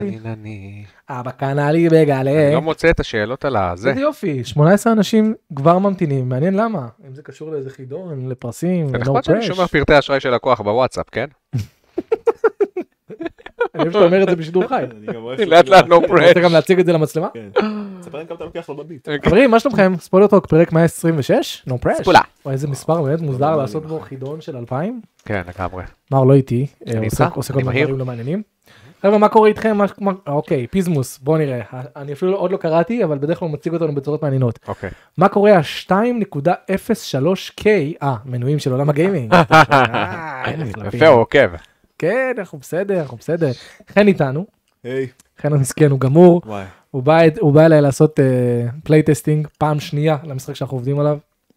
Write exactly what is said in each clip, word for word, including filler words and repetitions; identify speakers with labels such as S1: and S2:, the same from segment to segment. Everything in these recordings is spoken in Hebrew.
S1: אבא קנה לי בגלה.
S2: אני לא מוצא את השאלות על הזה.
S1: איזה יופי, שמונה עשרה אנשים כבר ממתינים, מעניין למה. אם זה קשור לאיזה חידון, לפרסים,
S2: זה נחמד שאני שומר פרטי אשראי של לקוח בוואטסאפ, כן?
S1: אני חושב שאתה אומר את זה בשידור חי.
S2: לאט לאט no
S1: אתה
S2: pressure.
S1: רוצה גם להציג את זה למצלמה?
S3: כן. תספר להם כמה אתה לוקח לו בביט.
S1: חברים, מה שלומכם? ספוילר טוק, פרק מאה עשרים ושש? No pressure.
S2: ספולה.
S1: או איזה מספר באמת מוזר לעשות בו חידון של אלפיים.
S2: כן, לגמרי.
S1: מר לא איתי,
S2: אני
S1: עושה
S2: איתך,
S1: עושה
S2: אני
S1: כל מיני
S2: מהיר.
S1: דברים לא מעניינים. חבר'ה, מה קורה איתכם? מה- מה- אוקיי, פיזמוס, בואו נראה. אני אפילו עוד לא קראתי, אבל בדרך כלל הוא מציג אותנו בצורות מעניינות.
S2: אוקיי.
S1: מה קורה ה-שתיים נקודה אפס שלוש קיי, אה, מנויים של עולם הגיימינג. אה,
S2: יפה, הוא עוקב.
S1: כן, אנחנו בסדר, אנחנו בסדר. חן איתנו,
S3: היי.
S1: חן המסכן הוא גמור,
S3: וואי.
S1: הוא בא הוא בא אליי לעשות פלייטסטינג פעם שנייה למשחק שאנחנו עובדים עליו.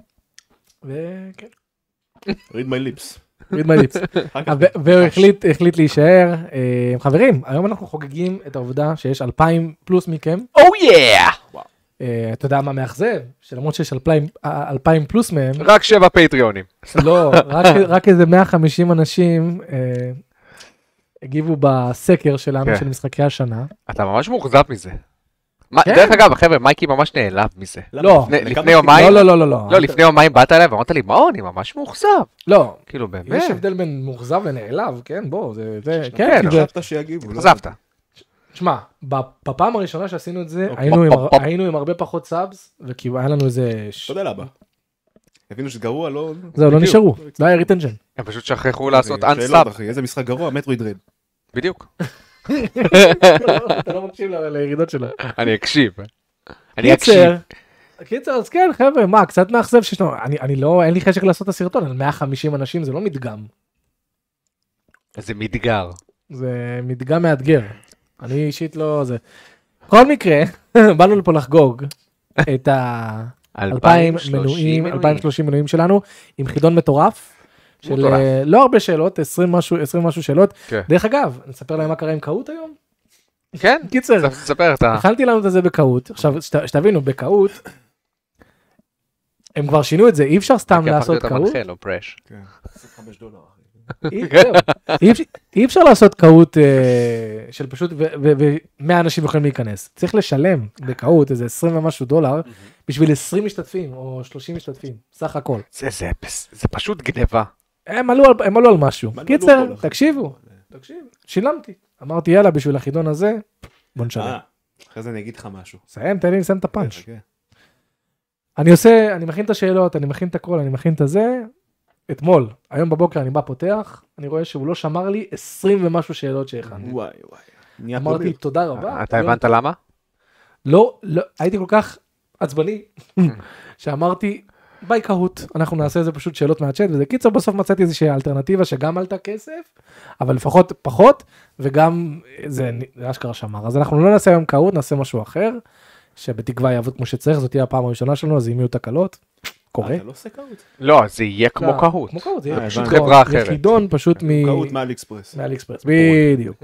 S1: וכן,
S3: read my lips.
S1: read my lips. ו- והוא החליט, החליט להישאר. אה, חברים, היום אנחנו חוגגים את העובדה שיש אלפיים פלוס מכם.
S2: Oh yeah!
S1: אה, אתה יודע מה מאכזב? שלמרות שיש אלפיים, אה, אלפיים פלוס מהם,
S2: רק שבע פטריונים.
S1: לא, רק, רק איזה מאה וחמישים אנשים אה, הגיבו בסקר שלנו
S2: כן.
S1: של משחקי השנה.
S2: אתה ממש מאוכזב מזה. מה-
S1: כן.
S2: דרך אגב, חבר'ה, מייקי ממש נעלב מזה.
S1: לא.
S2: לפני-
S3: לכמה
S2: לפני
S3: שקיבלו?
S2: יומיים,
S1: לא, לא, לא, לא, לא.
S2: לא, לפני יומיים באת אליי ואמרת לי, מה, אני ממש מאוכזב.
S1: לא,
S2: כאילו, באמת.
S1: יש הבדל בין מאוכזב ונעלב, כן, בוא, זה, זה, כן,
S2: כן,
S1: כי זה,
S3: חשבת שיגיבו. לא?
S2: חזבת.
S1: תשמע, בפעם הראשונה שעשינו את זה,
S3: אוקיי.
S1: היינו עם-
S2: פופ, פופ.
S1: היינו עם הרבה פחות סאבס, וכאילו היה לנו איזה, ש-
S3: תודה לאבא. הבינו שזה גרוע, לא...
S1: זהו, לא
S3: בדיוק.
S1: נשארו, לא היה ריטנג'ן.
S2: הם פשוט שכחו לעשות
S3: שאלות,
S2: אנסאב.
S3: אחי, איזה משחק גרוע, מטרואיד רד.
S2: בדיוק.
S1: אתה לא מקשיב ל- לירידות שלו.
S2: אני אקשיב. אני אקשיב.
S1: קיצר, קיצר, אז כן, חבר'ה, מה, קצת מאכזב שיש לנו, אני, אני לא, אין לי חשק לעשות את הסרטון, על מאה וחמישים אנשים זה לא מדגם,
S2: איזה מדגר.
S1: זה מדגם מאתגר. אני אישית לא, זה. בכל מקרה, באנו לפה לחגוג את ה-אלפיים מנויים, אלפיים ושלושים מנויים שלנו, עם חידון מטורף, של
S2: מטורף.
S1: אה, לא הרבה שאלות, עשרים משהו, עשרים משהו שאלות.
S2: כן.
S1: דרך אגב, נספר להם מה קרה עם קהות היום?
S2: כן?
S1: קיצר,
S2: תספר אתה.
S1: הכנתי לנו את זה בקהות, עכשיו שת- שתבינו, בקהות, הם כבר שינו את זה, אי אפשר סתם לעשות קהות.
S2: לא פרש.
S3: כן. עשרים וחמישה דולר, אחי.
S1: אי- זהו. אי אפשר- אי אפשר לעשות קהות אה, של פשוט, ומאה אנשים יכולים להיכנס. צריך לשלם בקהות איזה עשרים ומשהו דולר, בשביל עשרים משתתפים, או שלושים משתתפים, סך הכל.
S2: זה, זה, זה פשוט גניבה.
S1: הם עלו על- הם עלו על משהו.
S3: מה
S1: קיצר,
S3: עלו פה,
S1: תקשיבו, תקשיב, שילמתי. אמרתי, יאללה, בשביל החידון הזה, בוא נשלם.
S3: אה, אחרי זה אני אגיד לך משהו.
S1: סיים, תן לי לסיים את הפאנץ'.
S3: חכה.
S1: אני עושה, אני מכין את השאלות, אני מכין את הכל, אני מכין את הזה. אתמול, היום בבוקר אני בא פותח, אני רואה שהוא לא שמר לי עשרים ומשהו שאלות שהכנתי.
S3: וואי וואי. נהיה
S1: אמרתי,
S3: קובי.
S1: תודה רבה.
S2: אתה
S1: לא-
S2: הבנת למה?
S1: לא, לא, הייתי כל כך עצבני, שאמרתי, ביי קהות, אנחנו נעשה איזה פשוט שאלות מהצ'אט, וזה קיצר, בסוף מצאתי איזושהי אלטרנטיבה שגם עלתה כסף, אבל לפחות פחות, וגם זה זה אשכרה שמר. אז אנחנו לא נעשה היום קהות, נעשה משהו אחר, שבתקווה יעבוד כמו שצריך, זאת תהיה הפעם הראשונה שלנו, אז אם יהיו תקלות, קורה.
S3: אתה לא עושה קהות?
S2: לא, זה יהיה כמו
S1: לא,
S2: קהות.
S1: כמו קהות, זה
S3: אה,
S1: יהיה פשוט
S3: הבנתי.
S2: חברה אחרת.
S1: יחידון פשוט מ...
S3: קהות מעל אקספרס.
S1: מעל אקספרס, בדיוק.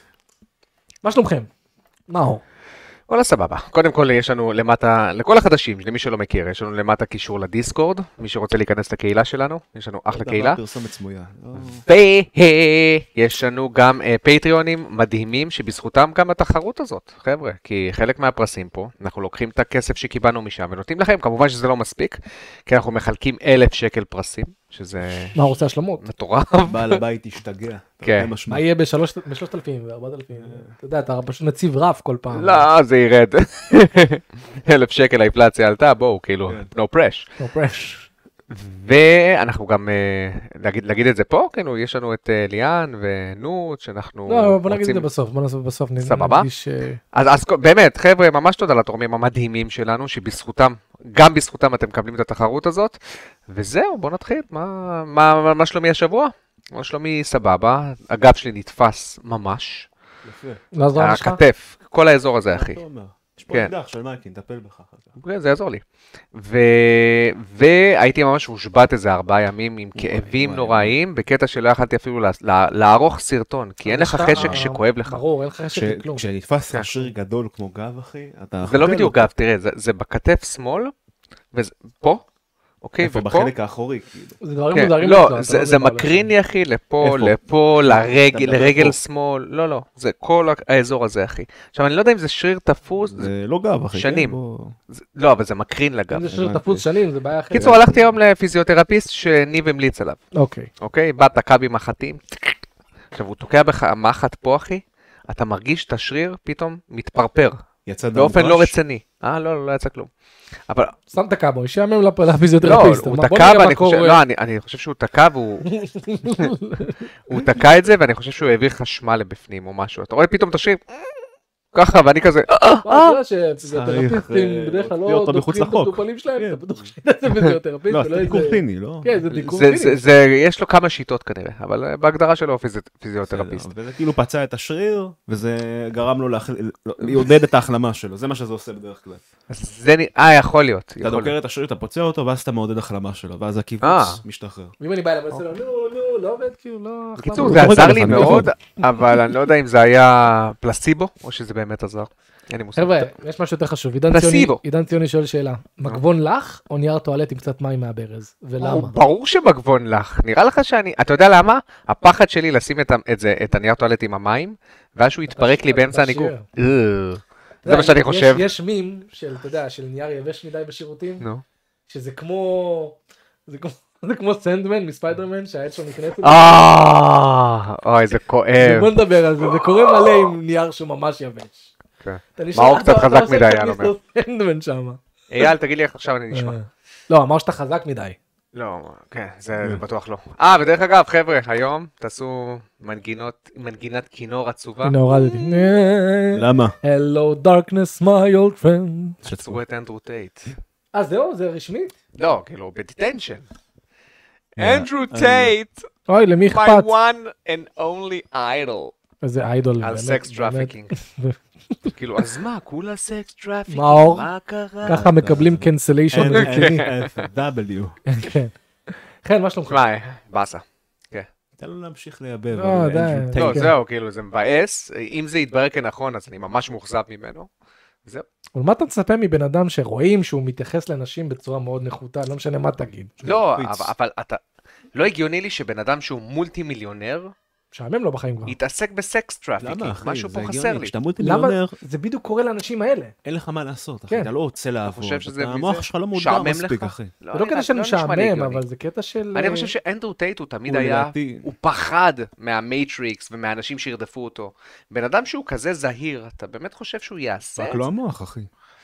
S1: מה שלומכם? נאור.
S2: וואלה סבבה. קודם כל יש לנו למטה, לכל החדשים, למי שלא מכיר, יש לנו למטה קישור לדיסקורד, מי שרוצה להיכנס לקהילה שלנו, יש לנו אחלה קהילה.
S3: פרסומת סמויה. לא.
S2: ויש לנו גם אה, פטריונים מדהימים שבזכותם גם התחרות הזאת, חבר'ה, כי חלק מהפרסים פה, אנחנו לוקחים את הכסף שקיבלנו משם ונותנים לכם, כמובן שזה לא מספיק, כי אנחנו מחלקים אלף שקל פרסים, שזה
S1: מה רוצה השלמות?
S2: מטורף.
S3: בעל הבית השתגע.
S2: כן.
S1: מה יהיה בשלושת אלפים וארבעת אלפים? אתה יודע, אתה פשוט נציב רף כל פעם.
S2: לא, זה ירד. אלף שקל האינפלציה עלתה, בואו, כאילו, no press.
S1: No pressure.
S2: ואנחנו גם, אה, להגיד, להגיד את זה פה, כאילו, יש לנו את אה, ליאן ונוט, שאנחנו
S1: לא, בוא נגיד את
S2: רוצים...
S1: זה בסוף, בוא נעשה בסוף.
S2: סבבה?
S1: נדגיש, אה,
S2: אז, אז באמת, חבר'ה, ממש תודה לתורמים המדהימים שלנו, שבזכותם, גם בזכותם אתם מקבלים את התחרות הזאת, וזהו, בואו נתחיל. מה, מה, מה, מה שלומי השבוע? מה שלומי סבבה, הגב שלי נתפס ממש,
S3: יפה.
S1: לא זו המשך?
S2: הכתף, כל האזור הזה, אחי.
S3: מה אתה אומר? יש פה
S2: כן.
S3: אקדח של מייקי, נטפל בך אחר כך.
S2: כן, זה יעזור לי. ו... והייתי ממש מושבת איזה ארבעה ימים עם כאבים
S3: וואי.
S2: נוראיים, בקטע שלא יכלתי אפילו לה- לה- לערוך סרטון, כי אין לך
S1: יש
S2: חשק
S1: אה,
S2: שכואב לך.
S1: ברור, אין לך חשק
S3: כש-
S1: לכלום.
S3: כשנתפס
S2: כן.
S3: לך שריר גדול כמו גב, אחי, אתה...
S2: זה לא
S3: חוטא
S2: בדיוק
S3: לו.
S2: גב, תראה, זה, זה בכתף שמאל, וזה פה, אוקיי,
S3: איפה?
S2: ופה...
S3: בחלק האחורי, כאילו.
S1: זה דברים
S2: כן,
S1: מוזרים.
S2: לא,
S1: אצלו,
S2: זה,
S1: אתה
S2: זה
S1: יודע מה
S2: מקרין
S1: הולך.
S2: אחי, לפה,
S3: איפה?
S2: לפה, לרגל,
S3: אתה מדבר
S2: לרגל
S3: פה.
S2: שמאל, לא, לא, זה כל האזור הזה אחי. עכשיו אני לא יודע אם זה שריר תפוס, זה...
S3: זה לא גב, אחי.
S2: שנים.
S3: כן, בוא-
S2: זה- לא, אבל זה מקרין לגב.
S1: אם זה שיר
S3: הבנתי.
S1: תפוס שנים, זה בעיה אחרת.
S2: קיצור, הלכתי היום לפיזיותרפיסט שניב המליץ עליו,
S1: אוקיי.
S2: אוקיי? בא תקע בי מחטים, עכשיו הוא תוקע בך מחט פה אחי, אתה מרגיש את השריר פתאום מתפרפר,
S3: יצא דם
S2: באופן לא
S3: דבש?
S2: רציני. אה, לא, לא יצא כלום. אבל
S1: שם תקע בו, שיאמם
S2: לא,
S1: לפיזיותרפיסט.
S2: הוא
S1: אמר, בוא
S2: תקע
S1: נראה מה
S2: ואני חושב,
S1: קורה.
S2: לא, אני, אני חושב שהוא תקע והוא, הוא תקע את זה ואני חושב שהוא העביר חשמל לבפנים או משהו. אתה רואה פתאום את השריר, ככה, ואני כזה,
S1: אתה יודע שפיזיותרפיסטים
S3: צריך,
S1: בדרך כלל
S3: להוציא
S1: לא
S3: אותו מחוץ
S1: דוחים את
S3: לחוק.
S1: המטופלים שלהם,
S3: כן.
S1: אתה בטוח שזה פיזיותרפיסט.
S3: לא,
S1: ולא
S3: זה דיקור
S1: איזה-
S3: פיני, לא?
S1: כן, זה דיקור
S2: זה,
S1: פיני.
S2: זה, זה, יש לו כמה שיטות כנראה, אבל אה, בהגדרה שלו הוא פיזי- פיזיותרפיסט.
S3: בסדר, וזה כאילו פצע את השריר, וזה גרם לו לעודד את ההחלמה שלו, זה מה שזה עושה בדרך כלל.
S2: אז זה, נ- אה, יכול להיות.
S3: אתה
S2: יכול להיות.
S3: דוקר את השריר, אתה פוצע אותו, ואז אתה מעודד החלמה שלו, ואז
S2: אה.
S3: הקיבוץ משתחרר.
S1: ואם אני בא אליו ועושה לו, נו, נו, לא עובד, כאילו, לא...
S2: בקיצור,
S1: החלמה.
S2: זה
S3: הוא
S2: עזר
S3: רגע
S2: לי
S3: לפעמים,
S2: מאוד, אבל אני לא יודע אם זה היה פלסיבו, או שזה באמת עזר. אין לי מושג.
S1: חבר'ה, יש משהו יותר חשוב. עידן
S2: פלסיבו.
S1: ציוני- עידן ציוני שואל שאלה. מגבון לך או נייר טואלט עם קצת מים מהברז? ולמה?
S2: ברור שמגבון לך, נראה לך שאני, אתה יודע למה? הפחד שלי לשים את ה- את זה, את הנייר טואלט עם המים, ואז שהוא יתפרק לי
S1: אתה
S2: באמצע
S1: תשאיר.
S2: הניגור. אה,
S1: אתה
S2: זה מה שאני
S1: יש-
S2: חושב.
S1: יש מים של, אתה יודע, של נייר יבש מדי בשירותים,
S2: נו.
S1: שזה כמו... זה כמו... זה כמו סנדמן מספיידרמן שהעד שלו נכנס.
S2: אה, אוי, זה כואב.
S1: בוא נדבר על זה, זה קורה מלא עם נייר שהוא ממש יבש.
S2: כן.
S1: אתה נשאר-
S2: מאור קצת
S1: אתה- אתה
S2: חזק
S1: עושה
S2: מדי היה
S1: תכניס
S2: לו.
S1: לו סנדמן שם.
S2: אייל, תגיד לי איך עכשיו אני נשמע.
S1: אה. לא, אמר שאתה חזק מדי.
S2: לא, כן, זה זה בטוח לא. אה, ודרך אגב, חבר'ה, היום תעשו מנגינות, מנגינת כינור עצובה.
S1: הנה הורדתי.
S3: למה?
S1: Hello darkness my old friend.
S2: עצרו את אנדרו טייט.
S1: אה זהו, זה רשמית?
S2: לא, כאילו, בדיטנשן.
S3: אה,
S2: אנדרו
S3: אני-
S2: טייט,
S1: אוי, למי
S2: my
S1: אכפת?
S2: one and only idol.
S1: איזה איידול.
S2: על
S1: באמת,
S2: סקס
S1: באמת.
S2: טראפיקינג. כאילו, אז מה, כולה סקס טראפיקינג?
S1: מאור,
S2: מה קרה?
S1: ככה מקבלים קנסליישן
S3: N
S1: רציני.
S3: F W.
S1: כן. חן, מה שלומך?
S2: שמע, באסה.
S3: תן לו להמשיך לייבב.
S1: לא,
S3: אבל
S1: די.
S3: אין שום
S2: לא,
S3: טעם.
S2: זהו, כאילו, זה מבאס. אם זה יתברר כנכון, אז אני ממש מאוכזב ממנו. זהו.
S1: אבל מה אתה מצפה מבן אדם שרואים שהוא מתייחס לנשים בצורה מאוד נחותה, לא משנה מה תגיד.
S2: לא,
S3: מקפיץ.
S2: אבל- אבל אתה... לא הגיוני לי שבן אדם שהוא מולטי מיליונר,
S1: משעמם לו בחיים כבר.
S2: יתעסק בסקס טראפיקינג.
S3: למה, אחי?
S2: משהו
S3: זה
S2: פה
S3: הגיוני.
S2: חסר לי.
S3: כשאתה
S1: למה?
S3: מולטי-מיליונר,
S1: זה בדיוק קורה לאנשים האלה.
S3: אין לך מה לעשות, אחי.
S1: כן.
S3: אתה לא רוצה לעבוד.
S2: חושב שזה
S3: אתה-
S2: מזה?
S3: המוח שלך לא מודע
S2: משעמם
S3: מספיק,
S2: לך?
S3: אחי.
S1: זה לא
S2: נראה-
S1: קטע של
S2: נשמע לי
S1: משעמם,
S2: הגיוני.
S1: אבל זה קטע של...
S2: אני
S1: אה,
S2: חושב שאנדרו טייט הוא תמיד
S3: הוא
S2: היה,
S3: לדעתי-
S2: הוא פחד מהמייטריקס ומהאנשים שירדפו אותו. בן אדם שהוא כזה זהיר, אתה באמת חושב שהוא יעשה
S3: רק
S2: את
S3: לא
S2: זה?
S3: המוח, אחי.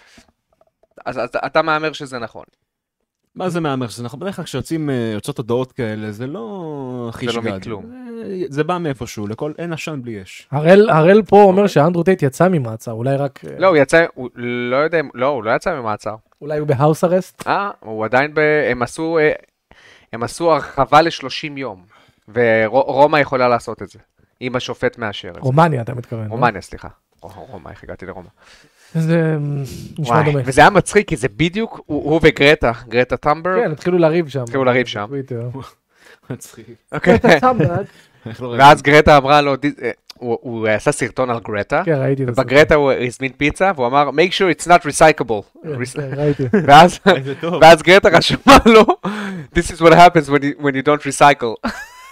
S2: אז אז אתה מהמר שזה נכון.
S3: מה זה מהמר שזה נכון? בדרך כלל כשיוצאים, אה, יוצאות הודעות כאלה, זה לא הכי
S2: זה לא
S3: שגד.
S2: מכלום.
S3: זה- זה בא מאיפשהו, לכל, אין עשן בלי אש.
S1: הראל הראל פה אומר שאנדרו טייט יצא ממעצר, אולי רק... אה,
S2: לא, הוא יצא, הוא לא יודע, אם- לא, הוא לא יצא ממעצר.
S1: אולי הוא בהאוס ארסט?
S2: אה, הוא עדיין ב... הם עשו, אה, הם עשו הרחבה ל-שלושים יום, ורומא יכולה לעשות את זה, אם השופט מאשר את זה.
S1: רומניה אתה מתכוון. לא?
S2: רומניה, סליחה. רו- רומא, איך הגעתי לרומא?
S1: זה נשמע
S2: וואי,
S1: דומה.
S2: וזה היה מצחיק, כי זה בדיוק, הוא הוא וגרטה, גרטה טמברג.
S1: כן, התחילו לריב שם.
S2: התחילו לריב שם.
S1: בטוויטר.
S3: מצחיק.
S2: אוקיי.
S1: גרטה טמברג.
S3: איך לא ראיתי?
S2: ואז גרטה אמרה לו, "This- אה, הוא הוא עשה סרטון על גרטה,
S1: כן, ראיתי את זה.
S2: ובגרטה הוא הזמין פיצה, והוא אמר, make sure it's not recyclable.
S1: כן, ראיתי.
S2: ואז-
S3: זה טוב.
S2: ואז גרטה רשמה לו, this is what happens when you- when you don't recycle.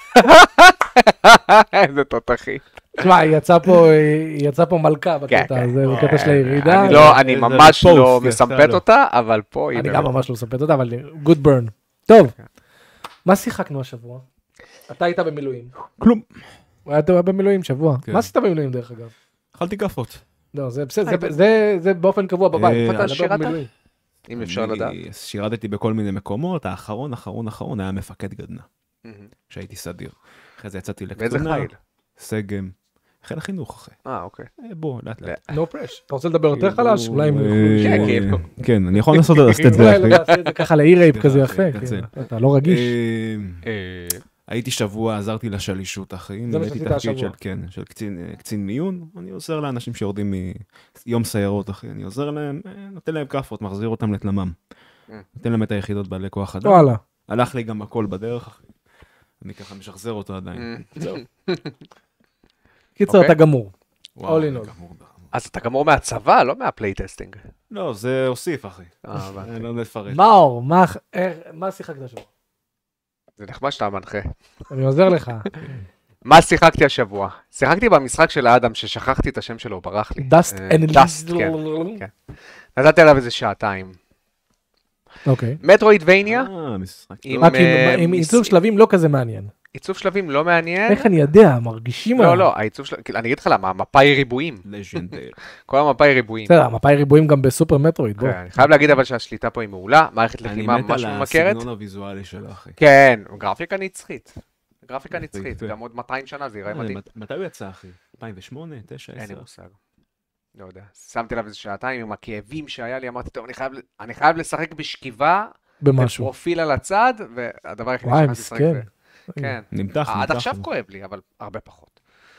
S2: איזה תותחי.
S1: תשמע, היא יצאה פה, היא יצאה פה מלכה בקטע
S2: כן,
S1: הזה,
S3: כן.
S1: בקטע של הירידה.
S2: אני לא, אני
S3: איזה
S2: ממש
S3: פוסט
S2: לא
S3: יצא
S2: מסמפת
S3: לו.
S2: אותה, אבל פה היא
S1: אני
S2: באמת.
S1: גם ממש לא מספרת אותה, אבל good burn. טוב, מה שיחקנו השבוע? אתה היית במילואים.
S3: כלום.
S1: הוא היה במילואים שבוע.
S3: כן.
S1: מה עשית במילואים דרך אגב?
S3: אכלתי כאפות.
S1: לא, זה בסדר, זה- זה- זה באופן קבוע בבית.
S3: אה,
S1: אתה
S2: אתה
S1: מדבר
S2: שירת?
S1: במילואים.
S2: אם אפשר
S3: אני
S2: לדעת.
S3: שירתתי בכל מיני מקומות, האחרון, אחרון, אחרון היה מפקד גדנ"ע,
S2: מהמם.
S3: כשהייתי סדיר. אחרי זה יצאתי
S2: באיזה
S3: לקצונה,
S2: חיל?
S3: סגם, חיל החינוך אחי.
S2: אה, אוקיי.
S3: אה, בוא, לאט לאט.
S1: No pressure. אתה רוצה לדבר יותר חלש? אולי הם יוכלו
S3: אה,
S2: כן,
S1: לשמוע.
S2: כאילו.
S3: כן, אני יכול לנסות לעשות את זה,
S1: אולי
S3: אחי.
S1: לא תעשה את זה ככה לאי-רייפ
S3: סליחה,
S1: כזה
S3: אחי,
S1: יפה.
S3: מתנצל.
S1: כאילו. אתה לא רגיש.
S3: אה,
S2: אה,
S3: הייתי שבוע, עזרתי לשלישות, אחי.
S1: זה מה
S3: הייתי
S1: שעשית
S3: תפקיד
S1: השבוע.
S3: של- כן, של קצין- אה, קצין מיון. אני עוזר לאנשים שיורדים מיום סיירות, אחי. אני עוזר להם, אה, נותן להם כאפות, מחזיר אותם לתלמם.
S2: אה.
S3: נותן להם את היחידות בעלי כוח אדם.
S1: וואלה.
S3: הלך לי גם הכל בדרך, אחי. אני ככה משחזר אותו עדיין.
S2: אה.
S3: זהו.
S1: קיצר,
S2: אוקיי.
S1: אתה גמור.
S3: וואו,
S1: All in
S3: אני
S1: all.
S3: גמור, גמור.
S2: אז אתה גמור מהצבא, לא מהפלייטסטינג.
S3: לא, זה הוסיף, אחי.
S2: אה, הבנתי.
S3: אני לא מפרט.
S1: מאור, מה- איך- מה שיחקת השבוע?
S2: זה נחמד שאתה מנחה.
S1: אני עוזר לך.
S2: מה שיחקתי השבוע? שיחקתי במשחק של האדם, ששכחתי את השם שלו, ברח לי.
S1: דאסט
S2: אה,
S1: אנד
S2: דאסט, כן. כן. נתתי עליו איזה שעתיים.
S1: אוקיי.
S2: מטרואידבניה,
S3: אה, משחק
S2: עם,
S3: טוב.
S1: רק עם-
S2: אה,
S1: עם
S2: מס-
S1: עיצוב שלבים לא כזה מעניין.
S2: עיצוב שלבים לא מעניין.
S1: איך אני יודע, מרגישים
S2: לא,
S1: עליו.
S2: לא, העיצוב של... אני אגיד לך למה, המפה היא ריבועים.
S3: לג'נדר.
S2: כל המפה היא ריבועים.
S1: בסדר, המפה היא ריבועים גם בסופר מטרואיד, בוא.
S2: כן, אני חייב להגיד אבל שהשליטה פה היא מעולה, מערכת
S3: אני
S2: לחימה
S3: מת
S2: ממש
S3: על
S2: ממכרת.
S3: הסגנון הוויזואלי שלו, אחי.
S2: כן, גרפיקה נצחית. גרפיקה
S3: יפה,
S2: נצחית,
S3: יפה.
S2: גם עוד מאתיים שנה זה ייראה
S3: אה,
S2: מדהים.
S3: מת- מתי הוא יצא, אחי? אלפיים ושמונה, תשע,
S2: אין לי
S3: עשר?
S2: מושג. לא יודע. שמתי עליו איזה שעתיים עם הכאבים שהיה לי, אמרתי, טוב, אני חייב, אני חייב לשחק בשכיבה,
S1: במשהו.
S2: בפרופיל על הצד, והדבר היחיד
S1: וואי,
S2: שיכולתי לשחק
S1: מסכן.
S2: זה. כן.
S3: נמתח, נמתח.
S2: עד עכשיו כואב לי, אבל הרבה פחות.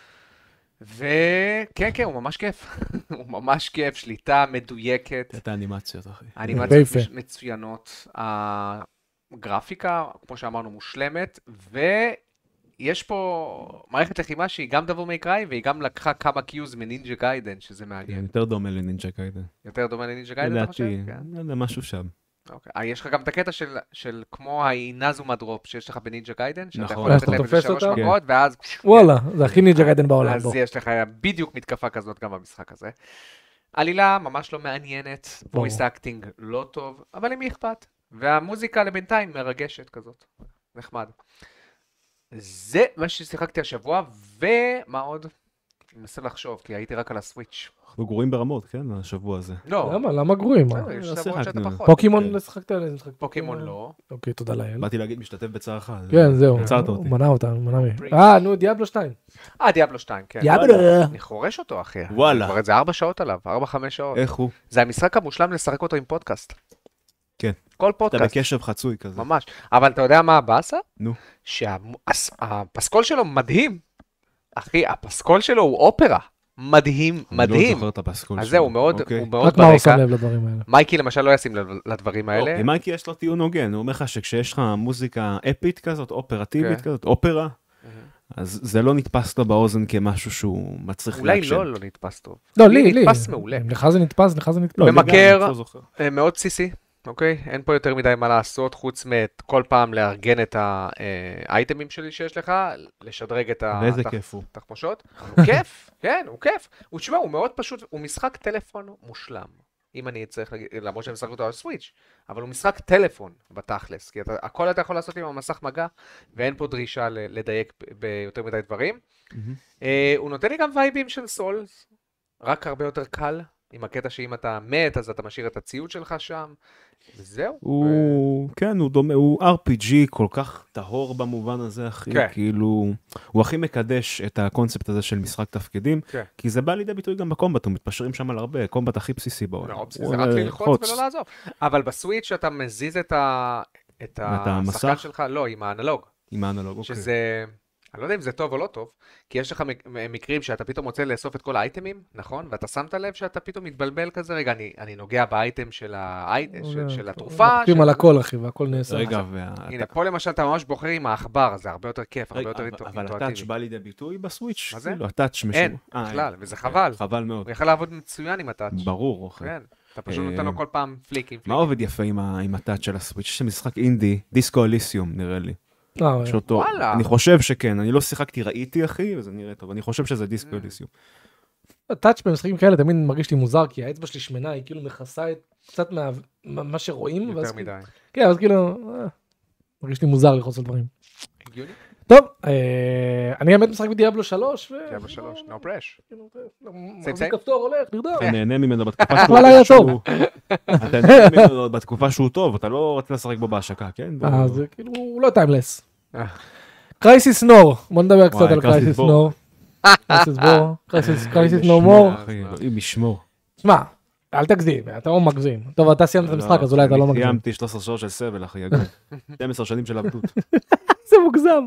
S2: וכן, כן, הוא ממש כיף. הוא ממש כיף, שליטה מדויקת,
S3: את האנימציות, אחי.
S2: האנימציות
S1: יפה.
S2: מש- מצוינות, הגרפיקה, כמו שאמרנו, מושלמת, ויש פה מערכת לחימה שהיא גם דבור מי קריי, והיא גם לקחה כמה קיוז מנינג'ה גיידן, שזה
S3: כן,
S2: מעניין.
S3: יותר דומה לנינג'ה קיידן.
S2: יותר דומה לנינג'ה גיידן, אתה חושב?
S3: לדעתי,
S2: כן.
S3: לא יודע, משהו שם.
S2: אוקיי. אה, יש לך גם את הקטע של, של כמו האינזומה דרופ שיש לך בנינג'ה גיידן, שאתה
S3: נכון.
S2: יכול
S1: אז
S2: לתת
S1: אתה
S2: להם איזה
S1: תופס
S2: שלוש
S1: אותה?
S2: מכות, ואז...
S1: וואלה, זה הכי נינג'ה גיידן בעולם,
S2: אז
S1: בוא.
S2: יש לך בדיוק מתקפה כזאת גם במשחק הזה. עלילה ממש לא מעניינת,
S1: ברור.
S2: voice acting לא טוב, אבל למי אכפת? והמוזיקה לבינתיים מרגשת כזאת. נחמד. זה מה ששיחקתי השבוע, ומה עוד? אני מנסה לחשוב, כי הייתי רק על הסוויץ'.
S3: אנחנו גרועים ברמות, כן, השבוע הזה.
S2: לא,
S1: למה? למה גרועים? מה?
S2: בסדר, יש
S3: לא
S2: שבועות שאתה
S3: שיחקנו.
S2: פחות.
S1: פוקימון
S3: כן.
S1: לא שחקת על איזה משחק?
S2: פוקימון לא.
S1: אוקיי, תודה לאל.
S3: באתי להגיד משתתף בצערך. אז-
S1: כן, זהו.
S3: עצרת
S1: הוא
S3: אותי.
S1: מנע אותה, הוא מנע מי. אה, נו, דיאבלו שתיים.
S2: אה, דיאבלו שתיים, כן.
S1: דיאבלו.
S2: אני חורש אותו, אחי.
S3: וואלה.
S2: אני כבר איזה ארבע שעות עליו, ארבע, חמש שעות.
S3: איך הוא?
S2: זה המשחק המושלם לשחק אותו עם פודקאסט.
S3: כן.
S2: כל
S3: אתה
S2: פודקאסט.
S3: בקשב חצוי כזה.
S2: ממש. אבל אתה יודע מה הבאסה?
S3: נו.
S2: שהפסקול שלו מדהים. אחי, הפסקול שלו הוא אופרה. מדהים,
S3: אני לא
S2: מדהים.
S3: זוכר את הפסקול
S2: אז
S3: שלו.
S2: זהו, מאוד,
S3: אוקיי.
S2: הוא מאוד
S1: רק מה הוא שם
S2: ברקע.
S1: לב לדברים האלה.
S2: מייקי למשל לא ישים לב לדברים האלה.
S3: לא, מייקי יש לו טיעון הוגן, הוא אומר לך שכשיש לך מוזיקה אפית כזאת, אופרטיבית
S2: כן.
S3: כזאת, אופרה, אז זה לא נתפס לו באוזן כמשהו שהוא מצריך
S2: אולי
S3: להקשיב.
S2: לא, לא נתפס טוב.
S1: לא, לי, לי.
S2: נתפס מעולה.
S1: לך זה נתפס, לך זה נתפס.
S3: לא,
S2: ממכר.
S3: זה גם, אני לא זוכר.
S2: אה, מאוד בסיסי, אוקיי? אין פה יותר מדי מה לעשות, חוץ מכל פעם לארגן את האייטמים שלי שיש לך, לשדרג את ה-
S3: ואיזה
S2: התח-
S3: כיף הוא.
S2: תחמושות. הוא כיף, כן, הוא כיף. הוא תשמע, הוא מאוד פשוט, הוא משחק טלפון מושלם. אם אני צריך להגיד, למרות שאני משחק אותו על סוויץ', אבל הוא משחק טלפון בתכלס, כי אתה, הכל אתה יכול לעשות עם המסך מגע, ואין פה דרישה ל- לדייק ב- ביותר מדי דברים.
S3: מהמם.
S2: אה, הוא נותן לי גם וייבים של סולס, רק הרבה יותר קל, עם הקטע שאם אתה מת, אז אתה משאיר את הציוד שלך שם, וזהו.
S3: הוא, כן, הוא דומה, הוא אר פי ג'י כל כך טהור במובן הזה, אחי,
S2: כן.
S3: כאילו, הוא הכי מקדש את הקונספט הזה של משחק תפקידים,
S2: כן.
S3: כי זה בא לידי ביטוי גם בקומבט, הוא מתפשרים שם על הרבה, קומבט הכי בסיסי בעולם.
S2: מאוד בסיסי,
S3: הוא,
S2: זה רק
S3: אה,
S2: ללחוץ
S3: חוץ.
S2: ולא לעזוב. אבל בסוויץ' אתה מזיז את ה... את השחקן
S3: המסך?
S2: שלך, לא, עם האנלוג,
S3: עם האנלוג, אוקיי.
S2: שזה... אני לא יודע אם זה טוב או לא טוב, כי יש לך מק- מקרים שאתה פתאום רוצה לאסוף את כל האייטמים, נכון? ואתה שמת לב שאתה פתאום מתבלבל כזה, רגע, אני, אני נוגע באייטם של, האי... של, של התרופה.
S1: נוקטים
S2: של...
S1: על הכל, אחי, והכל נעשה.
S3: רגע, וה...
S2: הנה, פה למשל אתה ממש בוחר עם העכבר, זה הרבה יותר כיף, הרבה
S3: רגע,
S2: יותר
S3: אבל-
S2: אינטו-
S3: אבל
S2: אינטואיטיבי.
S3: הטאץ' בא לידי ביטוי בסוויץ',
S2: מה זה?
S3: כאילו, הטאץ' משהו.
S2: אין,
S3: אה,
S2: בכלל, וזה חבל.
S3: חבל מאוד.
S2: הוא יכול לעבוד מצוין עם הטאץ'.
S3: ברור, אוקיי.
S2: כן, אתה פשוט
S3: אה,
S2: נותן לו כל פעם פליקים.
S3: מה
S2: פליקים.
S3: עובד יפה עם ה- עם הטאץ' של הסוויץ'? יש משחק אינדי, דיסקו אליסיום, נראה לי.
S1: אה,
S3: שאותו,
S2: וואלה.
S3: אני חושב שכן, אני לא שיחקתי, ראיתי אחי, וזה נראה טוב, אני חושב שזה דיסקו
S2: Mm.
S3: אליסיום.
S1: הטאץ' במשחקים כאלה תמיד מרגיש לי מוזר, כי האצבע שלי שמנה, היא כאילו מכסה את קצת מה- מה מה שרואים. ואז
S2: יותר
S1: כאילו-
S2: מדי.
S1: כן, אז כאילו, אה, מרגיש לי מוזר ללחוץ על דברים.
S2: הגיוני?
S1: טוב, אה, אני האמת משחק בדיאבלו שלוש, ו...
S2: דיאבלו שלוש, no pressure.
S1: כאילו, אתה
S2: סיים.
S1: מחזיק כפתור, הולך, נרדם.
S3: אתה נהנה ממנו בתקופה שהוא...
S1: וואלה, היה טוב.
S3: שהוא- אתה נהנה ממנו בתקופה שהוא טוב, אתה לא רוצה לשחק בו בהשקה, כן? בוא-
S1: אה, זה כאילו, הוא לא טיימלס.
S2: אה.
S1: קרייסיס נור, בוא נדבר קצת
S3: וואי,
S1: על
S3: קרייסיס
S1: קרייסיס
S3: בור.
S1: נור. קרייסיס בור, קרייסיס קרייסיס נו
S3: ישמור,
S1: מור.
S3: אחי, אלוהים ישמור.
S1: שמע, אל תגזים, אתה לא מגזים. טוב, אתה סיימת את המשחק, אז אולי אתה לא
S3: אני
S1: מגזים.
S3: סיימתי שלוש עשרה שעות של סבל, אחי, יגון. שתים עשרה שנים של עבדות.
S1: זה מוגזם.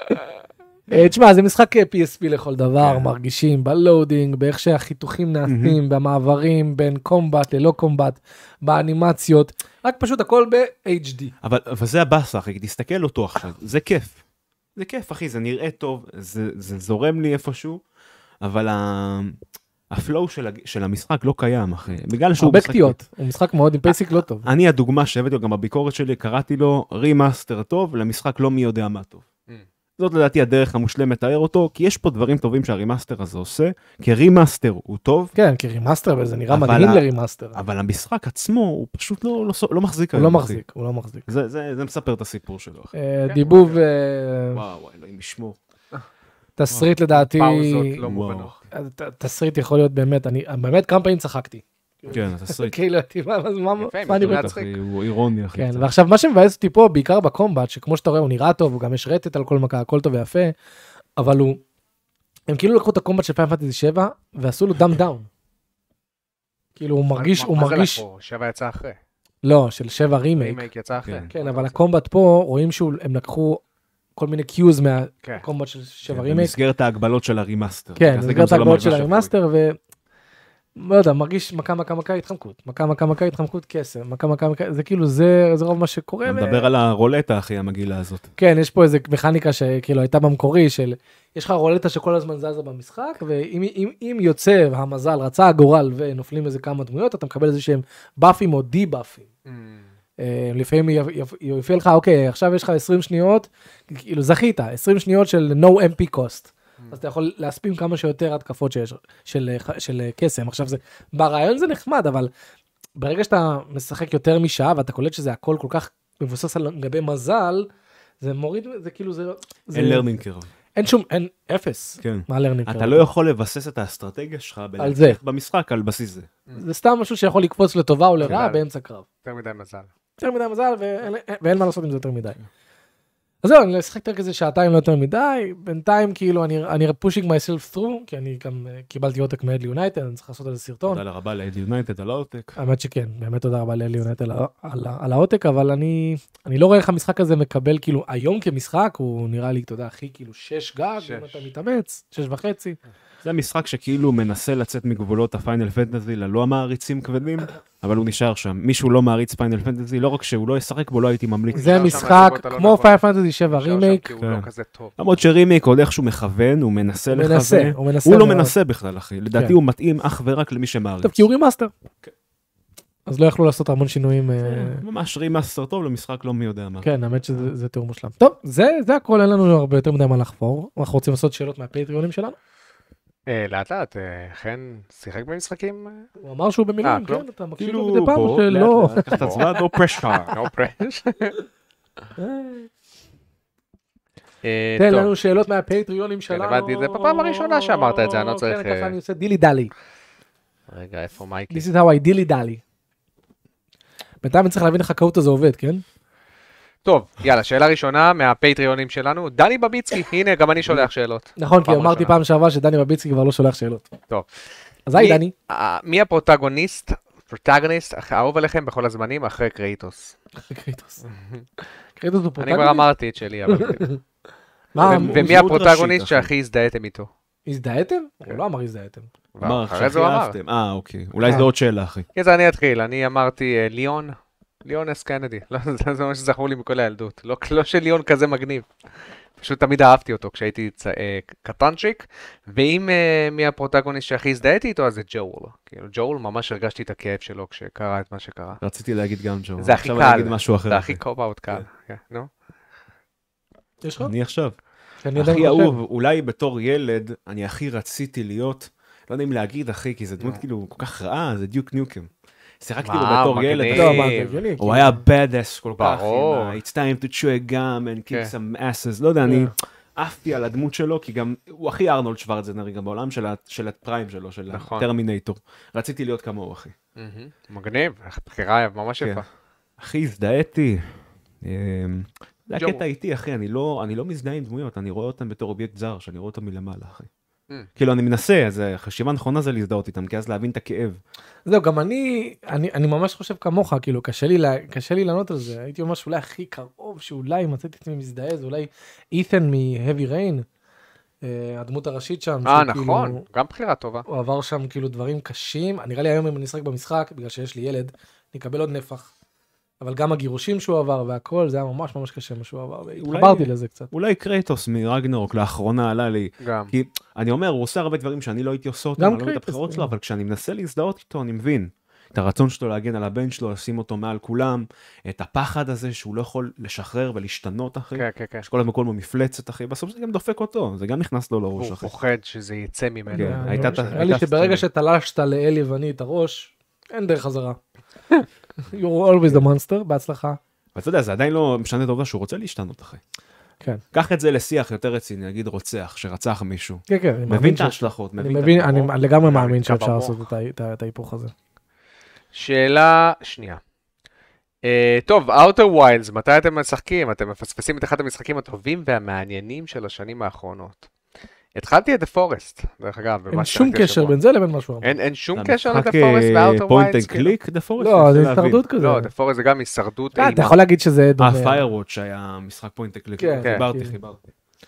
S1: אה, תשמע, זה משחק פי אס פי לכל דבר,
S3: כן.
S1: מרגישים בלואודינג, באיך שהחיתוכים נעשים, במעברים בין קומבט ללא קומבט, באנימציות, רק פשוט הכל ב-אייץ' די.
S3: אבל אבל זה הבאסה, אחי, תסתכל אותו עכשיו, זה כיף. זה כיף, אחי, זה נראה טוב, זה זה זורם לי איפשהו, אבל ה- הפלואו של, של המשחק לא קיים, אחי. בגלל שהוא
S1: הרבה
S3: משחק...
S1: קטיות, הוא משחק מאוד עם פייסיק לא טוב.
S3: אני הדוגמה שהבאתי לו גם בביקורת שלי, קראתי לו רימאסטר טוב למשחק לא מי יודע מה טוב. זאת לדעתי הדרך המושלמת לתאר אותו, כי יש פה דברים טובים שהרימאסטר הזה עושה, כי רימאסטר הוא טוב.
S1: כן, כי רימאסטר, וזה נראה מדהים לרימאסטר.
S3: אבל המשחק עצמו, הוא פשוט לא, לא, לא מחזיק.
S1: הוא לא מחזיק, הוא לא מחזיק.
S3: זה, זה, זה מספר את הסיפור שלו.
S1: דיבוב...
S3: וואו, וואי, אלוהים ישמור.
S1: תסריט לדעתי...
S2: פאוזות לא מובנות.
S1: תסריט יכול להיות באמת, אני באמת כמה פעמים צחקתי.
S3: כן, התסריט.
S1: כאילו, מה אני רוצה?
S3: הוא אירוני, אחי.
S1: כן, ועכשיו מה שמבאס אותי פה, בעיקר בקומבט, שכמו שאתה רואה, הוא נראה טוב, הוא גם יש רטט על כל מכה, הכל טוב ויפה, אבל הוא... הם כאילו לקחו את הקומבט של פיינל פנטזי שבע, ועשו לו דאם דאון. כאילו, הוא מרגיש...
S2: מה זה לקחו? שבע יצא אחרי.
S1: לא, של שבע רימייק.
S2: רימייק יצא אחרי.
S1: כן, אבל הקומבט פה, רואים שהם לקחו כל מיני קיוז מהקומבט של שבע רימייק.
S3: במסגרת ההגבלות של הרימאסטר.
S1: כן, במסגרת ההגבלות של הרימאסטר, ו... לא יודע, מרגיש מכה מכה מכה התחמקות, מכה מכה מכה התחמקות קסם, מכה מכה מכה, זה כאילו זה, זה רוב מה שקורה.
S3: אתה מדבר על הרולטה אחי המגעילה הזאת.
S1: כן, יש פה איזה מכניקה שכאילו הייתה במקורי של, יש לך רולטה שכל הזמן זזה במשחק, ואם אם, אם יוצא המזל, רצה הגורל ונופלים איזה כמה דמויות, אתה מקבל איזה שהם באפים או די באפים. לפעמים יופיע לך, אוקיי, עכשיו יש לך עשרים שניות, כאילו זכית, עשרים שניות של no M P cost. אז אתה יכול להספים כמה שיותר התקפות שיש, של, של קסם. עכשיו זה, ברעיון זה נחמד, אבל ברגע שאתה משחק יותר משעה, ואתה קולט שזה הכל כל כך מבוסס על גבי מזל, זה מוריד, זה כאילו, זה...
S3: אין לרנינג קרב.
S1: אין שום, אין, אפס.
S3: כן.
S1: מה לרנינג קרב?
S3: אתה לא יכול לבסס את האסטרטגיה שלך
S1: על זה.
S3: במשחק, על בסיס זה.
S1: זה סתם משהו שיכול לקפוץ לטובה או לרעה באמצע קרב.
S2: יותר מדי מזל.
S1: יותר מדי מזל, ואין, ואין מה לעשות עם זה יותר מדי. אז זהו, אני אשחק יותר כזה שעתיים לא יותר מדי, בינתיים כאילו אני, אני pushing myself through, כי אני גם uh, קיבלתי עותק מאדלי יונייטד, אני צריך לעשות על זה סרטון.
S3: תודה רבה לאדלי יונייטד על העותק.
S1: האמת שכן, באמת תודה רבה לאדלי יונייטד על, על, על העותק, אבל אני, אני לא רואה איך המשחק הזה מקבל, כאילו היום כמשחק, הוא נראה לי, אתה יודע, הכי כאילו שש גג, אם אתה מתאמץ, שש וחצי.
S3: זה משחק שכאילו מנסה לצאת מגבולות הפיינל פנטזי ללא המעריצים כבדים, אבל הוא נשאר שם. מישהו לא מעריץ פיינל פנטזי, לא רק שהוא לא ישחק בו, לא הייתי ממליץ.
S1: זה משחק כמו פיינל פנטזי שבע רימייק.
S3: למרות שרימייק עוד איכשהו מכוון, הוא מנסה לכוון. הוא לא מנסה בכלל, אחי. לדעתי הוא מתאים אך ורק למי שמעריץ.
S1: טוב, כי הוא רימאסטר. אז לא יכלו לעשות המון שינויים.
S3: ממש רימאסטר טוב למשחק לא מי יודע מה.
S1: כן, האמת שזה תיאור מושלם. טוב, זה הכל, אין לנו הרבה יותר מדי מה לחפור. אנחנו רוצים לעשות שאלות מהפטריונים שלנו.
S2: לאט לאט, חן שיחק במשחקים?
S1: הוא אמר שהוא במילים, כן, אתה מקשיב לו
S3: כאילו
S1: מדי פעם
S3: בוא,
S1: שלא.
S3: לאט לאט, קח את הצבא, no pressure.
S2: no pressure.
S1: תן לנו שאלות מהפטריונים שלנו.
S2: הבנתי את זה בפעם הראשונה שאמרת את זה, אני לא צריך...
S1: כן, ככה אני עושה דילי דלי.
S2: רגע, איפה מייקי?
S1: This is how I דילי דלי. בינתיים אני צריך להבין איך הקהות הזה עובד, כן?
S2: טוב, יאללה, שאלה ראשונה מהפטריונים שלנו, דני בביצקי, הנה, גם אני שולח שאלות.
S1: נכון, כי אמרתי פעם שעברה שדני בביצקי כבר לא שולח שאלות.
S2: טוב.
S1: אז היי דני.
S2: מי הפרוטגוניסט, פרוטגוניסט, האהוב עליכם בכל הזמנים, אחרי קרייטוס?
S1: אחרי קרייטוס. קרייטוס הוא פרוטגוניסט?
S2: אני כבר אמרתי את שלי, אבל... ומי הפרוטגוניסט שהכי הזדהיתם איתו?
S1: הזדהתם? הוא לא אמר הזדהתם.
S3: אמר, שהכי אהבתם. אה, אוקיי. אולי זו עוד שאלה, אחי.
S2: אז אני אתחיל, אני אמרתי ליאון. ליאון אס קנדי, זה מה שזכור לי מכל הילדות, לא של ליאון כזה מגניב, פשוט תמיד אהבתי אותו כשהייתי קטנצ'יק, ואם מי הפרוטגוניסט שהכי הזדהיתי איתו, אז זה ג'ול, כאילו ג'ול ממש הרגשתי את הכאב שלו כשקרה את מה שקרה.
S3: רציתי להגיד גם ג'ול,
S2: זה הכי קל, זה הכי קופ-אוט קל, נו?
S1: יש לך?
S3: אני עכשיו. הכי אהוב, אולי בתור ילד, אני הכי רציתי להיות, לא יודע אם להגיד אחי, כי זה דמות כאילו כל כך רעה, זה דיוק ניוקם. שיחקתי לו בתור ילד, הוא היה badass כל כך, it's time to chew a gum and kick some asses, לא יודע, אני עפתי על הדמות שלו, כי גם, הוא הכי ארנולד שוורצנגר גם בעולם של הפריים שלו, של הטרמינטור. רציתי להיות כמוהו, אחי.
S2: מגניב, בחירה ממש יפה.
S3: אחי, הזדהיתי. זה הקטע איתי, אחי, אני לא מזדהה עם דמויות, אני רואה אותם בתור אובייקט זר, שאני רואה אותם מלמעלה, אחי. כאילו אני מנסה, אז החשיבה נכונה זה להזדהות איתם, כי אז להבין את הכאב.
S1: זהו, גם אני, אני ממש חושב כמוך, כאילו, קשה לי לענות על זה, הייתי ממש אולי הכי קרוב, שאולי מצאתי את מי מזדהה, זה אולי אית'ן מ-Heavy Rain, הדמות הראשית שם.
S2: אה, נכון, גם בחירה טובה.
S1: הוא עבר שם כאילו דברים קשים, נראה לי היום אם אני אשחק במשחק, בגלל שיש לי ילד, אני אקבל עוד נפח. אבל גם הגירושים שהוא עבר והכל, זה היה ממש ממש קשה מה שהוא עבר, והתחברתי לזה קצת.
S3: אולי קרייטוס מרגנרוק לאחרונה עלה לי, גם. כי אני אומר, הוא עושה הרבה דברים שאני לא הייתי עושה אותם, אני לא יודע את הבחירות שלו, אבל כשאני מנסה להזדהות איתו, אני מבין. את הרצון שלו להגן על הבן שלו, לשים אותו מעל כולם, את הפחד הזה שהוא לא יכול לשחרר ולהשתנות, אחי.
S2: כן, כן, כן.
S3: שכל הזמן כל מפלצת, אחי. בסוף זה גם דופק אותו, זה גם נכנס לו לראש, אחי.
S2: הוא פוחד שזה יצא ממנו.
S1: נראה לי שברגע שתלשת לאל יווני את הראש, אין דרך חזרה. You're always the monster, בהצלחה.
S3: ואתה יודע, זה עדיין לא משנה את העובדה שהוא רוצה להשתנות, אחי.
S1: כן.
S3: קח את זה לשיח יותר רציני, נגיד רוצח, שרצח מישהו.
S1: כן, כן.
S3: מבין את ההשלכות,
S1: מבין, אני לגמרי מאמין שאפשר לעשות את ההיפוך הזה.
S2: שאלה שנייה. Uh, טוב, Outer Wilds, מתי אתם משחקים? אתם מפספסים את אחד המשחקים הטובים והמעניינים של השנים האחרונות. התחלתי את The Forest, דרך אגב.
S1: אין שום קשר בין זה לבין משהו.
S2: אין, אין שום קשר ל-The Forest ו-Outer Wilds.
S3: פוינט אנד קליק, The Forest?
S1: לא, זה הישרדות כזה.
S2: לא, The Forest זה גם הישרדות.
S1: אתה יכול להגיד שזה דומה.
S3: ה-Firewatch היה משחק פוינט אנד קליק. חיברתי, חיברתי.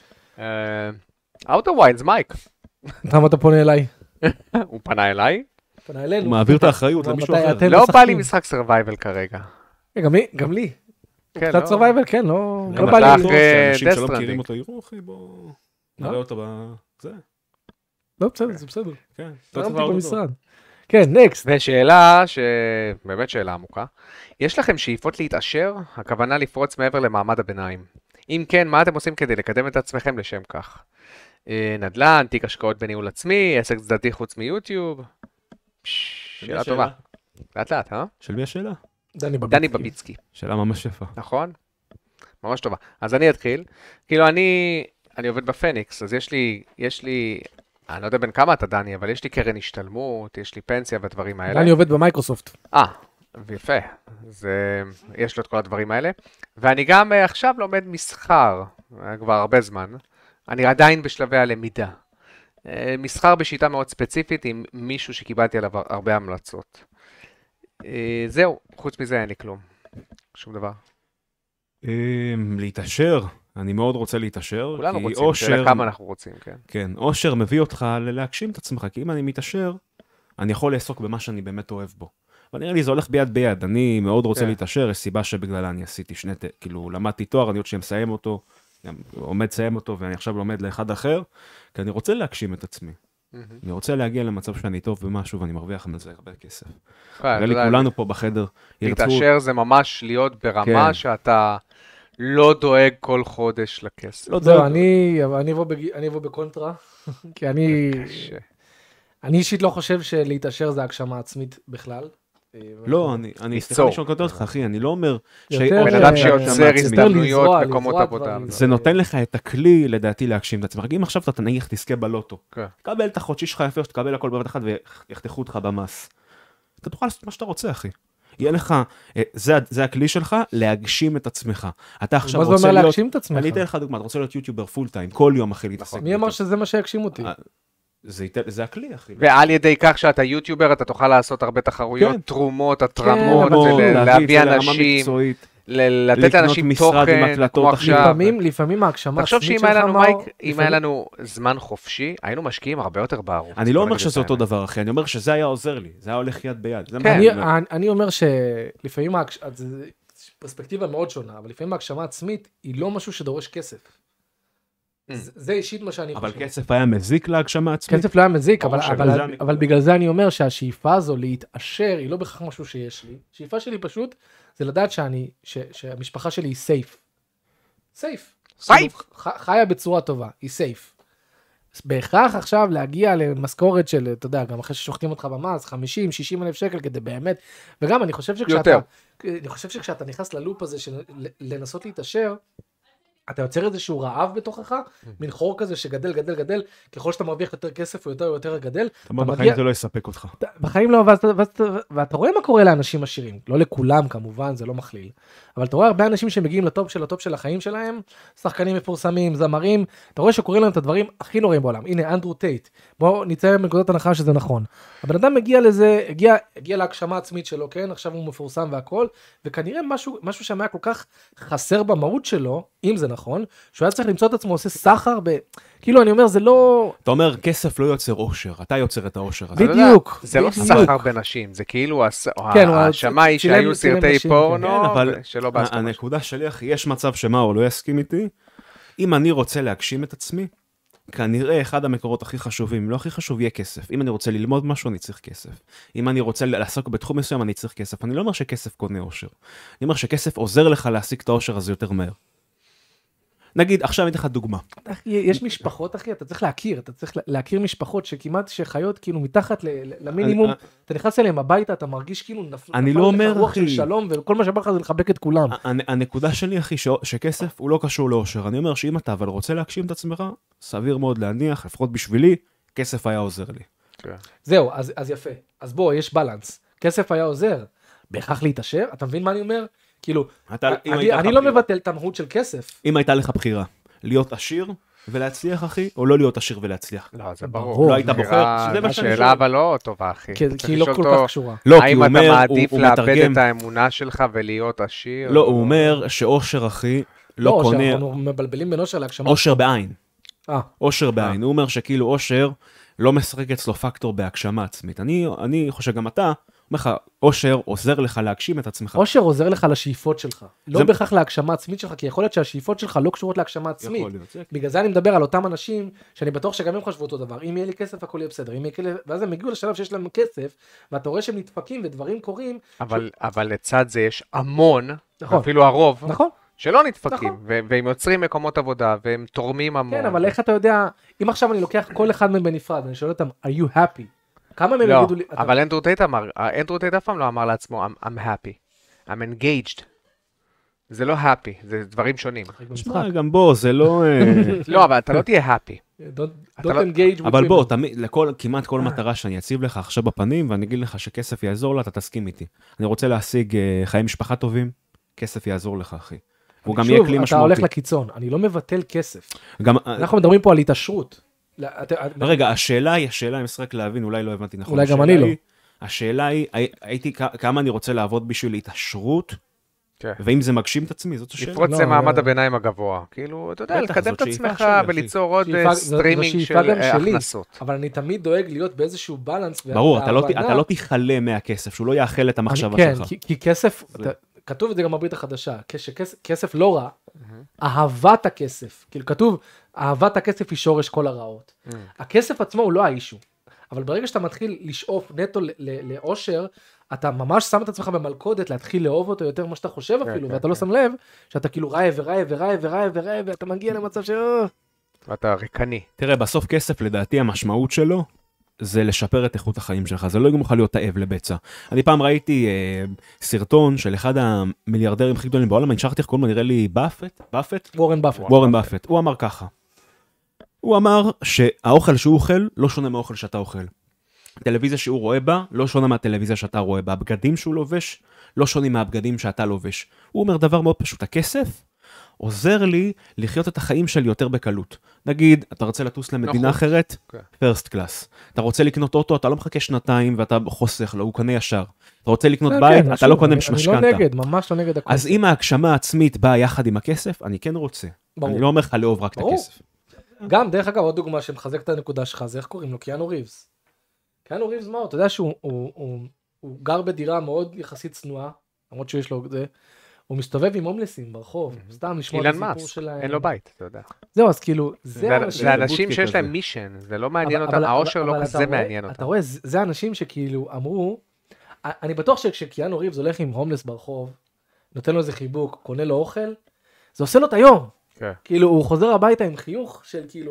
S2: Outer Wilds, מייק.
S1: למה אתה פונה אליי?
S2: הוא פנה אליי?
S3: הוא מעביר את האחריות למישהו אחר.
S2: לא בא לי משחק סרווייבל כרגע.
S1: גם לי. קצת סרווייבל, כן, לא בא לי.
S3: אנשים שלא מכירים אותו, יראו אחי, בוא נראה אותו בזה.
S1: לא, בסדר, זה בסדר.
S3: כן.
S1: תרמתי במשרד. כן, נקסט.
S2: ושאלה, שבאמת שאלה עמוקה. יש לכם שאיפות להתעשר? הכוונה לפרוץ מעבר למעמד הביניים. אם כן, מה אתם עושים כדי לקדם את עצמכם לשם כך? נדל"ן, תיק השקעות בניהול עצמי, עסק צדדי חוץ מיוטיוב. שאלה טובה. לאט לאט, אה?
S3: של מי השאלה?
S2: דני בביצקי.
S3: שאלה ממש יפה.
S2: נכון? ממש טובה. אז אני אתחיל. כאילו אני, אני עובד בפניקס, אז יש לי, יש לי, אני לא יודע בין כמה אתה דני, אבל יש לי קרן השתלמות, יש לי פנסיה והדברים האלה.
S1: דני עובד במייקרוסופט.
S2: אה, ויפה. זה, יש לו את כל הדברים האלה. ואני גם עכשיו לומד מסחר, כבר הרבה זמן. אני עדיין בשלבי הלמידה. מסחר בשיטה מאוד ספציפית עם מישהו שקיבלתי עליו הרבה המלצות. זהו, חוץ מזה אין לי כלום. שום דבר.
S3: להתעשר, אני מאוד רוצה להתעשר.
S2: כולנו רוצים, שאלה כמה אנחנו רוצים, כן.
S3: כן, אושר מביא אותך להגשים את עצמך, כי אם אני מתעשר, אני יכול לעסוק במה שאני באמת אוהב בו. אבל נראה לי זה הולך ביד ביד, אני מאוד רוצה להתעשר, יש סיבה שבגללה אני עשיתי שני, כאילו למדתי תואר, אני עוד שמסיים אותו, גם עומד לסיים אותו, ואני עכשיו לומד לאחד אחר, כי אני רוצה להגשים את עצמי. אני רוצה להגיע למצב שאני טוב במשהו, ואני מרוויח מזה הרבה כסף. נראה לי כולנו פה בחדר
S2: ירצו... להתעשר זה ממש להיות ברמה שאתה לא דואג כל חודש לכסף.
S1: לא דואג. אני אבוא בקונטרה, כי אני... אני אישית לא חושב שלהתעשר זה הגשמה עצמית בכלל.
S3: לא, אני סליחה לשאול כותב אותך, אחי, אני לא אומר...
S2: בן אדם שיוצר הזדמנויות, מקומות עבודה.
S3: זה נותן לך את הכלי, לדעתי, להגשים את עצמך. אם עכשיו אתה נניח תזכה בלוטו, תקבל את החודשי שלך יפה, שתקבל הכל בבת אחת ויחתכו אותך במס. אתה תוכל לעשות מה שאתה רוצה, אחי. יהיה לך, זה הכלי שלך, להגשים את עצמך. אתה עכשיו רוצה להיות...
S1: מה זה אומר להגשים את עצמך?
S3: אני אתן לך דוגמה, אתה רוצה להיות יוטיובר פול טיים, כל יום אחי להתעסק.
S1: מי אמר שזה מה שיגשים אותי?
S3: זה, זה הכלי, אחי.
S2: ועל ידי כך שאתה יוטיובר, אתה תוכל לעשות הרבה תחרויות, כן. תרומות, התרמות,
S3: כן,
S2: להביא אנשים, לתת לאנשים תוכן, כמו עכשיו.
S1: לפעמים, לפעמים ההגשמה
S2: תחשוב שאם היה לנו מייק, אם היה לנו זמן חופשי, היינו משקיעים הרבה יותר בערוץ.
S3: אני לא אומר שזה אותו דבר, אחי, אני אומר שזה היה עוזר לי, זה היה הולך יד ביד.
S1: אני אומר שלפעמים, פרספקטיבה מאוד שונה, אבל לפעמים ההגשמה עצמית היא לא משהו שדורש כסף. זה אישית מה שאני
S3: חושב. אבל כסף היה מזיק להגשמה עצמית?
S1: כסף לא היה מזיק, אבל בגלל זה אני אומר שהשאיפה הזו להתעשר היא לא בכך משהו שיש לי. השאיפה שלי פשוט זה לדעת שהמשפחה שלי היא סייף. סייף.
S2: סייף.
S1: חיה בצורה טובה, היא סייף. בהכרח עכשיו להגיע למשכורת של, אתה יודע, גם אחרי ששוחטים אותך במס, חמישים שישים אלף שקל כדי באמת, וגם אני חושב שכשאתה, אני חושב שכשאתה נכנס ללופ הזה של לנסות להתעשר, אתה יוצר איזשהו רעב בתוכך, מין חור כזה שגדל, גדל, גדל, ככל שאתה מרוויח יותר כסף, הוא יותר ויותר גדל.
S3: אתה אומר, בחיים זה לא יספק אותך.
S1: בחיים לא, ואתה רואה מה קורה לאנשים עשירים. לא לכולם, כמובן, זה לא מכליל. אבל אתה רואה הרבה אנשים שמגיעים לטופ של הטופ של החיים שלהם, שחקנים מפורסמים, זמרים, אתה רואה שקוראים להם את הדברים הכי נוראים בעולם. הנה, אנדרו טייט. בואו ניצא מנקודת הנחה שזה נכון. הבן אדם מגיע לזה, הגיע, הגיע להגשמה עצמית שלו, כן? עכשיו הוא מפורסם והכל, וכנראה משהו, משהו שם היה כל כך חסר במהות שלו, אם זה נכון, שהוא היה צריך למצוא את עצמו עושה סחר ב... כאילו, אני אומר, זה לא...
S3: אתה אומר, כסף לא יוצר אושר, אתה יוצר את האושר הזה.
S1: בדיוק.
S2: זה לא סחר בנשים, זה כאילו השמאי שהיו סרטי פורנו, שלא באסתו.
S3: הנקודה שלי, אחי, יש מצב שמאור לא יסכים איתי, אם אני רוצה להגשים את עצמי, כנראה אחד המקורות הכי חשובים, לא הכי חשוב, יהיה כסף. אם אני רוצה ללמוד משהו, אני צריך כסף. אם אני רוצה לעסוק בתחום מסוים, אני צריך כסף. אני לא אומר שכסף קונה אושר. אני אומר שכסף עוזר לך להשיג את האושר הזה יותר מהר. נגיד, עכשיו אני אתן לך דוגמה.
S1: יש משפחות, אחי, אתה צריך להכיר, אתה צריך להכיר משפחות שכמעט שחיות כאילו מתחת למינימום, אתה נכנס אליהם הביתה, אתה מרגיש כאילו נפל לך רוח של שלום, וכל מה שבא לך זה לחבק את כולם.
S3: הנקודה שלי, אחי, שכסף הוא לא קשור לאושר. אני אומר שאם אתה אבל רוצה להגשים את עצמך, סביר מאוד להניח, לפחות בשבילי, כסף היה עוזר לי.
S1: זהו, אז יפה. אז בוא, יש בלנס. כסף היה עוזר. בהכרח להתעשר, אתה מבין מה אני אומר? כאילו, אני לא מבטל את המהות של כסף.
S3: אם הייתה לך בחירה, להיות עשיר ולהצליח, אחי, או לא להיות עשיר ולהצליח?
S2: לא, זה ברור.
S3: לא היית בוחר,
S2: השאלה אבל לא טובה, אחי.
S1: כי היא לא כל כך קשורה.
S2: האם אתה מעדיף לאבד את האמונה שלך ולהיות עשיר?
S3: לא, הוא אומר שאושר, אחי, לא קונה...
S1: לא, שאנחנו מבלבלים בין אושר להגשמה.
S3: אושר בעין. אושר בעין. הוא אומר שכאילו אושר לא משחק אצלו פקטור בהגשמה עצמית. אני חושב גם אתה, אומר לך, אושר עוזר לך להגשים את עצמך.
S1: אושר עוזר לך לשאיפות שלך. לא בהכרח להגשמה עצמית שלך, כי יכול להיות שהשאיפות שלך לא קשורות להגשמה עצמית. בגלל זה אני מדבר על אותם אנשים, שאני בטוח שגם הם חשבו אותו דבר. אם יהיה לי כסף, הכל יהיה בסדר. ואז הם הגיעו לשלב שיש להם כסף, ואתה רואה שהם נדפקים ודברים קורים.
S2: אבל לצד זה יש המון, אפילו הרוב, שלא נדפקים, והם יוצרים מקומות עבודה, והם תורמים המון.
S1: כן, אבל איך אתה יודע, אם עכשיו אני לוקח כל אחד מהם בנפרד, ואני שואל אותם, are you happy? כמה מהם יגידו לי...
S2: לא, אבל אנדרו טייט אמר, אנדרו טייט אף פעם לא אמר לעצמו, I'm happy, I'm engaged. זה לא happy, זה דברים שונים.
S3: שמע, גם בוא, זה לא...
S2: לא, אבל אתה לא תהיה happy.
S1: Don't engage with
S3: אבל בוא, כמעט כל מטרה שאני אציב לך עכשיו בפנים, ואני אגיד לך שכסף יעזור לה, אתה תסכים איתי. אני רוצה להשיג חיי משפחה טובים, כסף יעזור לך, אחי. הוא גם יהיה כלי משמעותי.
S1: שוב, אתה הולך לקיצון, אני לא מבטל כסף. אנחנו מדברים פה על התעשרות.
S3: רגע, השאלה היא, השאלה, אם רק להבין, אולי לא הבנתי נכון.
S1: אולי גם אני לא.
S3: השאלה היא, הייתי, כמה אני רוצה לעבוד בשביל התעשרות, ואם זה מגשים את עצמי, זאת השאלה.
S2: לפרוץ זה מעמד הביניים הגבוה. כאילו, אתה יודע, לקדם את עצמך וליצור עוד סטרימינג של הכנסות.
S1: אבל אני תמיד דואג להיות באיזשהו בלנס.
S3: ברור, אתה לא תיחלה מהכסף, שהוא לא יאכל את המחשבה שלך.
S1: כן, כי כסף, כתוב את זה גם בברית החדשה, כסף לא רע, אהבת הכסף, כאילו כתוב, אהבת הכסף היא שורש כל הרעות. הכסף עצמו הוא לא האישו, אבל ברגע שאתה מתחיל לשאוף נטו לאושר, אתה ממש שם את עצמך במלכודת להתחיל לאהוב אותו יותר ממה שאתה חושב אפילו, ואתה לא שם לב שאתה כאילו רעב ורעב ורעב ורעב ורעב, ואתה מגיע למצב ש...
S2: ואתה ריקני.
S3: תראה, בסוף כסף לדעתי המשמעות שלו, זה לשפר את איכות החיים שלך, זה לא יגמור לך להיות תאב לבצע. אני פעם ראיתי אה, סרטון של אחד המיליארדרים הכי גדולים בעולם, אני שכחתי איך קוראים לו, נראה לי באפט, באפט?
S1: וורן באפט.
S3: וורן באפט. הוא אמר ככה, הוא אמר שהאוכל שהוא אוכל לא שונה מהאוכל שאתה אוכל. הטלוויזיה שהוא רואה בה לא שונה מהטלוויזיה שאתה רואה בה. הבגדים שהוא לובש לא שונים מהבגדים שאתה לובש. הוא אומר דבר מאוד פשוט, הכסף עוזר לי לחיות את החיים שלי יותר בקלות. נגיד, אתה רוצה לטוס למדינה אחרת, first class. אתה רוצה לקנות אוטו, אתה לא מחכה שנתיים ואתה חוסך לו, הוא קונה ישר. אתה רוצה לקנות בית, אתה לא קונה משכנתה.
S1: אני לא נגד, ממש לא נגד.
S3: אז אם ההגשמה העצמית באה יחד עם הכסף, אני כן רוצה. אני לא אומר לך לאהוב רק את הכסף.
S1: גם, דרך אגב, עוד דוגמה שמחזק את הנקודה שלך, זה איך קוראים לו? קיאנו ריבס. קיאנו ריבס, מה? אתה יודע שהוא גר בדירה מאוד יחסית צנועה, למרות שיש לו זה. הוא מסתובב עם הומלסים ברחוב, סתם לשמוע את הסיפור שלהם.
S2: אין לו בית, אתה יודע.
S1: זהו, אז כאילו,
S2: זה אנשים שיש להם מישן, זה לא מעניין אותם, האושר לא כזה מעניין אותם.
S1: אתה רואה, זה אנשים שכאילו אמרו, אני בטוח שכשקיאנו ריבס הולך עם הומלס ברחוב, נותן לו איזה חיבוק, קונה לו אוכל, זה עושה לו את היום. כאילו, הוא חוזר הביתה עם חיוך של כאילו...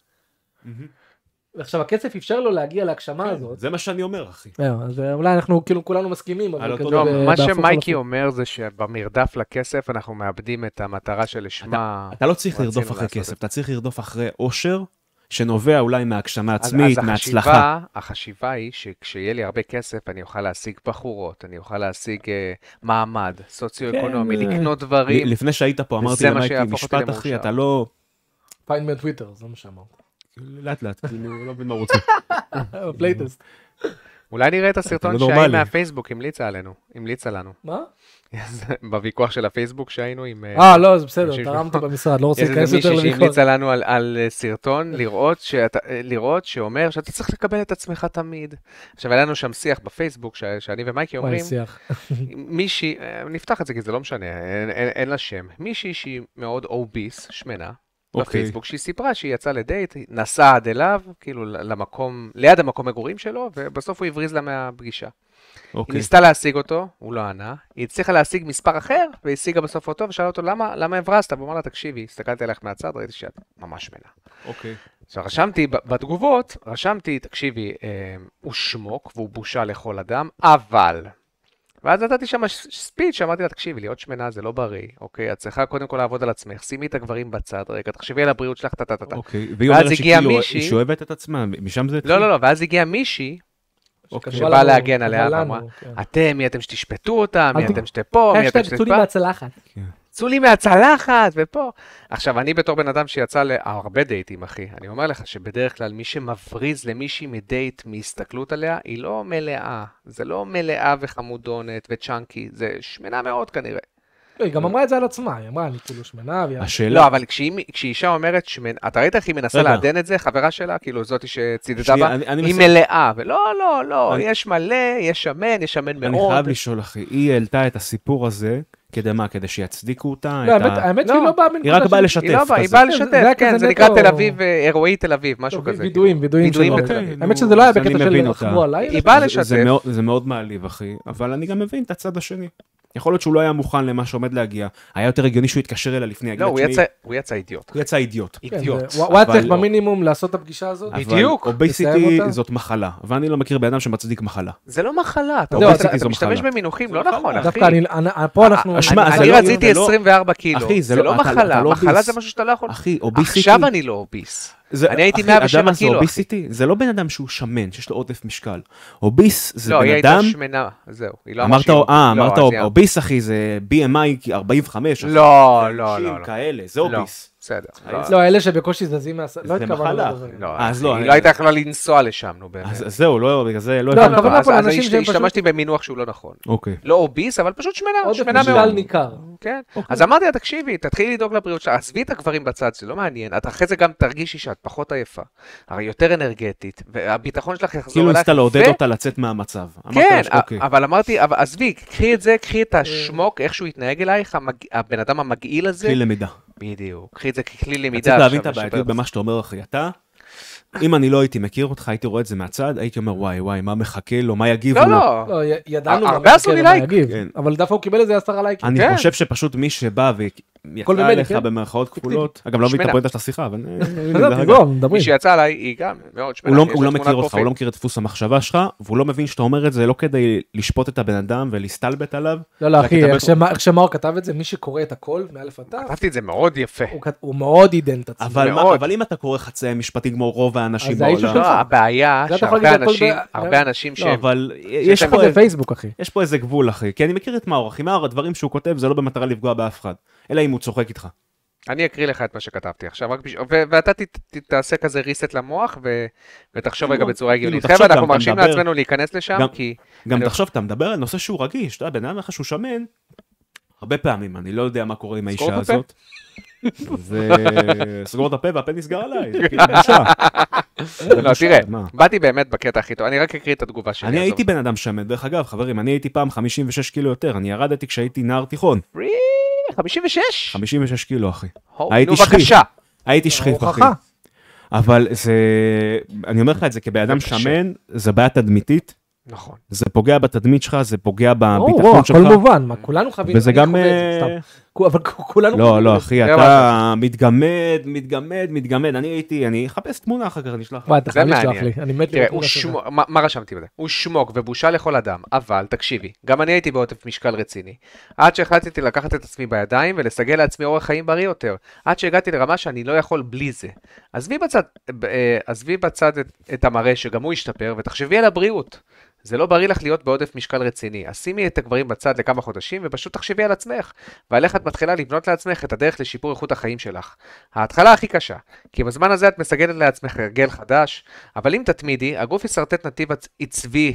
S1: ועכשיו הכסף אפשר לו להגיע להגשמה הזאת.
S3: זה מה שאני אומר, אחי.
S1: אז אולי אנחנו כאילו כולנו מסכימים.
S2: מה שמייקי אומר זה שבמרדף לכסף אנחנו מאבדים את המטרה שלשמה.
S3: אתה לא צריך לרדוף אחרי כסף, אתה צריך לרדוף אחרי אושר, שנובע אולי מהגשמה עצמית, מהצלחה.
S2: החשיבה היא שכשיהיה לי הרבה כסף אני אוכל להשיג בחורות, אני אוכל להשיג מעמד, סוציו-אקונומי, לקנות דברים.
S3: לפני שהיית פה אמרתי למייקי משפט, אחי, אתה לא...
S1: פיינד מטוויטר, זה מה שאמרת.
S3: לאט לאט, כאילו, לא מבין מה רוצה.
S1: פלייטסט.
S2: אולי נראה את הסרטון שהיא מהפייסבוק המליצה עלינו, המליצה לנו.
S1: מה?
S2: בוויכוח של הפייסבוק שהיינו עם...
S1: אה, לא, זה בסדר, תרמתי במשרד, לא רוצה להיכנס יותר לוויכוח.
S2: מישהי שהמליצה לנו על סרטון, לראות שאומר שאתה צריך לקבל את עצמך תמיד. עכשיו, היה לנו שם שיח בפייסבוק, שאני ומייקי אומרים, מישהי, נפתח את זה כי זה לא משנה, אין לה שם, מישהי שהיא מאוד אוביס, שמנה, בפייסבוק, שהיא סיפרה שהיא יצאה לדייט, נסעה עד אליו, כאילו למקום, ליד המקום מגורים שלו, ובסוף הוא הבריז לה מהפגישה. היא ניסתה להשיג אותו, הוא לא ענה, היא הצליחה להשיג מספר אחר, והשיגה בסוף אותו, ושאלה אותו, למה הברזת? והוא אמר לה, תקשיבי, הסתכלתי עליך מהצד, ראיתי שאת ממש שמנה.
S3: אוקיי.
S2: עכשיו, רשמתי בתגובות, רשמתי, תקשיבי, הוא שמוק, והוא בושה לכל אדם, אבל... ואז נתתי שם ספיץ' שאמרתי לה, תקשיבי, להיות שמנה זה לא בריא, אוקיי? את צריכה קודם כל לעבוד על עצמך, שימי את הגברים בצד, רגע, תחשבי על הבריאות שלך, טטטטט.
S3: אוקיי, והיא אומרת שכאילו היא שואבת את עצמה, משם זה...
S2: לא, לא, לא, ואז הגיעה מישהי, שבא להגן עליה, ואמרה, אתם, מי אתם שתשפטו אותם, מי אתם שתפה, מי אתם שתפה.
S1: צאו לי מהצלחת.
S2: צאו לי מהצלחת, ופה. עכשיו, אני בתור בן אדם שיצא להרבה דייטים, אחי, אני אומר לך שבדרך כלל מי שמבריז למישהי מדייט מהסתכלות עליה, היא לא מלאה. זה לא מלאה וחמודונת וצ'אנקי, זה שמנה מאוד כנראה.
S1: היא גם אמרה את זה על עצמה, היא אמרה, אני כאילו שמנה.
S2: לא, אבל כשאישה אומרת שמנה, אתה ראית איך היא מנסה לעדן את זה, חברה שלה, כאילו זאתי שצידדה בה, היא מלאה, ולא, לא, לא, יש מלא, יש שמן, יש שמן מאוד.
S3: אני חייב לשאול, אחי, היא העלתה את הסיפור הזה, כדי מה, כדי שיצדיקו אותה?
S1: לא, האמת שהיא לא באה מנקודה.
S3: היא רק באה לשתף.
S2: היא באה לשתף, כן, זה נקרא תל אביב, אירועי תל אביב, משהו כזה.
S1: וידועים, וידועים שלו. האמת שזה לא היה בקטע של לחמו עליי.
S2: היא באה לשתף.
S3: זה מאוד מעליב, אחי, אבל אני גם מבין את הצד השני. יכול להיות שהוא לא היה מוכן למה שעומד להגיע. היה יותר הגיוני שהוא יתקשר אליה לפני.
S2: לא, הוא יצא אידיוט.
S3: הוא יצא אידיוט.
S2: אידיוט.
S1: הוא היה צריך במינימום לעשות את הפגישה הזאת.
S2: בדיוק.
S3: אובייסיטי זאת מחלה, ואני לא מכיר באדם שמצדיק מחלה.
S2: זה לא מחלה. אתה משתמש במינוחים, לא נכון, אחי.
S1: דווקא פה אנחנו...
S2: אני רציתי עשרים וארבע קילו. זה לא מחלה. מחלה זה משהו שאתה לא יכול...
S3: אחי, אובייסיטי...
S2: עכשיו אני לא אוביס. אני הייתי מאה ושבע קילו.
S3: זה לא בן אדם שהוא שמן, שיש לו עודף משקל. אוביס זה בן אדם...
S2: לא, היא הייתה שמנה, זהו.
S3: אה, אמרת אוביס, אחי, זה בי אם איי ארבעים וחמש.
S2: לא, לא, לא.
S3: כאלה, זה אוביס.
S2: בסדר.
S1: לא, אלה שבקושי זזים מה...
S3: לא התכוונו לזה.
S2: לא, היא לא הייתה יכולה לנסוע לשם, נו באמת.
S3: אז זהו, לא, בגלל זה לא...
S1: לא, הכוונה פה לאנשים שהם פשוט...
S2: השתמשתי במינוח שהוא לא נכון.
S3: אוקיי.
S2: לא אוביס, אבל פשוט שמנה, שמנה מאוד.
S1: משקל ניכר.
S2: כן. אז אמרתי לה, תקשיבי, תתחילי לדאוג לבריאות שלה, עזבי את הגברים בצד, זה לא מעניין. את אחרי זה גם תרגישי שאת פחות עייפה, הרי יותר אנרגטית, והביטחון שלך יחזור
S3: כאילו ניסתה לעודד אותה לצאת מהמצב.
S2: כן, אבל אמרתי, עזבי, קחי את זה, קחי את השמוק, איך שהוא יתנהג אלייך, הבן אדם המגעיל הזה.
S3: כלי למידה.
S2: בדיוק, קחי את זה ככלי למידה.
S3: צריך להבין את הבעייתיות במה שאתה אומר, אחי, אתה, אם אני לא הייתי מכיר אותך, הייתי רואה את זה מהצד, הייתי אומר, וואי, וואי, מה מחכה לו, מה יגיבו לו?
S2: לא,
S1: לא, ידענו
S2: הרבה עשו לי לייק.
S1: אבל דווקא הוא קיבל איזה עשרה לייקים.
S3: אני חושב שפשוט מי שבא ויצא עליך במרכאות כפולות, אגב, לא מבין את הפואנטה של השיחה, אבל...
S2: מי שיצא עליי, היא גם מאוד שמנה.
S3: הוא לא מכיר אותך, הוא לא מכיר את דפוס המחשבה שלך, והוא לא מבין שאתה אומר את זה לא כדי לשפוט את הבן אדם ולהסתלבט עליו.
S1: לא, לא, אחי, איך שמאור כתב את זה, מי שקורא את הכל, מאלף עד תו,
S2: כתבתי את זה מאוד יפה.
S1: הוא מאוד עידן את עצמו.
S3: אבל אם אתה קורא חצאי משפטים כמו רוב האנשים
S2: בעולם, הבעיה שהרבה אנשים שהם...
S3: אבל
S1: יש פה איזה פייסבוק, אחי.
S3: יש פה איזה גבול, אחי. כי אני מכיר את מאור, אחי. מאור, הדברים שהוא כותב זה לא במטרה לפגוע באף אחד, אלא אם הוא צוחק איתך.
S2: אני אקריא לך את מה שכתבתי עכשיו, ואתה תעשה כזה ריסט למוח, ותחשוב רגע בצורה הגיונית. חבר'ה, אנחנו מרשים לעצמנו להיכנס לשם, כי...
S3: גם תחשוב, אתה מדבר על נושא שהוא רגיש, אתה יודע, בן אדם לך שהוא שמן, הרבה פעמים, אני לא יודע מה קורה עם האישה הזאת. זה סגור את הפה והפה נסגר עליי, זה כאילו בושה.
S2: לא, תראה, באתי באמת בקטע הכי טוב, אני רק אקריא את התגובה שלי.
S3: אני הייתי בן אדם שמן, דרך אגב, חברים, אני הייתי פעם חמישים ושש קילו יותר, אני ירדתי כשהייתי נער תיכון.
S2: חמישים ושש?
S3: חמישים ושש קילו, אחי.
S2: נו, בבקשה.
S3: הייתי שכיף, אחי. אבל זה, אני אומר לך את זה, כבן אדם שמן, זה בעיה תדמיתית.
S2: נכון.
S3: זה פוגע בתדמית שלך, זה פוגע בביטחון שלך.
S1: הכל מובן, מה, כולנו חווים.
S3: וזה גם...
S1: אבל כולנו...
S3: לא, לא, אחי, אתה מתגמד, מתגמד, מתגמד. אני הייתי, אני אחפש תמונה אחר כך, אני אשלח.
S1: וואי, אתה חייב לשלוח לי, אני מת
S2: לי. מה רשמתי בזה? הוא שמוק ובושה לכל אדם, אבל תקשיבי, גם אני הייתי בעודף משקל רציני. עד שהחלטתי לקחת את עצמי בידיים ולסגל לעצמי אורח חיים בריא יותר. עד שהגעתי לרמה שאני לא יכול בלי זה. עזבי בצד, עזבי בצד את המראה שגם הוא ישתפר, ותחשבי על הבריאות. זה לא בריא לך להיות בעודף משקל רציני. אז שימי את הגברים בצד לכמה חודשים, ופשוט תחשבי על עצמך. ועל איך את מתחילה לבנות לעצמך את הדרך לשיפור איכות החיים שלך. ההתחלה הכי קשה, כי בזמן הזה את מסגלת לעצמך הרגל חדש, אבל אם תתמידי, הגוף יסרטט נתיב עצבי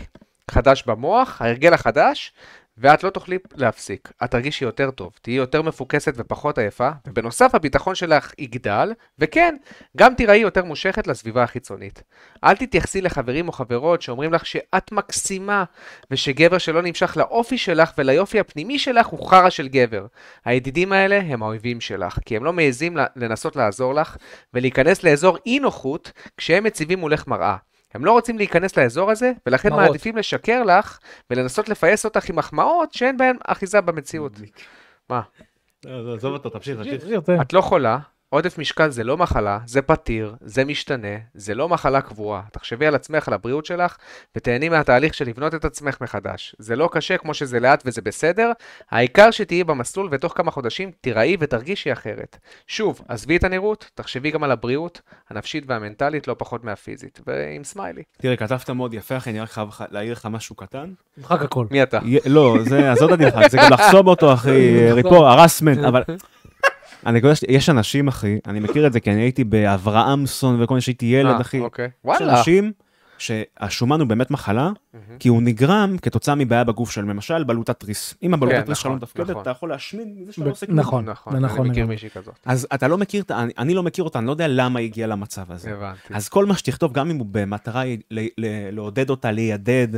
S2: חדש במוח, ההרגל החדש, ואת לא תוכלי להפסיק. את תרגישי יותר טוב, תהיי יותר מפוקסת ופחות עייפה, ובנוסף הביטחון שלך יגדל, וכן, גם תיראי יותר מושכת לסביבה החיצונית. אל תתייחסי לחברים או חברות שאומרים לך שאת מקסימה, ושגבר שלא נמשך לאופי שלך וליופי הפנימי שלך הוא חרא של גבר. הידידים האלה הם האויבים שלך, כי הם לא מעזים לנסות לעזור לך, ולהיכנס לאזור אי נוחות כשהם מציבים מולך מראה. הם לא רוצים להיכנס לאזור הזה, ולכן מרות. מעדיפים לשקר לך, ולנסות לפייס אותך עם מחמאות שאין בהן אחיזה במציאות. מה?
S3: עזוב אותו, תמשיך, תמשיך.
S2: את לא חולה, עודף משקל זה לא מחלה, זה פתיר, זה משתנה, זה לא מחלה קבועה. תחשבי על עצמך, על הבריאות שלך, ותהני מהתהליך של לבנות את עצמך מחדש. זה לא קשה כמו שזה לאט וזה בסדר, העיקר שתהיי במסלול ותוך כמה חודשים תיראי ותרגישי אחרת. שוב, עזבי את הנראות, תחשבי גם על הבריאות, הנפשית והמנטלית לא פחות מהפיזית, ועם סמיילי.
S3: תראה, כתבת מאוד יפה, אחי, אני רק חייב להעיר לך משהו קטן.
S1: נמחק הכל.
S2: מי אתה?
S3: לא, זה, אז עוד אני נמחק, זה גם לחסום אותו, אחי, ריפו, הרסמנט, אבל... אני קודש, יש אנשים, אחי, אני מכיר את זה, כי אני הייתי באברהמסון וכל מיני שהייתי ילד, אחי.
S2: אוקיי.
S3: יש אנשים שהשומן הוא באמת מחלה, כי הוא נגרם כתוצאה מבעיה בגוף של, למשל, בלוטת תריס. אם הבלוטת תריס שלא מתפקדת, אתה יכול להשמין מזה שאתה לא עושה כלום.
S1: נכון, נכון.
S2: אני מכיר מישהי כזאת.
S3: אז אתה לא מכיר, אני לא מכיר אותה, אני לא יודע למה היא הגיעה למצב הזה. אז כל מה שתכתוב, גם אם הוא במטרה לעודד אותה, לידד,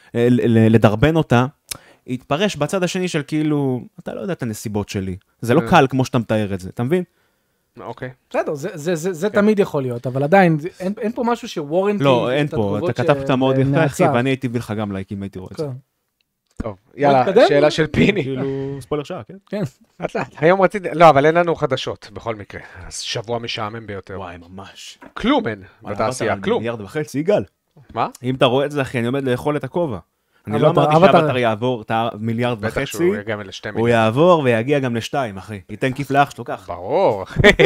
S3: לדרבן אותה, יתפרש בצד השני של כאילו, אתה לא יודע את הנסיבות שלי. זה לא קל כמו שאתה מתאר את זה, אתה מבין?
S2: אוקיי.
S1: בסדר, זה תמיד יכול להיות, אבל עדיין, אין פה משהו שוורנטי.
S3: לא, אין פה, אתה כתבת מאוד יפה, אחי, ואני הייתי מביא לך גם לייק אם הייתי רואה את זה.
S2: טוב, יאללה, שאלה של פיני.
S3: כאילו, ספוילר שעה, כן?
S1: כן.
S2: היום רציתי, לא, אבל אין לנו חדשות, בכל מקרה. אז שבוע משעמם ביותר.
S3: וואי, ממש.
S2: כלום אין בתעשייה, כלום.
S3: מיליארד וחצי, יגאל.
S2: מה?
S3: אם אתה רואה את זה, אחי, אני עומד לאכול את הכובע. אני לא אמרתי שהאבטר יעבור את המיליארד וחצי, הוא יעבור ויגיע גם לשתיים, אחי. ייתן כיף לאח שלו כך.
S2: ברור.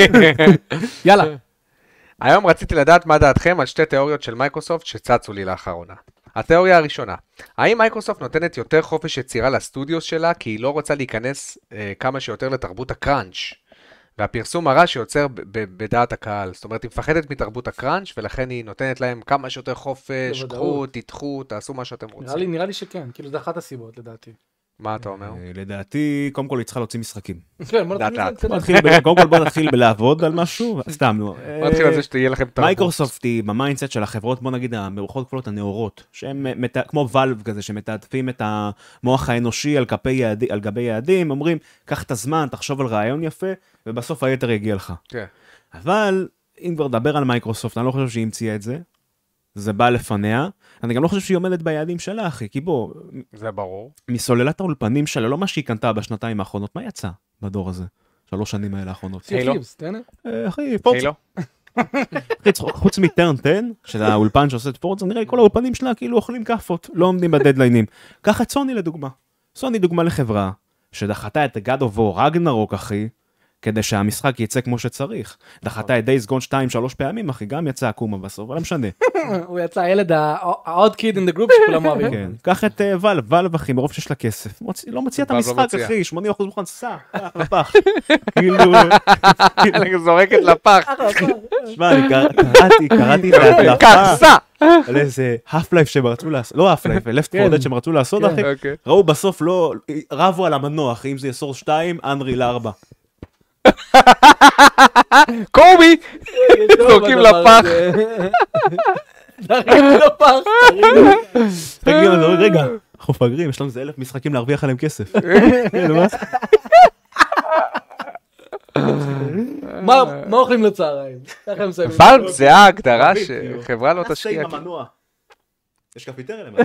S1: יאללה.
S2: היום רציתי לדעת מה דעתכם על שתי תיאוריות של מייקרוסופט שצצו לי לאחרונה. התיאוריה הראשונה, האם מייקרוסופט נותנת יותר חופש יצירה לסטודיוס שלה כי היא לא רוצה להיכנס אה, כמה שיותר לתרבות הקראנץ' והפרסום הרע שיוצר בדעת הקהל. זאת אומרת, היא מפחדת מתרבות הקראנץ' ולכן היא נותנת להם כמה שיותר חופש, קחו, תתחו, תעשו מה שאתם רוצים.
S1: נראה לי, נראה לי שכן, כאילו זה אחת הסיבות לדעתי.
S2: מה אתה אומר?
S3: לדעתי, קודם כל היא צריכה להוציא משחקים.
S1: כן, בוא
S3: נתחיל. קודם כל בוא נתחיל בלעבוד על משהו, סתם, נו.
S2: בוא נתחיל על זה שתהיה לכם תרבות.
S3: מייקרוסופט היא במיינדסט של החברות, בוא נגיד, המרוחות כפולות הנאורות, שהן כמו ולב כזה, שמתעדפים את המוח האנושי על גבי יעדים, אומרים, קח את הזמן, תחשוב על רעיון יפה, ובסוף היתר יגיע לך. אבל, אם כבר נדבר על מייקרוסופט, אני לא חושב שהיא המציאה את זה. זה בא לפניה, אני גם לא חושב שהיא עומדת ביעדים שלה, אחי, כי בוא...
S2: זה ברור.
S3: מסוללת האולפנים שלה, לא מה שהיא קנתה בשנתיים האחרונות, מה יצא בדור הזה? שלוש שנים האלה האחרונות.
S2: הילו.
S3: אחי, פורצה. חוץ מטרן עשר, שזה האולפן שעושה את פורצה, נראה לי כל האולפנים שלה כאילו אוכלים כפות, לא עומדים בדדליינים. קח את סוני לדוגמה. סוני דוגמה לחברה, שדחתה את God of War Ragnarok, אחי, כדי שהמשחק יצא כמו שצריך. דחתה את Days Gone שתיים שלוש פעמים, אחי, גם יצא עקומה בסוף, אבל לא משנה.
S1: הוא יצא הילד ה-odd kid in the group שכולם אוהבים.
S3: כן, קח את ולב, ולב, אחי, מרוב שיש לה כסף. לא מציע את המשחק, אחי, שמונים אחוז מוכן, סע, לפח. כאילו...
S2: אני זורקת לפח.
S3: שמע, אני קראתי, קראתי להדלפה.
S2: סע!
S3: על איזה Half-Life שהם רצו לעשות, לא Half-Life, Left four Dead שהם רצו לעשות, אחי. ראו בסוף, לא, רבו על המנוע, אם זה יסור שתיים, Unreal ארבע.
S2: קובי! זורקים לפח.
S1: זורקים לפח.
S3: רגע, אנחנו מפגרים, יש לנו איזה אלף משחקים להרוויח עליהם כסף.
S1: מה אוכלים לצהריים?
S2: ולב זה ההגדרה שחברה לא תשקיע.
S3: יש קפיטריה למה?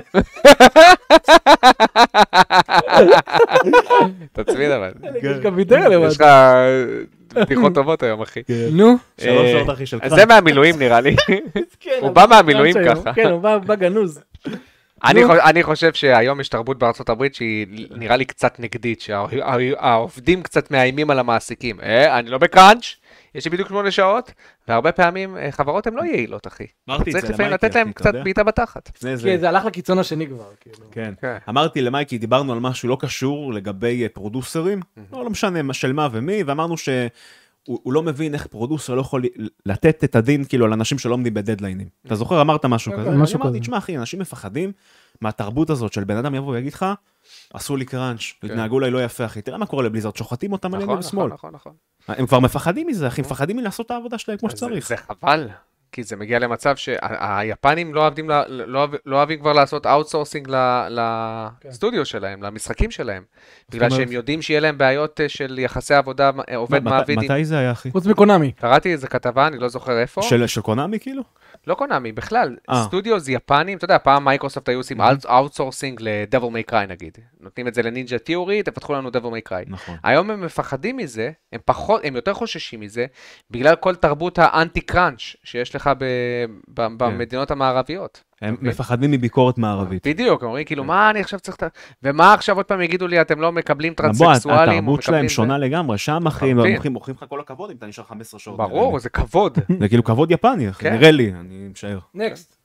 S2: תצמיד אבל.
S1: יש קפיטריה למה?
S2: יש לך בדיחות טובות היום, אחי.
S1: נו.
S3: שלוש שעות אחי של קראנץ'.
S2: זה מהמילואים נראה לי. הוא בא מהמילואים ככה.
S1: כן, הוא בא גנוז.
S2: אני חושב שהיום יש תרבות בארצות הברית שהיא נראה לי קצת נגדית, שהעובדים קצת מאיימים על המעסיקים. אה, אני לא בקראנץ', יש לי בדיוק שמונה שעות, והרבה פעמים חברות הן לא יעילות, אחי.
S3: אמרתי את זה
S2: צריך לפעמים לתת להם קצת בעיטה בתחת.
S1: כי זה הלך לקיצון השני כבר.
S3: כן. אמרתי למייקי, דיברנו על משהו לא קשור לגבי פרודוסרים, לא משנה של מה ומי, ואמרנו ש... הוא לא מבין איך פרודוסר לא יכול לתת את הדין כאילו על אנשים שלא עומדים בדדליינים. אתה זוכר, אמרת משהו כזה? אני אמרתי, תשמע אחי, אנשים מפחדים מהתרבות הזאת של בן אדם יבוא ויגיד לך, עשו לי קראנץ', התנהגו לי לא יפה אחי, תראה מה קורה לבליזרד, שוחטים אותם על ימין ושמאל. הם כבר מפחדים מזה, אחי, מפחדים מלעשות את העבודה שלהם כמו שצריך.
S2: זה חבל. כי זה מגיע למצב שהיפנים לא אוהבים, לא אוהבים כבר לעשות אאוטסורסינג לסטודיו שלהם, למשחקים שלהם, בגלל שהם יודעים שיהיה להם בעיות של יחסי עבודה עובד מעביד.
S3: מתי זה היה, אחי?
S1: חוץ מקונאמי.
S2: קראתי איזה כתבה, אני לא זוכר איפה.
S3: של קונאמי כאילו?
S2: לא קונאמי, בכלל. סטודיוס יפנים, אתה יודע, פעם מייקרוסופט היו עושים אאוטסורסינג לדבל מיי קריי נגיד. נותנים את זה לנינג'ה תיאורי, תפתחו לנו דבל מיי קריי. היום הם מפחדים מזה, הם פחות, הם יותר חוששים מזה, בגלל כל תרבות האנטי קראנץ' שיש לך במדינות המערביות.
S3: הם מפחדים מביקורת מערבית.
S2: בדיוק, הם אומרים כאילו, מה אני עכשיו צריך... ומה עכשיו עוד פעם יגידו לי, אתם לא מקבלים טרנסקסואלים?
S3: התרבות שלהם שונה לגמרי, שם אחי, הם מוכרים לך כל הכבוד אם אתה נשאר חמש עשרה שעות.
S2: ברור, זה כבוד.
S3: זה כאילו כבוד יפני, נראה לי, אני משער.
S1: נקסט.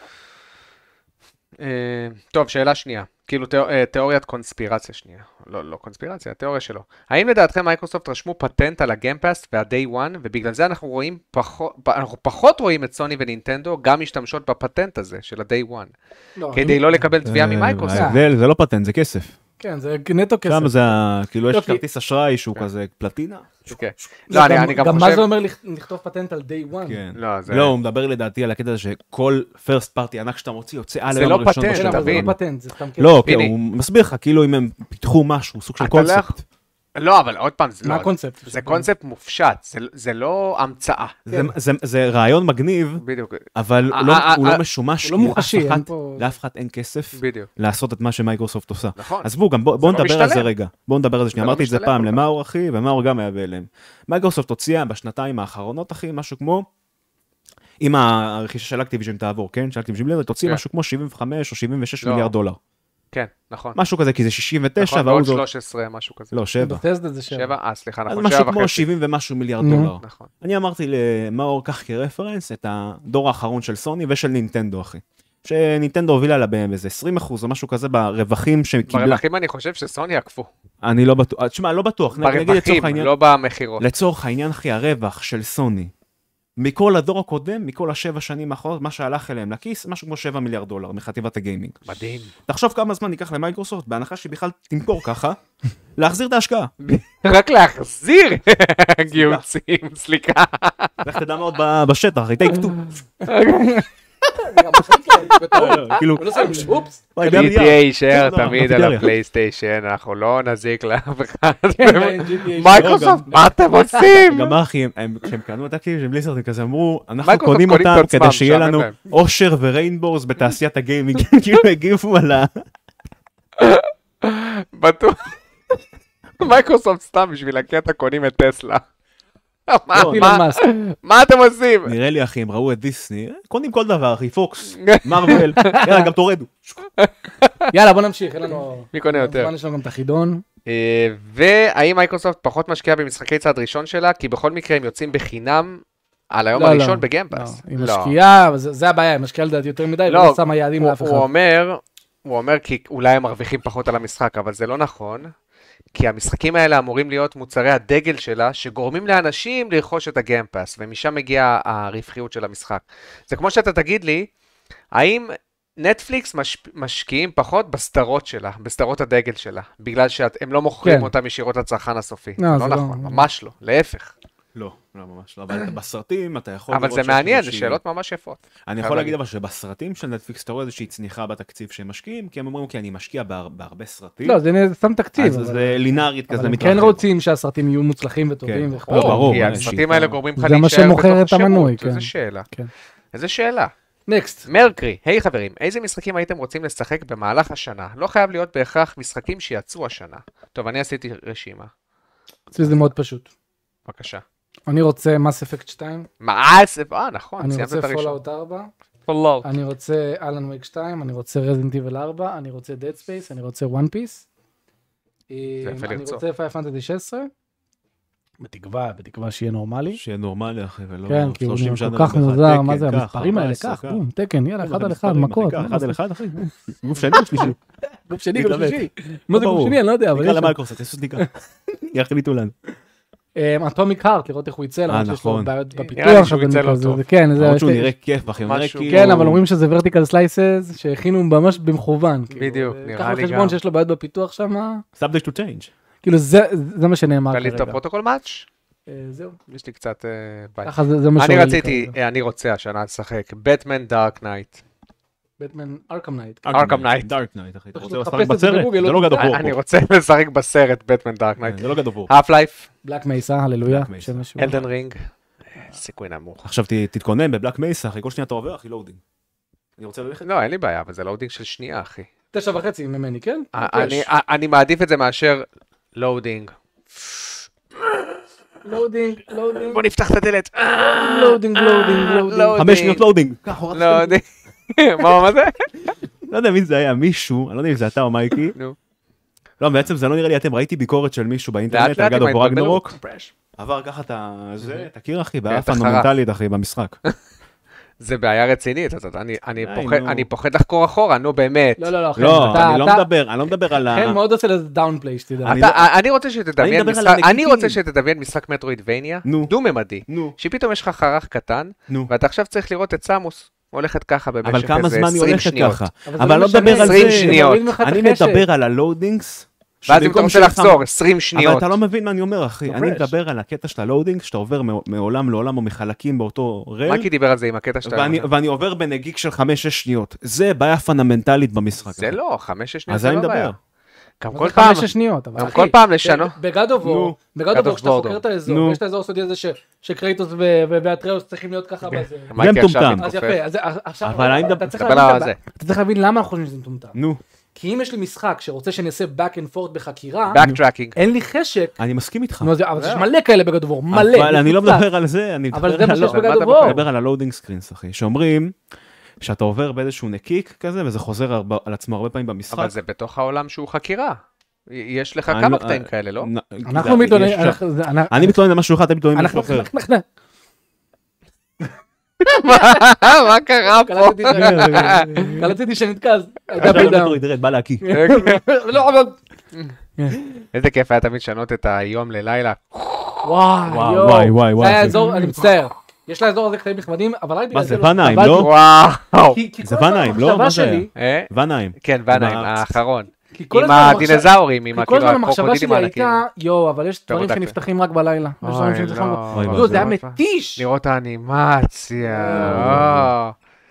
S2: טוב, שאלה שנייה. כאילו תיאוריית קונספירציה שנייה. לא, לא קונספירציה, התיאוריה שלו. האם לדעתכם מייקרוסופט רשמו פטנט על הגיימפאס וה-Day One, ובגלל זה אנחנו רואים פחות, אנחנו פחות רואים את סוני ונינטנדו גם משתמשות בפטנט הזה של ה-Day One, כדי לא לקבל תביעה ממייקרוסופט.
S3: זה לא פטנט, זה כסף.
S1: כן, זה נטו כסף.
S3: שם זה, כאילו יש כרטיס אשראי שהוא כזה פלטינה.
S2: לא, אני גם
S1: חושב... גם מה זה אומר לכתוב פטנט על Day One?
S3: לא, הוא מדבר לדעתי על הקטע הזה שכל first party ענק שאתה מוציא, יוצא על
S2: זה לא פטנט,
S1: זה לא פטנט, זה סתם כסף.
S3: לא, הוא מסביר לך, כאילו אם הם פיתחו משהו, סוג של קונספט.
S2: לא, אבל עוד פעם,
S1: מה הקונספט?
S2: זה קונספט מופשט, זה לא המצאה.
S3: זה רעיון מגניב, אבל הוא לא משומש,
S1: הוא לא מוחשי,
S3: לאף אחד אין כסף
S2: בדיוק.
S3: לעשות את מה שמייקרוסופט עושה. אז בואו נדבר על זה רגע, בואו נדבר על זה שנייה, אמרתי את זה פעם למאור אחי, ומאור גם היה בהלם. מייקרוסופט הוציאה בשנתיים האחרונות אחי, משהו כמו, אם הרכישה של אקטיביז'ן תעבור, כן? של אקטיביז'ן בליזרד, תוציא משהו כמו שבעים וחמש או שבעים ושש מיליארד דולר.
S2: כן, נכון.
S3: משהו כזה, כי זה שישים ותשע,
S2: נכון, ועוד שלוש עשרה, משהו כזה.
S3: לא, שבע.
S1: בטסדה זה שבע.
S2: שבע, אה, סליחה, נכון,
S3: שבע וחצי. אז משהו כמו שבעים ומשהו מיליארד דולר.
S2: נכון.
S3: אני אמרתי למאור, כך כרפרנס, את הדור האחרון של סוני ושל נינטנדו, אחי. שנינטנדו הובילה לה באיזה עשרים אחוז או משהו כזה ברווחים שקיבלה.
S2: ברווחים אני חושב שסוני עקפו.
S3: אני לא בטוח, תשמע, לא בטוח.
S2: ברווחים, לא במחירות.
S3: לצורך העניין, אחי, הרווח של סוני, מכל הדור הקודם, מכל השבע שנים האחרונות, מה שהלך אליהם לכיס, משהו כמו שבע מיליארד דולר מחטיבת הגיימינג.
S2: מדהים.
S3: תחשוב כמה זמן ניקח למייקרוסופט, בהנחה שבכלל תמכור ככה, להחזיר את ההשקעה.
S2: רק להחזיר גיוצים, סליקה.
S3: לך תדע מאוד בשטח, היא take two.
S2: ג'י טי איי יישאר תמיד על הפלייסטיישן, אנחנו לא נזיק לאף אחד. מייקרוסופט, מה אתם עושים?
S3: גם אחי, כשהם קנו את אקטיביז'ן בליזרד, הם כזה אמרו, אנחנו קונים אותם כדי שיהיה לנו אושר וריינבורס בתעשיית הגיימינג, כאילו הגיבו על ה...
S2: בטוח. מייקרוסופט סתם בשביל הקטע קונים את טסלה. מה אתם עושים?
S3: נראה לי אחי, הם ראו את דיסני, קונים כל דבר אחי, פוקס, מרוול, יאללה גם תורדו.
S1: יאללה בוא נמשיך, אין לנו...
S2: מי קונה יותר?
S1: יש לנו גם את החידון.
S2: והאם מייקרוסופט פחות משקיעה במשחקי צעד ראשון שלה, כי בכל מקרה הם יוצאים בחינם על היום הראשון בגיימפאס.
S1: היא משקיעה, זה הבעיה, היא משקיעה לדעת יותר מדי, ולא שמה יעדים לאף אחד.
S2: הוא אומר, הוא אומר כי אולי הם מרוויחים פחות על המשחק, אבל זה לא נכון. כי המשחקים האלה אמורים להיות מוצרי הדגל שלה, שגורמים לאנשים לרכוש את הגיימפאס, ומשם מגיעה הרווחיות של המשחק. זה כמו שאתה תגיד לי, האם נטפליקס מש... משקיעים פחות בסדרות שלה, בסדרות הדגל שלה, בגלל שהם לא מוכרים כן. אותם ישירות לצרכן הסופי. לא, לא נכון, לא... ממש לא, להפך.
S3: לא, לא ממש לא, אבל בסרטים אתה יכול...
S2: אבל זה מעניין, זה שאלות ממש יפות.
S3: אני יכול להגיד אבל שבסרטים של נטפליקס אתה רואה איזושהי צניחה בתקציב שהם משקיעים, כי הם אומרים, כי אני משקיע בהרבה סרטים.
S1: לא, זה סתם תקציב.
S3: אז זה לינארית כזה מתרחב.
S1: אבל הם כן רוצים שהסרטים יהיו מוצלחים וטובים.
S2: ברור, כי הסרטים האלה גורמים לך להישאר בתוך השירות. איזה שאלה. איזה שאלה.
S1: נקסט.
S2: מרקרי, היי חברים, איזה משחקים הייתם רוצים לשחק במהלך השנה? לא חייב להיות בהכרח משחקים שיצאו השנה. טוב, אני עשיתי רשימה.
S1: זה מאוד פשוט.
S2: בבקשה.
S1: אני רוצה Mass Effect שתיים.
S2: Mass Effect, אה נכון,
S1: אני רוצה Fallout ארבע.
S2: Fallout.
S1: אני רוצה Alan Wake שתיים, אני רוצה Resident Evil ארבע, אני רוצה Dead Space, אני רוצה One Piece. אני רוצה Final Fantasy שש עשרה. בתקווה, בתקווה שיהיה נורמלי.
S3: שיהיה נורמלי אחי, ולא
S1: כן, כי הוא כל כך מוזר, מה זה, המספרים האלה, כך, בום, תקן, יאללה, אחד על אחד, מכות.
S3: אחד על אחד אחי, גוף שני או שלישי?
S1: גוף שני, גוף שלישי. מה זה גוף שני, אני לא יודע, אבל
S3: נקרא למייקרוסופט, יעשו סדיקה. יחליטו לנו.
S1: אטומיק הארט, לראות איך הוא יצא,
S3: אה, נכון.
S2: נראה לי שהוא יצא לא טוב.
S3: למרות שהוא נראה כיף, אחי.
S1: כן, אבל אומרים שזה vertical slices שהכינו ממש במכוון.
S2: בדיוק, נראה לי גם.
S1: ככה חשבון שיש לו בעיות בפיתוח שם.
S3: subject to change.
S1: כאילו זה מה שנאמר כרגע.
S2: תליט את הפרוטוקול מאץ'?
S1: זהו.
S2: יש לי קצת ביי.
S1: ככה זה מה
S2: אני רציתי, אני רוצה השנה לשחק, בטמן דארק נייט.
S1: בטמן ארכם נייט.
S2: ארכם נייט.
S3: דארק נייט, אחי. אתה רוצה
S1: לחפש
S3: לשחק
S1: את זה
S3: בסרט?
S1: בגוגל,
S3: זה
S1: לא
S3: לא God of
S1: תמצא.
S3: War.
S2: אני רוצה לשחק בסרט בטמן דארק נייט.
S3: זה לא God of War.
S2: האף לייף,
S1: בלק מייסה, הללויה.
S2: אלדן רינג, סיכוי נמוך.
S3: עכשיו תתכונן בבלק מייסה, אחי, כל שנייה אתה עובר, אחי, לואודינג. אני רוצה ללכת.
S2: לא, אין לי בעיה, אבל זה לואודינג של שנייה, אחי.
S1: תשע וחצי ממני, כן?
S2: אני מעדיף את זה מאשר לואודינג.
S1: לואודינג, לואודינג.
S2: בוא נפתח את הדלת.
S1: לואודינג, לואודינג, לואודינג.
S3: חמש שניות לואודינג.
S2: לואודינג. מה זה?
S3: לא יודע מי זה היה, מישהו, אני לא יודע אם זה אתה או מייקי.
S2: נו.
S3: לא, בעצם זה לא נראה לי אתם, ראיתי ביקורת של מישהו באינטרנט, על God of War רגנרוק. עבר ככה את זה, תכיר אחי, בעיה פנומנטלית אחי, במשחק.
S2: זה בעיה רצינית, אני פוחד לחקור אחורה, נו באמת.
S1: לא, לא, לא,
S3: לא, אני לא מדבר, אני לא מדבר על ה...
S1: כן, מאוד עושה לזה דאונפליי, שתדע.
S2: אני רוצה שתדמיין משחק, אני רוצה שתדמיין משחק מטרואידבניה, דו-ממדי, שפתאום יש לך חרך קטן, ואתה עכשיו צריך לראות את סמוס הולכת ככה במשך איזה עשרים שניות.
S3: אבל לא מדבר על
S2: עשרים שניות.
S3: אני מדבר על הלואודינגס,
S2: ואז אם אתה רוצה לחזור, עשרים שניות.
S3: אבל אתה לא מבין מה אני אומר, אחי. אני מדבר על הקטע של הלואודינג, שאתה עובר מעולם לעולם או מחלקים באותו רל.
S2: מייקי דיבר על זה עם הקטע שאתה...
S3: ואני עובר בנגיק של חמש שש שניות. זה בעיה פונדמנטלית במשחק.
S2: זה לא, חמש שש שניות
S3: זה לא בעיה.
S2: גם כל פעם...
S1: חמש שניות.
S2: גם כל פעם לשנות.
S1: בגדובור, בגדובור כשאתה חוקר את האזור, יש את האזור הסודי הזה שקרייטוס ואטריוס צריכים להיות ככה בזה.
S3: זה מטומטם.
S1: אז יפה, עכשיו... אתה צריך להבין למה אנחנו חושבים שזה מטומטם.
S3: נו.
S1: כי אם יש לי משחק שרוצה שאני אעשה back and forth בחקירה,
S2: אין
S1: לי חשק.
S3: אני מסכים איתך.
S1: אבל יש מלא כאלה בגדובור, מלא.
S3: אבל אני לא מדבר על זה, אני מדבר על הלואודינג סקרינס, אחי, שאומרים שאתה עובר באיזשהו נקיק כזה, וזה חוזר על עצמו הרבה פעמים במשחק.
S2: אבל זה בתוך העולם שהוא חקירה. יש לך כמה קטעים כאלה, לא?
S1: אנחנו מתלוננים.
S3: אני מתלונן על משהו אחד, אתה מתלונן על משהו אחר.
S2: מה קרה פה?
S1: קלטתי שנתקז.
S3: בא להקיא.
S2: איזה כיף היה תמיד שנות את היום ללילה.
S1: וואי וואי וואי. זה היה אזור, אני מצטער. יש לאזור הזה קטעים נחמדים, אבל רק
S3: מה זה, ונהיים, לא?
S2: וואו.
S3: זה ונהיים, לא? מה זה? ונהיים.
S2: כן, ונהיים, האחרון. עם הדינוזאורים, עם
S1: כל הזמן המחשבה שלי הייתה, יואו, אבל יש דברים שנפתחים רק בלילה. לא, זה היה מתיש.
S2: לראות האנימציה.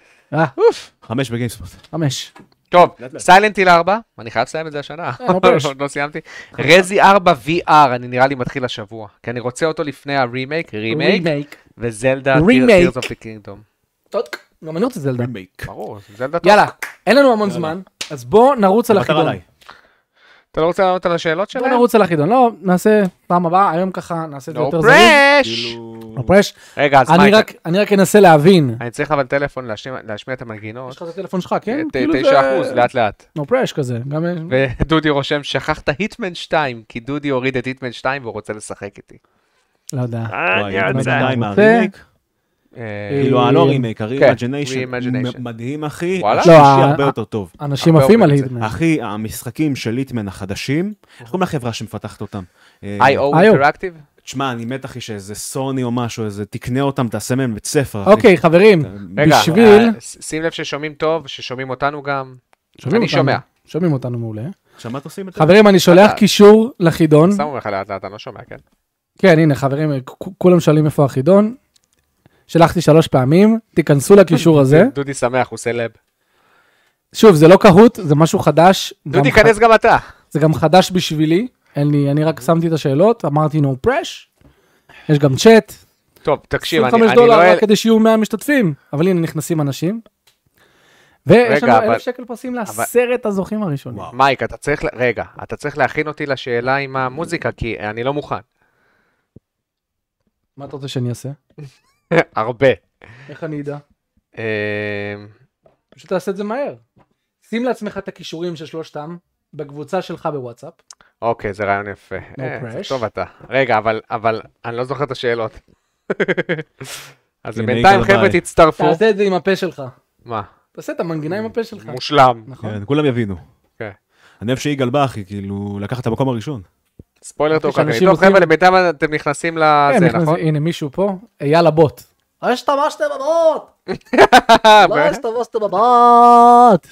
S3: חמש בגיימספוט.
S1: חמש.
S2: טוב, סיילנט היל ארבע, אני חייב לסיים את זה השנה, עוד לא סיימתי. רזי ארבע וי אר, אני נראה לי מתחיל השבוע, כי אני רוצה אותו לפני הרימייק, רימייק, וזלדה Tears of the Kingdom.
S1: טוב, גם אני רוצה זלדה.
S2: ברור, זלדה טוב.
S1: יאללה, אין לנו המון זמן, אז בוא נרוץ על החידון.
S2: אתה לא רוצה לענות על השאלות שלהם?
S1: בוא נרוץ על החידון, לא, נעשה פעם הבאה, היום ככה נעשה את זה יותר
S2: זריז.
S1: No press.
S2: רגע, אז מה
S1: אני רק אנסה להבין.
S2: אני צריך אבל טלפון להשמיע את המנגינות.
S1: יש לך את הטלפון שלך, כן?
S2: תשע אחוז, לאט לאט.
S1: No press כזה.
S2: ודודי רושם, שכחת היטמן שתיים, כי דודי הוריד את היטמן שתיים והוא רוצה לשחק איתי.
S1: לא יודע.
S3: היטמן שתיים, הרימייק? כאילו, הלא רימייק, הרימג'יניישן, מדהים אחי, השישי הרבה יותר טוב.
S1: אנשים עפים על היטמן.
S3: אחי, המשחקים של היטמן החדשים, איך קוראים לחברה שמפתחת אותם?
S2: איי או Interactive?
S3: תשמע, אני מת אחי שאיזה סוני או משהו, איזה תקנה אותם, תעשה מהם בית ספר.
S1: אוקיי, חברים, בשביל...
S2: שים לב ששומעים טוב, ששומעים אותנו גם. אני שומע.
S1: שומעים אותנו מעולה.
S3: שמעת עושים את זה?
S1: חברים, אני שולח קישור לחידון.
S2: שמו לך לאט לאט, אני לא שומע, כן?
S1: כן, הנה, חברים, כולם שואלים איפה החידון. שלחתי שלוש פעמים, תיכנסו לקישור הזה.
S2: דודי שמח, הוא סלב.
S1: שוב, זה לא קהות, זה משהו חדש.
S2: דודי, כנס גם אתה.
S1: זה גם חדש בשבילי. אני רק שמתי את השאלות, אמרתי no press. יש גם צ'אט.
S2: טוב, תקשיב,
S1: אני לא... עשרים וחמישה דולר רק כדי שיהיו מאה משתתפים, אבל הנה נכנסים אנשים. ויש לנו אלף שקל פרסים לעשרת הזוכים הראשונים.
S2: מייק, אתה צריך, רגע, אתה צריך להכין אותי לשאלה עם המוזיקה, כי אני לא מוכן.
S1: מה אתה רוצה שאני אעשה?
S2: הרבה.
S1: איך אני אדע? פשוט תעשה את זה מהר. שים לעצמך את הכישורים של שלושתם בקבוצה שלך בוואטסאפ.
S2: אוקיי, זה רעיון יפה. זה טוב אתה. רגע, אבל אני לא זוכר את השאלות. אז בינתיים חבר'ה תצטרפו.
S1: תעשה את זה עם הפה שלך.
S2: מה?
S1: תעשה את המנגינה עם הפה שלך.
S2: מושלם.
S3: כולם יבינו. אני אוהב שיגאל בא, אחי, כאילו, לקח את המקום הראשון.
S2: ספוילר טוב, טוב חבר'ה, לבינתיים אתם נכנסים לזה, נכון?
S1: הנה מישהו פה, אייל הבוט. השתמשתם בבוט! לא השתמשתם בבוט!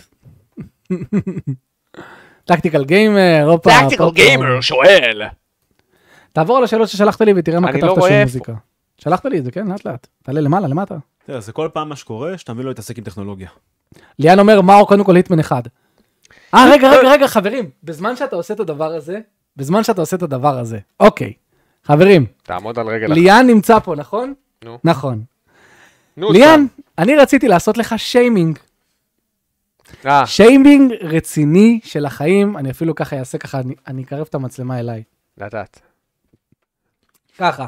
S1: טקטיקל גיימר,
S2: טקטיקל גיימר שואל.
S1: תעבור על השאלות ששלחת לי ותראה מה כתבת של מוזיקה. שלחת לי את זה, כן? לאט לאט. תעלה למעלה, למטה.
S3: תראה, זה כל פעם מה שקורה, שתמיד לא יתעסק עם טכנולוגיה.
S1: ליאן אומר, מאור קודם כל היטמן אחד. אה, רגע, רגע, רגע, חברים. בזמן שאתה עושה את הדבר הזה, בזמן שאתה עושה את הדבר הזה. אוקיי, חברים.
S2: תעמוד על רגל.
S1: ליאן נמצא פה, נכון?
S2: נו.
S1: נכון. ליאן, אני רציתי לעשות לך שיימינג. שיימינג רציני של החיים. אני אפילו ככה אעשה ככה, אני אקרב את המצלמה אליי.
S2: לדעת.
S1: ככה.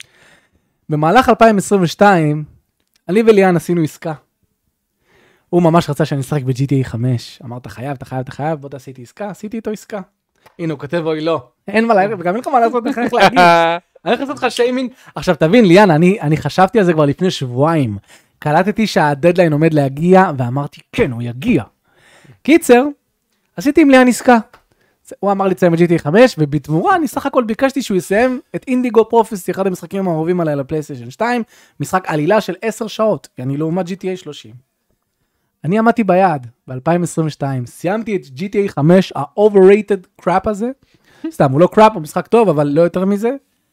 S1: במהלך אלפיים עשרים ושתיים, אני וליאן עשינו עסקה. הוא ממש רצה שאני אשחק ב-ג'י טי איי חמש. אמרת, חייב, אתה חייב, אתה חייב, בוא תעשיתי עסקה, עשיתי איתו עסקה. הנה, הוא כותב, אוי לא. אין מה להגיד, וגם אין לך מה לעשות, אני חייך להגיד. אני הולך לעשות לך שיימינג. עכשיו, תבין, ליאן, אני, אני חשבתי על זה כבר לפני שבועיים. קלטתי שהדדליין עומד להגיע, ואמרתי, כן, הוא יגיע. קיצר, עשיתי עם ליאן עסקה. הוא אמר לי לסיים את ג'י טי איי חמש, ובתמורה אני סך הכל ביקשתי שהוא יסיים את אינדיגו פרופסי, אחד המשחקים האהובים עליי לפלייסטיישן שתיים, משחק עלילה של עשר שעות, אני לעומת ג'י טי איי שלושים. אני עמדתי ביעד ב-אלפיים עשרים ושתיים, סיימתי את ג'י טי איי חמש, ה-overrated crap הזה, סתם, הוא לא crap, הוא משחק טוב, אבל לא יותר מזה,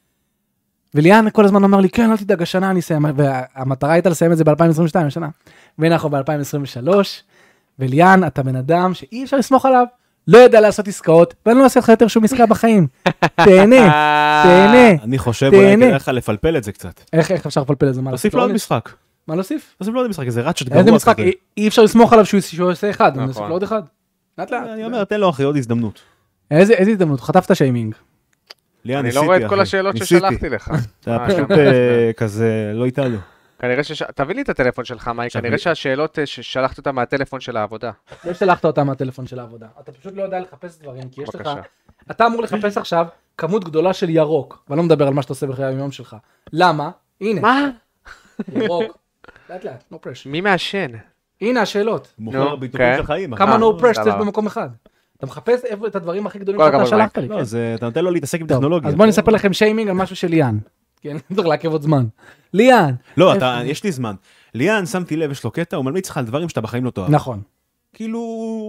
S1: וליאן כל הזמן אומר לי, כן, לא תדאג, השנה אני אסיים, והמטרה הייתה לסיים את זה ב-אלפיים עשרים ושתיים, השנה, ואנחנו ב-אלפיים עשרים ושלוש, וליאן, אתה בן אדם שאי אפשר לסמוך עליו, לא יודע לעשות עסקאות, ואני לא אעשה לך יותר שום עסקה בחיים. תהנה, תהנה.
S3: אני חושב אולי כדאי לך לפלפל את זה קצת.
S1: איך אפשר לפלפל את זה?
S3: תוסיף לו עוד משחק.
S1: מה להוסיף?
S3: תוסיף לו עוד משחק, איזה ראצ'ט גרוע.
S1: איזה משחק? אי אפשר לסמוך עליו שהוא עושה אחד, אני אוסיף לו עוד אחד. לאט לאט.
S3: אני אומר, תן לו אחרי עוד הזדמנות.
S1: איזה הזדמנות? חטפת שיימינג.
S2: אני לא רואה את כל השאלות ששלחתי לך.
S3: זה פשוט כזה, לא איתה לו.
S2: כנראה ש... תביא לי את הטלפון שלך, מייק, כנראה שהשאלות ששלחת אותה מהטלפון של העבודה.
S1: לא שלחת אותה מהטלפון של העבודה. אתה פשוט לא יודע לחפש דברים, כי יש לך... אתה אמור לחפש עכשיו כמות גדולה של ירוק, ואני לא מדבר על מה שאתה עושה בחיי היום שלך. למה? הנה.
S2: מה?
S1: ירוק. לאט לאט, no pressure.
S2: מי מעשן?
S1: הנה השאלות.
S3: מוכר ביטוחים של חיים.
S1: כמה no pressure יש במקום אחד. אתה מחפש את הדברים הכי גדולים שאתה שלחת לי.
S3: לא, אתה נותן לו להתעסק עם טכנולוגיה.
S1: אז בוא נספר לכם שיימינג על משהו של ליאן. כן, צריך לעכב עוד זמן. ליאן.
S3: לא, יש לי זמן. ליאן, שמתי לב, יש לו קטע, הוא ממליץ לך על דברים שאתה בחיים לא תאהב.
S1: נכון.
S3: כאילו...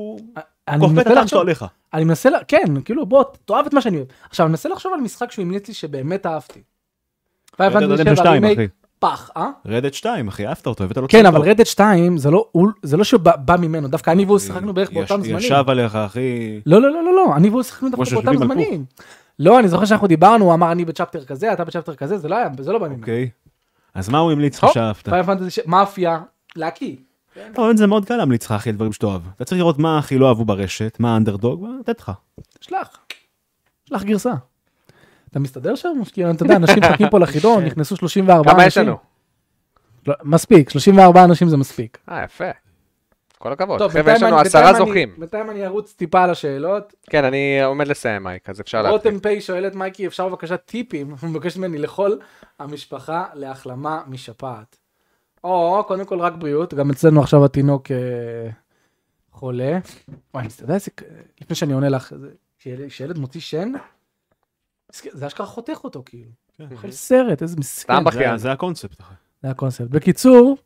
S1: כוח
S3: פתח לחשוב עליך.
S1: אני מנסה, כן, כאילו בוא, תאהב את מה שאני אוהב. עכשיו, אני מנסה לחשוב על משחק שהוא המליץ לי שבאמת אהבתי.
S3: רדד שתיים, אחי.
S1: פח, אה?
S3: רדד שתיים, אחי, אהבת אותו, הבאת לו
S1: כן, אבל רדד שתיים, זה לא שהוא בא ממנו, דווקא אני והוא שיחקנו בערך באותם זמנים.
S3: ישב עליך, אחי.
S1: לא, לא, לא, לא, אני והוא שיחקנו דווקא באותם זמנים. לא, אני זוכר שאנחנו דיברנו, הוא אמר אני בצ'פטר כזה, אתה בצ'פטר כזה, זה לא היה, זה לא בא ממנו.
S3: אוקיי. אז מה הוא המליץ לך שאהבת?
S1: מאפיה, להקיא.
S3: לא, זה מאוד קל להמליץ לך, אחי, דברים שאתה אוהב. אתה צריך לראות מה הכי לא אהבו ברשת, מה האנדרדוג, ונתת לך.
S1: שלח. שלח גרסה. אתה מסתדר שם? אתה יודע, אנשים מחכים פה לחידון, נכנסו שלושים וארבעה אנשים.
S2: כמה יש לנו?
S1: מספיק, שלושים וארבעה אנשים זה מספיק.
S2: אה, יפה. כל הכבוד. חבר'ה, יש לנו עשרה זוכים.
S1: בינתיים אני ארוץ טיפה על השאלות.
S2: כן, אני עומד לסיים, מייק, אז אפשר להתחיל.
S1: רותם פי שואלת, מייקי, אפשר בבקשה טיפים, הוא מבקש ממני לכל המשפחה להחלמה משפעת. או, קודם כל רק בריאות, גם אצלנו עכשיו התינוק חולה. וואי, אני מסתכל, לפני שאני עונה לך, שילד מוציא שן, זה אשכרה חותך אותו, כאילו. אוכל סרט, איזה מסכן.
S3: זה הקונספט.
S1: זה הקונספט. בקיצור,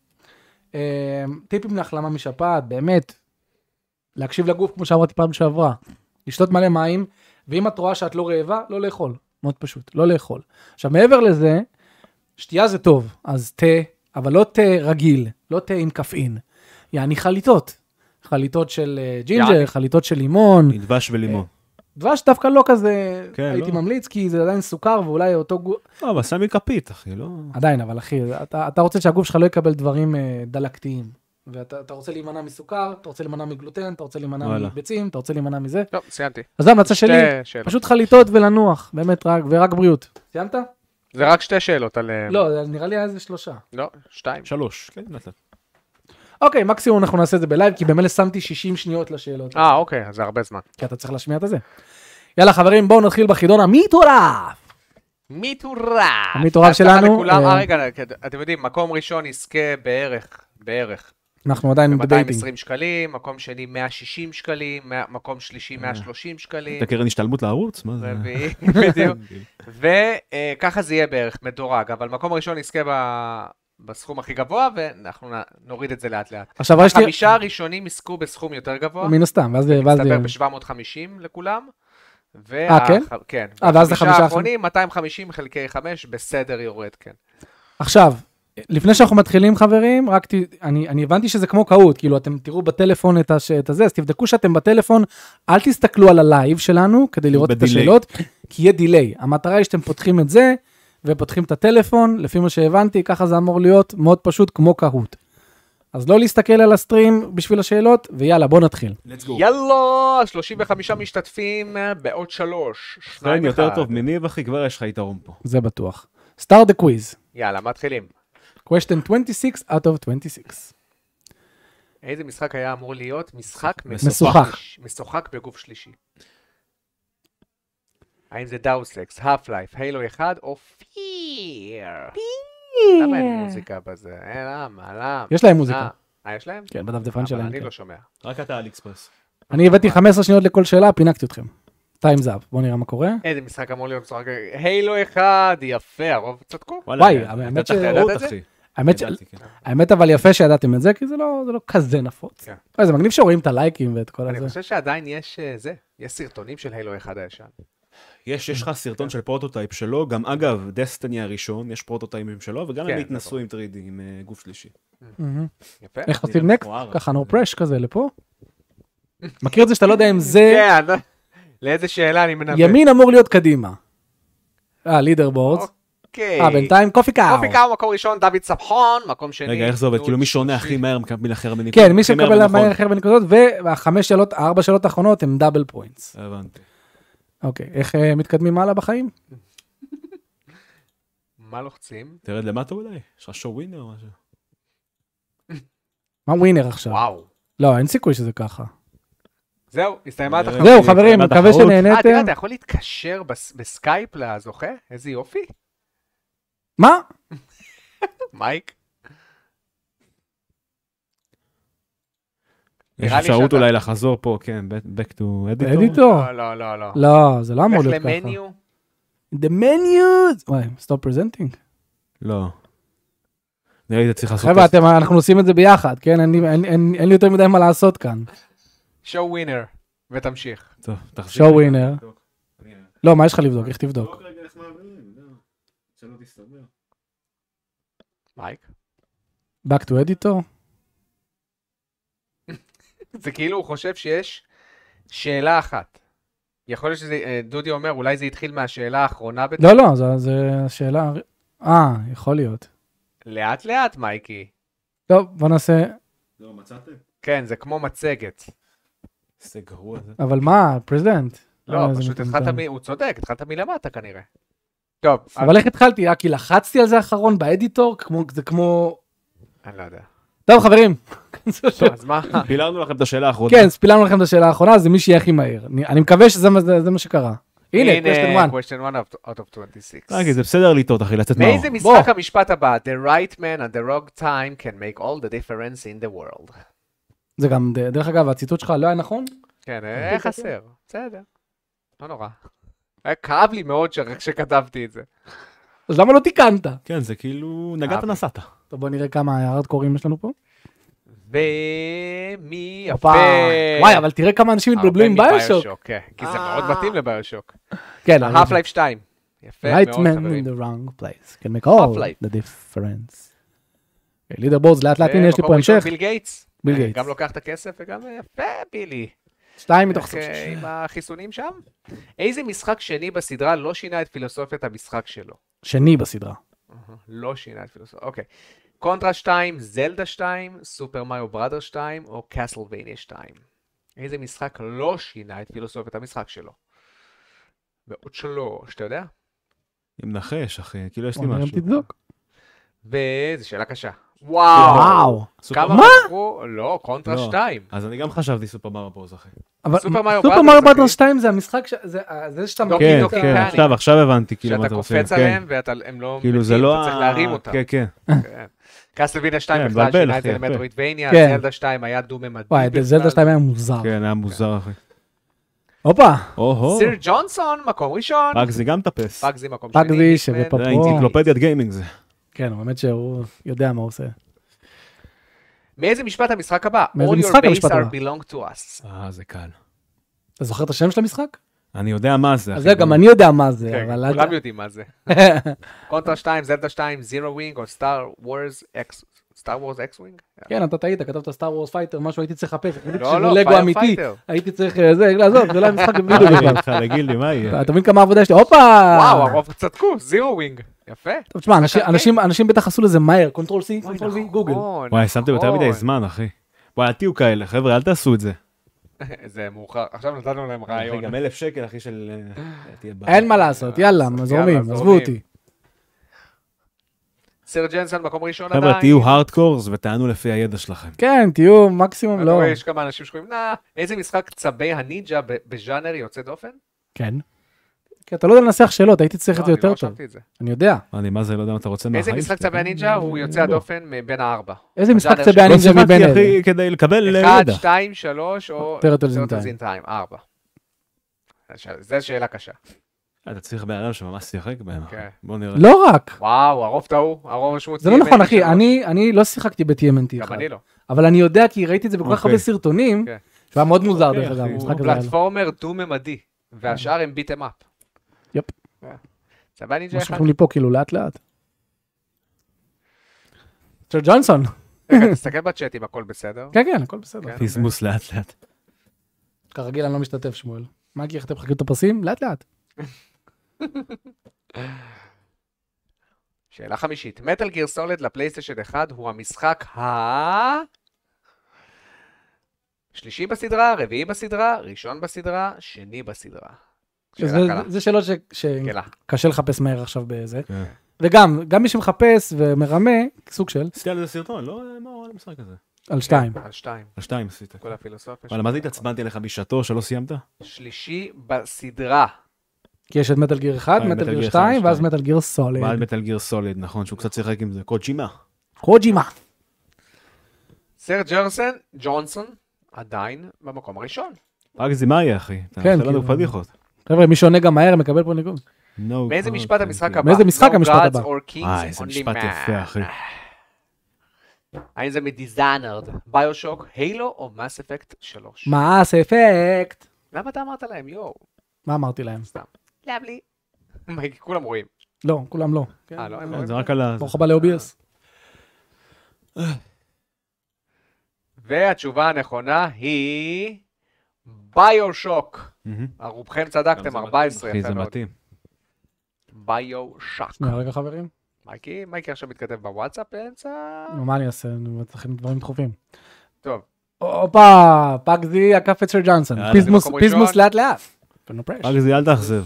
S1: טיפים להחלמה משפעת, באמת, להקשיב לגוף כמו שאמרתי פעם שעברה, לשתות מלא מים, ואם את רואה שאת לא רעבה, לא לאכול, מאוד פשוט, לא לאכול. עכשיו מעבר לזה, שתייה זה טוב, אז תה, אבל לא תה רגיל, לא תה עם קפאין, יעני חליטות, חליטות של ג'ינג'ר, חליטות של לימון.
S3: דבש ולימון.
S1: דבש דווקא לא כזה, הייתי ממליץ, כי זה עדיין סוכר, ואולי אותו גוף...
S3: לא, אבל סמי כפית, אחי, לא...
S1: עדיין, אבל אחי, אתה רוצה שהגוף שלך לא יקבל דברים דלקתיים, ואתה רוצה להימנע מסוכר, אתה רוצה להימנע מגלוטן, אתה רוצה להימנע מביצים, אתה רוצה להימנע מזה.
S2: לא, סיימתי.
S1: אז זה המצע שלי, פשוט חליטות ולנוח, באמת רק, ורק בריאות. סיימת?
S2: זה רק שתי שאלות על...
S1: לא, נראה לי איזה שלושה.
S2: לא, שתיים.
S3: שלוש, כן, נתן.
S1: אוקיי, מקסימום אנחנו נעשה את זה בלייב, כי במילא שמתי שישים שניות לשאלות.
S2: אה, אוקיי, אז זה הרבה זמן.
S1: כי אתה צריך להשמיע את זה. יאללה חברים, בואו נתחיל בחידון המטורף.
S2: מטורף.
S1: המטורף שלנו.
S2: אה, רגע, אתם יודעים, מקום ראשון יזכה בערך, בערך,
S1: אנחנו עדיין בדייטינג.
S2: מאתיים ועשרים שקלים, מקום שני מאה ושישים שקלים, מקום שלישי מאה ושלושים שקלים.
S3: את הקרן השתלמות לערוץ? מה זה?
S2: רביעי, בדיוק. וככה זה יהיה בערך מדורג, אבל מקום הראשון נזכה בסכום הכי גבוה, ואנחנו נוריד את זה לאט לאט. החמישה הראשונים יזכו בסכום יותר גבוה.
S1: מן הסתם, ואז זה...
S2: מסתבר ב-שבע מאות וחמישים לכולם.
S1: אה, כן?
S2: כן.
S1: ואז
S2: החמישה האחרונים, מאתיים וחמישים חלקי חמש, בסדר יורד, כן.
S1: עכשיו, לפני שאנחנו מתחילים חברים, רק ת... אני, אני הבנתי שזה כמו קהות, כאילו אתם תראו בטלפון את, הש... את הזה, אז תבדקו שאתם בטלפון, אל תסתכלו על הלייב שלנו, כדי לראות בדילי. את השאלות, כי יהיה דיליי. המטרה היא שאתם פותחים את זה, ופותחים את הטלפון, לפי מה שהבנתי, ככה זה אמור להיות מאוד פשוט כמו קהות. אז לא להסתכל על הסטרים בשביל השאלות, ויאללה, בוא נתחיל.
S2: יאללה, שלושים וחמישה משתתפים בעוד שלוש.
S3: שניים יותר טוב מניב, אחי, כבר יש לך יתרון פה.
S1: זה בטוח. Start the quiz.
S2: יאללה, מתחילים.
S1: question twenty-six out of twenty-six.
S2: איזה משחק היה אמור להיות? משחק
S1: משוחק.
S2: משוחק בגוף שלישי. האם זה דאוס אקס, Half-Life, הילו אחד או פיר? פיר! למה אין מוזיקה בזה? אין, למה, למה?
S1: יש להם מוזיקה.
S2: אה, יש להם?
S1: כן, בדפדפן שלהם.
S2: אבל אני לא שומע.
S3: רק אתה על אקספרס.
S1: אני הבאתי חמש עשרה שניות לכל שאלה, פינקתי אתכם. טיים זאב, בואו נראה מה קורה.
S2: איזה משחק אמור להיות משחק. הילו אחד, יפה, הרוב צדקו.
S1: וואי, האמת ש... האמת אבל יפה שידעתם את זה, כי זה לא כזה נפוץ. זה מגניב שרואים את הלייקים ואת כל הזה.
S2: אני חושב שעדיין יש זה, יש סרטונים של הילו אחד הישן.
S3: יש, יש לך סרטון של פרוטוטייפ שלו, גם אגב, דסטיני הראשון, יש פרוטוטייפים שלו, וגם הם התנסו עם טרי די, עם גוף שלישי.
S2: יפה.
S1: איך עושים נקסט? ככה נו פרש כזה לפה? מכיר את זה שאתה לא יודע אם זה...
S2: כן, לאיזה שאלה אני מנבא.
S1: ימין אמור להיות קדימה. אה, לידר בורדס.
S2: אוקיי.
S1: אה, בינתיים קופי קאו.
S2: קופי קאו, מקום ראשון, דוד סבחון, מקום שני.
S3: רגע, איך זה עובד? כאילו מי שעונה הכי מהר מקבל אחר בנקודות.
S1: כן, מי שמקבל מהר אחר בנקודות, והחמש שאלות, הארבע שאלות האחרונות הם דאבל פוינטס.
S3: הבנתי.
S1: אוקיי, איך מתקדמים הלאה בחיים?
S2: מה לוחצים?
S3: תרד למטה אולי? יש לך שואו ווינר או משהו?
S1: מה ווינר עכשיו?
S2: וואו.
S1: לא, אין סיכוי שזה ככה.
S2: זהו, הסתיימה התחרות.
S1: זהו, חברים, מקווה שנהנתם.
S2: אה, תראה, אתה יכול להתקשר בסקייפ לזוכה? איזה יופי.
S1: מה?
S2: מייק?
S3: יש אפשרות אולי לחזור פה, כן, back to editor.
S1: editor?
S2: לא, לא, לא.
S1: לא, זה לא אמור להיות ככה.
S2: איך למניו?
S1: The menus! וואי, stop presenting.
S3: לא. נראה לי, אתה צריך לעשות...
S1: חבר'ה, אנחנו עושים את זה ביחד, כן? אין לי יותר מדי מה לעשות כאן.
S2: show winner, ותמשיך.
S3: טוב, תחזיק.
S1: show winner. לא, מה יש לך לבדוק? איך תבדוק?
S3: שלא תסתבר.
S2: מייק?
S1: back to editor?
S2: זה כאילו הוא חושב שיש שאלה אחת. יכול להיות שזה, דודי אומר, אולי זה התחיל מהשאלה האחרונה.
S1: לא, לא, זה שאלה... אה, יכול להיות.
S2: לאט לאט, מייקי.
S1: טוב, בוא נעשה...
S3: לא, מצאתם?
S2: כן, זה כמו מצגת.
S3: זה גרוע זה.
S1: אבל מה, פרזנט?
S2: לא, פשוט התחלת מ... הוא צודק, התחלת מלמטה כנראה. טוב.
S1: אבל איך התחלתי? כי לחצתי על זה האחרון באדיטור, זה כמו...
S2: אני לא יודע.
S1: טוב, חברים.
S2: אז מה?
S3: פילרנו לכם את השאלה האחרונה.
S1: כן, פילרנו לכם את השאלה האחרונה, זה מי שיהיה הכי מהיר. אני מקווה שזה מה שקרה. הנה, question one.
S2: question one out of twenty-six.
S3: רגע, זה בסדר לטעות, אחי, לצאת מאור.
S2: מאיזה משחק המשפט הבא? The right man at the wrong time can make all the difference in the world.
S1: זה גם, דרך אגב, הציטוט שלך לא היה נכון?
S2: כן, היה חסר. בסדר. לא נורא. היה כאב לי מאוד שכתבתי את זה.
S1: אז למה לא תיקנת?
S3: כן, זה כאילו נגעת נסעת.
S1: טוב, בוא נראה כמה הערת קוראים יש לנו פה.
S2: ומי יפה.
S1: וואי, אבל תראה כמה אנשים מתבלבלים עם ביושוק.
S2: כן, כי זה מאוד מתאים לביושוק.
S1: כן.
S2: Half-Life שתיים. יפה מאוד,
S1: חברים. Right man in the wrong place. can make all the difference. לידר בורדס, לאט לאט, הנה יש לי פה המשך.
S2: ביל גייטס.
S1: ביל גייטס.
S2: גם לוקח את הכסף וגם יפה, בילי.
S1: שתיים מתוך סוף.
S2: עם החיסונים שם. איזה משחק שני בסדרה לא שינה את פילוסופיית המשחק שלו?
S1: שני בסדרה.
S2: לא שינה את פילוסופיית, אוקיי. קונטרה שתיים, זלדה שתיים, סופר מריו בראדר שתיים או קאסלווניה שתיים. איזה משחק לא שינה את פילוסופיית המשחק שלו? ועוד שלוש, אתה יודע?
S3: אם נחש, אחי, כאילו יש לי משהו.
S1: תבדוק.
S2: וזו שאלה קשה. וואו. כמה מכרו? לא, קונטרה שתיים.
S3: אז אני גם חשבתי סופר מריו בראדר, אחי.
S1: סופר מריו בראדר שתיים זה המשחק, זה שאתה
S3: כן, כן, עכשיו, עכשיו הבנתי.
S2: שאתה קופץ עליהם והם לא...
S3: כאילו זה לא...
S2: צריך להרים אותם.
S3: כן, כן.
S2: קסטלוויניה שתיים בכלל שינה את זה למטרוידבניה, זלדה שתיים היה דו-ממדי.
S1: וואי, זלדה שתיים היה מוזר.
S3: כן, היה מוזר, אחי.
S1: הופה.
S2: סיר ג'ונסון, מקום ראשון.
S3: פאגזי גם טפס.
S2: פאגזי מקום שני.
S1: פאגזי שבפה
S3: זה אינציקלופדיית גיימינג זה.
S1: כן, באמת שהוא יודע מה הוא עושה.
S2: מאיזה משפט המשחק הבא?
S1: מאיזה
S2: All
S1: משחק
S2: your
S1: המשפט
S2: base
S1: הבא?
S2: are belong to us.
S3: אה, זה קל.
S1: אתה זוכר את השם של המשחק?
S3: אני יודע מה זה.
S1: אז זה גם אני יודע מה זה,
S2: כן,
S1: אבל...
S2: כולם יודעים מה זה. קונטרה שתיים, זלדה שתיים, זירו ווינג, או סטאר וורס אקס, סטאר וורס אקס ווינג?
S1: כן, אתה טעית, כתבת סטאר וורס פייטר, משהו הייתי צריך לחפש.
S2: לא, לא,
S1: לגו אמיתי, הייתי צריך, זה, לעזוב, זה לא המשחק בווידאו בכלל.
S3: להגיד לי, מה יהיה?
S1: אתה מבין כמה עבודה יש לי? הופה!
S2: וואו, הרוב צדקו, זירו ווינג. יפה.
S1: טוב, תשמע, אנשים בטח עשו לזה מהר, קונטרול C, קונטרול V, גוגל.
S3: וואי, שמתם יותר מדי זמן, אחי. וואי, אל תהיו כאלה, חבר'ה, אל תעשו את זה.
S2: זה מאוחר, עכשיו נתנו להם רעיון.
S3: גם אלף שקל, אחי, של...
S1: אין מה לעשות, יאללה, זורמים, עזבו אותי.
S2: סיר ג'נסון, מקום ראשון עדיין.
S3: חבר'ה, תהיו הארדקורס ותענו לפי הידע שלכם.
S1: כן, תהיו מקסימום, לא.
S2: יש כמה אנשים שקוראים, נא, איזה משחק צבי הנינג'ה בז'אנר יוצא דופן?
S1: כן. כי אתה לא יודע לנסח שאלות, הייתי צריך את זה יותר טוב.
S2: אני לא חשבתי את זה.
S1: אני יודע.
S3: אני מה זה, לא יודע מה אתה רוצה מהחיים.
S2: איזה משחק צבי הנינג'ה הוא יוצא הדופן מבין הארבע?
S1: איזה משחק צבי הנינג'ה מבין אלה?
S3: כדי לקבל
S2: ידע. אחד, שתיים, שלוש או...
S1: טרטלס
S2: אין טיים, ארבע. זו שאלה קשה.
S3: אתה צריך בן אדם שממש שיחק בהם. בוא נראה.
S1: לא רק.
S2: וואו, הרוב טעו, הרוב רשמו
S1: זה לא נכון, אחי, אני לא שיחקתי ב-טי אם אן טי.
S2: גם אני לא.
S1: אבל אני יודע, כי ראיתי את זה בכל כך הרבה סרטונים, שהיה מאוד מוזר דרך אגב.
S2: הוא פלטפורמר דו-ממדי, והשאר הם ביט-אם אפ.
S1: יפ.
S2: צבי הנינג'ה אחד.
S1: משהו לי פה כאילו לאט לאט. סיר ג'ונסון.
S2: תסתכל בצ'אט אם הכל בסדר.
S1: כן, כן, הכל בסדר.
S3: פסמוס לאט לאט.
S1: כרגיל אני לא משתתף, שמואל. מה כי איך אתם מחכים את הפרסים? לאט לאט.
S2: שאלה חמישית. מטל גיר סוליד לפלייסטיישן אחד הוא המשחק ה... שלישי בסדרה, רביעי בסדרה, ראשון בסדרה, שני בסדרה.
S1: זה שאלות שקשה לחפש מהר עכשיו בזה. וגם, גם מי שמחפש ומרמה, סוג של...
S3: עשיתי על זה סרטון, לא? מה הוא על המשחק הזה?
S1: על שתיים.
S2: על שתיים.
S3: על שתיים עשית.
S2: כל הפילוסופיה.
S3: אבל מה זה התעצבנתי לך בשעתו שלא סיימת?
S2: שלישי בסדרה.
S1: כי יש את מטל גיר אחד, מטל גיר שתיים, ואז מטל גיר סוליד.
S3: ואז מטל גיר סוליד, נכון, שהוא קצת שיחק עם זה. קוג'ימה.
S1: קוג'ימה.
S2: סיר ג'רסון, ג'ונסון, עדיין במקום הראשון.
S3: רק זה מה יהיה, אחי?
S1: כן,
S3: אתה לנו פדיחות.
S1: חבר'ה, מי שעונה גם מהר מקבל פה ניקוד.
S2: מאיזה משפט המשחק הבא?
S1: מאיזה משחק המשפט הבא?
S3: אה, איזה משפט יפה, אחי.
S2: האם זה מדיזיינרד, ביושוק, הילו או מס אפקט שלוש?
S1: מס אפקט.
S2: למה אתה אמרת להם, יואו?
S1: מה אמרתי להם?
S2: סתם. לבלי. כולם רואים.
S1: לא, כולם לא.
S2: אה, לא, הם רואים.
S3: זה רק על ה...
S1: ברוך הבא ל-או בי אס.
S2: והתשובה הנכונה היא... ביושוק. רובכם צדקתם, ארבע עשרה.
S3: אחי, זה מתאים.
S2: ביושוק.
S1: שנייה, רגע חברים.
S2: מייקי, מייקי עכשיו מתכתב בוואטסאפ באמצע.
S1: נו, מה אני אעשה? אני צריכים דברים דחופים.
S2: טוב.
S1: הופה, פאגזי עקף את סיר ג'ונסון. פיזמוס לאט לאט.
S3: פאגזי, אל תאכזב.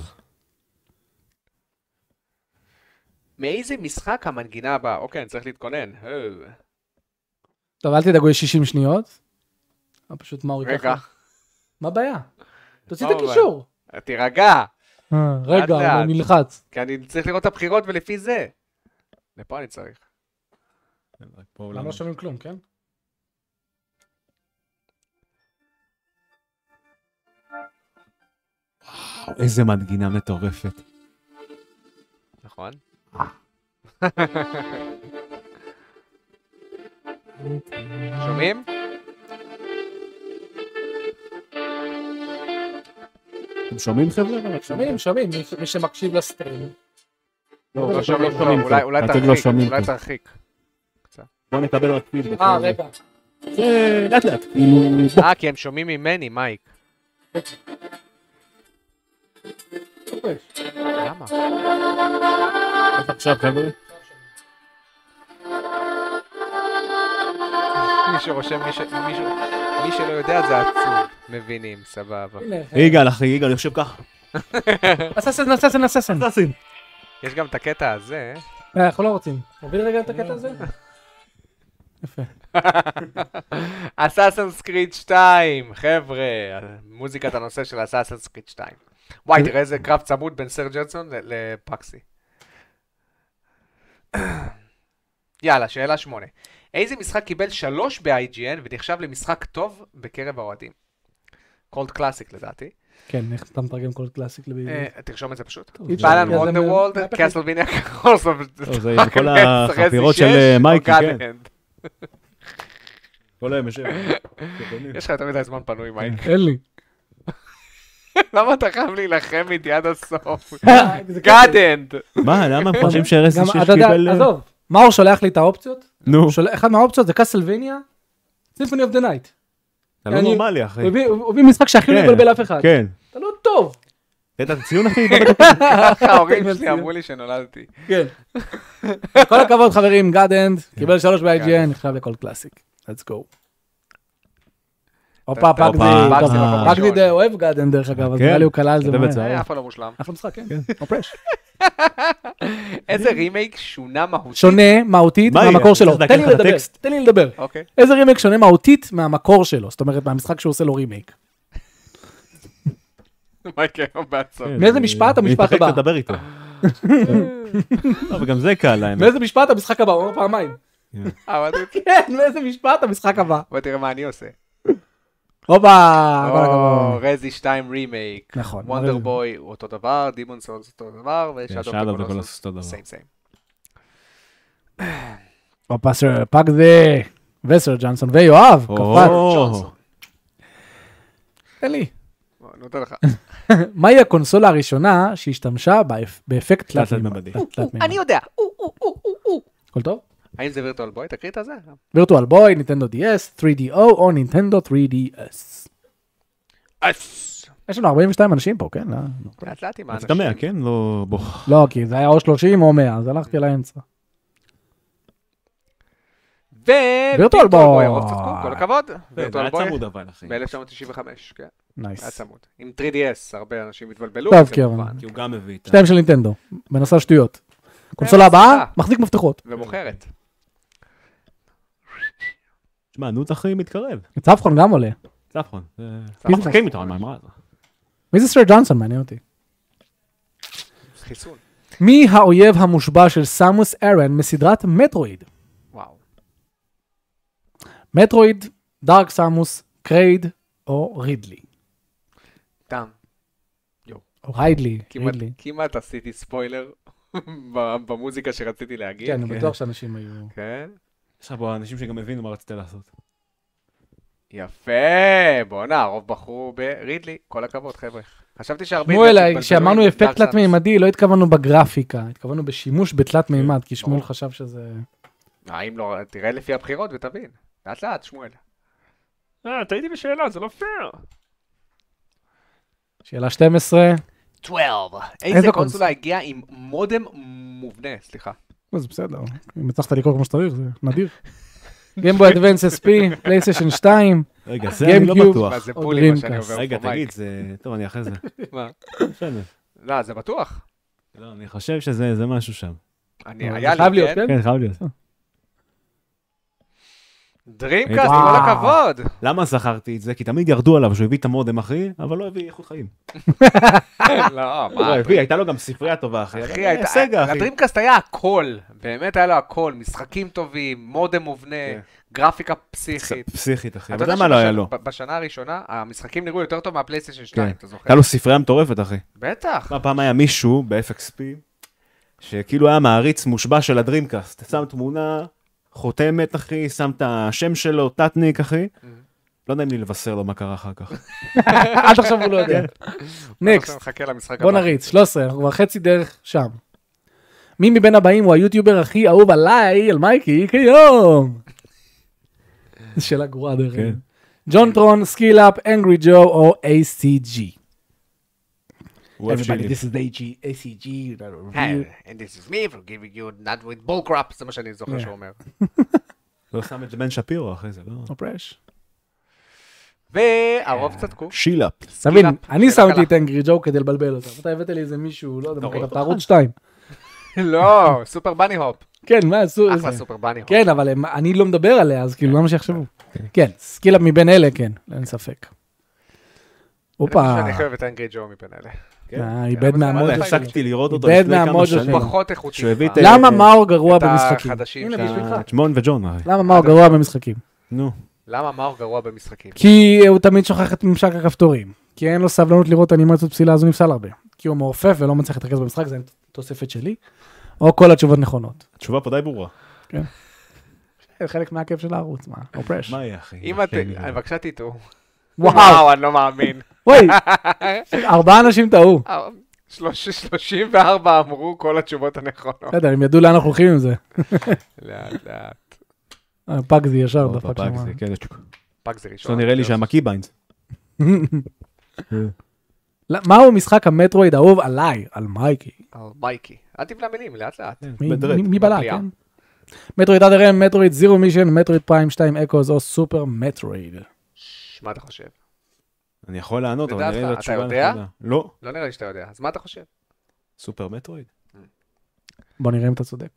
S2: מאיזה משחק המנגינה הבאה? אוקיי, אני צריך להתכונן.
S1: טוב, אל תדאגו, יש שישים שניות. פשוט מה הוא ייקח?
S2: רגע.
S1: מה הבעיה? תוציא את הקישור.
S2: תירגע.
S1: רגע, הוא נלחץ.
S2: כי אני צריך לראות את הבחירות ולפי זה. לפה אני צריך.
S1: למה לא שומעים כלום, כן?
S3: איזה מנגינה מטורפת.
S2: נכון. שומעים?
S3: אתם שומעים חבר'ה?
S1: שומעים, שומעים, מי שמקשיב לסטרים.
S2: לא שומעים, אולי תרחיק, אולי תרחיק.
S3: בוא נקבל רק פידבק.
S1: אה, רגע.
S3: זה לאט לאט.
S2: אה, כי הם שומעים ממני, מייק. למה?
S3: עכשיו חבר'ה.
S2: מי שרושם, מי שלא יודע זה עצוב. מבינים, סבבה.
S3: יגאל אחי, יגאל יושב ככה.
S1: אססן, אססן, אססן.
S3: אססן.
S2: יש גם את הקטע הזה.
S1: אנחנו לא רוצים. תביא רגע את הקטע הזה. יפה.
S2: אסאסינס קריד שתיים, חבר'ה. מוזיקת הנושא של אסאסינס קריד שתיים. וואי, תראה איזה קרב צמוד בין סיר ג'ונסון לפאקסי. יאללה, שאלה שמונה. איזה משחק קיבל שלוש ב-איי ג'י אן ונחשב למשחק טוב בקרב האוהדים? קולד קלאסיק לדעתי.
S1: כן, איך אתה מתרגם קולד קלאסיק לבעברית?
S2: תרשום את זה פשוט. בלן וונדרוולד, קסלוויניה קרוס אוף...
S3: זה כל החפירות של מייקי, כן. כל היום יושב.
S2: יש לך יותר מדי זמן פנוי, מייק.
S1: אין לי.
S2: למה אתה חייב להילחם איתי עד הסוף? גאדנד!
S3: מה, למה הם חושבים שהרסי שש קיבל...
S1: עזוב, מאור שולח לי את האופציות.
S3: נו.
S1: אחד מהאופציות זה קסלוויניה, סימפוני אוף דה נייט.
S3: אתה לא נורמלי, אחי.
S1: הוא הביא משחק שהכי לא יבלבל אף אחד.
S3: כן.
S1: אתה לא טוב.
S3: תדע את הציון, אחי?
S2: ההורים שלי אמרו לי שנולדתי.
S1: כן. כל הכבוד, חברים, גאדנד, קיבל שלוש ב-איי ג'י אן, נחשב לקולד קלאסיק. Let's go. הופה, פאגדי אוהב גאדן דרך אגב, אז נראה לי הוא קלה על זה מהר.
S2: אף לא מושלם.
S1: אחלה משחק, כן. אופרש.
S2: איזה רימייק שונה מהותית?
S1: שונה מהותית מהמקור שלו. תן לי לדבר, תן לי לדבר. איזה רימייק שונה מהותית מהמקור שלו, זאת אומרת מהמשחק שהוא עושה לו רימייק.
S2: מה יקרה בעצם?
S1: מאיזה משפט המשפט הבא?
S3: אני מתחלק לדבר איתו. וגם זה קל להם.
S1: מאיזה משפט המשחק הבא? הוא אומר פעמיים. כן, מאיזה משפט המשחק הבא?
S2: בוא תראה מה אני עושה.
S1: הופה!
S2: רזי שתיים רימייק.
S1: נכון.
S2: וונדר בוי הוא אותו דבר, דימון סולס אותו דבר, ושאדו
S3: אוף קולוסוס אותו דבר.
S2: סיים סיים.
S1: הופה, סר פאגדי, וסר ג'אנסון ויואב, קפץ. תן לי.
S2: נותן לך.
S1: מהי הקונסולה הראשונה שהשתמשה באפקט תלת-ממדי?
S2: אני יודע.
S1: הכל טוב?
S2: האם זה וירטואל בוי? תקריא את זה.
S1: וירטואל בוי, ניטנדו די אס, תרי די או או ניטנדו תרי די אס.
S2: אס.
S1: יש לנו ארבעים ושתיים אנשים פה, כן?
S2: לאט לאט עם האנשים.
S3: אתה מאה, כן? לא בוא.
S1: לא, כי זה היה או שלושים או מאה, אז הלכתי לאמצע.
S2: ווירטואל בוי, הרוב צדקו, כל הכבוד.
S3: וירטואל בוי
S2: ב-אלף תשע מאות תשעים וחמש, כן.
S1: נייס.
S2: היה צמוד. עם תרי די אס, הרבה אנשים התבלבלו.
S1: טוב, קרן.
S3: כי הוא גם מביא את...
S1: שתיים של נינטנדו, מנסה שטויות. קונסולה הבאה, מחזיק מפתחות.
S2: ומוכרת.
S3: שמע, נוץ אחי מתקרב.
S1: צפחון גם עולה.
S3: צפחון. אנחנו מחכים איתו על מה אמרה.
S1: מי זה סר ג'אנסון? מעניין אותי.
S2: חיסון.
S1: מי האויב המושבע של סמוס ארן מסדרת מטרואיד?
S2: וואו.
S1: מטרואיד, דארק סמוס, קרייד או רידלי?
S2: תם.
S1: או היידלי. רידלי.
S2: כמעט עשיתי ספוילר במוזיקה שרציתי להגיד.
S1: כן, אני בטוח שאנשים היו...
S2: כן.
S3: יש לך פה אנשים שגם הבינו מה רצית לעשות.
S2: יפה, בוא נע, הרוב בחרו ברידלי, כל הכבוד חבר'ה. חשבתי שהרבה...
S1: שמואל, כשאמרנו אפקט תלת מימדי, לא התכוונו בגרפיקה, התכוונו בשימוש בתלת מימד, כי שמואל חשב שזה...
S2: האם לא, תראה לפי הבחירות ותבין. לאט לאט, שמואל. אה, תהייתי בשאלה, זה לא פייר.
S1: שאלה שתים עשרה.
S2: שתים עשרה. איזה קונסולה הגיעה עם מודם מובנה, סליחה.
S1: זה בסדר, אם הצלחת לקרוא כמו שצריך, זה נדיר. גיימבוי אדוונס אס פי, פלייסטיישן שתיים,
S3: רגע, זה אני לא בטוח.
S2: מה זה פולי מה שאני עובר פה,
S3: רגע, תגיד, זה... טוב, אני אחרי זה.
S2: מה? לא, זה בטוח.
S3: לא, אני חושב שזה משהו שם.
S2: אני, היה לי, כן?
S3: כן, חייב להיות.
S2: דרימקאסט, כל הכבוד.
S3: למה זכרתי את זה? כי תמיד ירדו עליו שהוא הביא את המודם, אחי, אבל לא הביא איכות חיים.
S2: לא, מה?
S3: הייתה לו גם ספרייה טובה, אחי.
S2: אחי, לדרימקאסט היה הכל. באמת היה לו הכל. משחקים טובים, מודם מובנה, גרפיקה פסיכית.
S3: פסיכית, אחי. אבל למה לא היה לו?
S2: בשנה הראשונה, המשחקים נראו יותר טוב מהפלייסטיישן שתיים, אתה זוכר?
S3: הייתה לו ספרייה מטורפת, אחי.
S2: בטח.
S3: פעם היה מישהו ב-אף אקס פי, שכאילו היה מעריץ מושבע של הדרימקאסט. שם תמונה, חותמת, אחי, שם את השם שלו, טטניק, אחי. לא יודע אם לי לבשר לו מה קרה אחר כך.
S1: עד עכשיו הוא לא יודע. נקסט. בוא נריץ, שלוש עשרה, אנחנו כבר חצי דרך שם. מי מבין הבאים הוא היוטיובר הכי אהוב עליי, על מייקי, כיום? זו שאלה גרועה דרך. ג'ון טרון, סקיל-אפ, אנגרי ג'ו או איי סי ג'י. Everybody, this is A C G.
S2: And this is me for giving you not with bullcrap. זה מה שאני זוכר שהוא אומר.
S3: לא שם את זה בן שפירו אחרי זה, לא?
S1: אופרש.
S2: והרוב צדקו.
S3: שילאפ.
S1: תבין, אני שמתי את אנגרי ג'ו כדי לבלבל אותה. אתה הבאת לי איזה מישהו, לא יודע, אתה ערוץ שתיים.
S2: לא, סופר בני הופ.
S1: כן, מה עשו?
S2: אחלה סופר בני הופ.
S1: כן, אבל אני לא מדבר עליה, אז כאילו, למה שיחשבו? כן, סקילאפ מבין אלה, כן, אין ספק.
S2: אני חושב שאני חייב את אנגרי ג'ו מבין אלה.
S1: איבד מהמוג'ו שלו.
S3: הפסקתי לראות אותו
S1: לפני כמה שנים.
S2: פחות איכותי.
S1: למה מאור גרוע במשחקים? הנה בשבילך.
S3: שמון וג'ון.
S1: למה מאור גרוע במשחקים?
S3: נו.
S2: למה מאור גרוע במשחקים?
S1: כי הוא תמיד שוכח את ממשק הכפתורים. כי אין לו סבלנות לראות אנימציות פסילה, אז הוא נפסל הרבה. כי הוא מעופף ולא מצליח להתרכז במשחק, זה תוספת שלי. או כל התשובות נכונות.
S3: התשובה פה די ברורה.
S1: כן. חלק מהכיף של הערוץ, מה? או פרש.
S3: מה יהיה, אחי?
S2: אם אתם, בבקשה תטעו.
S1: וואו.
S2: וואו, אני לא מאמין.
S1: וואי, ארבעה אנשים טעו.
S2: שלושים וארבע אמרו כל התשובות הנכונות.
S1: בסדר, הם ידעו לאן אנחנו הולכים עם זה.
S2: לאט, לאט.
S1: פאגזי ישר דפק שם.
S3: פאגזי, כן.
S2: פאגזי ראשון.
S3: זה נראה לי שהמקי ביינד.
S1: מהו משחק המטרואיד האהוב עליי? על מייקי.
S2: על מייקי. אל תבנה מילים, לאט לאט.
S1: מי בלע, כן? מטרואיד אדר-אם, מטרואיד זירו מישן, מטרואיד פריים שתיים אקוז או סופר מטרואיד.
S2: מה אתה חושב?
S3: אני יכול לענות, אבל נראה לי התשובה
S2: אתה יודע?
S3: לא.
S2: לא נראה לי שאתה יודע. אז מה אתה חושב?
S3: סופר מטרואיד?
S1: בוא נראה אם אתה צודק.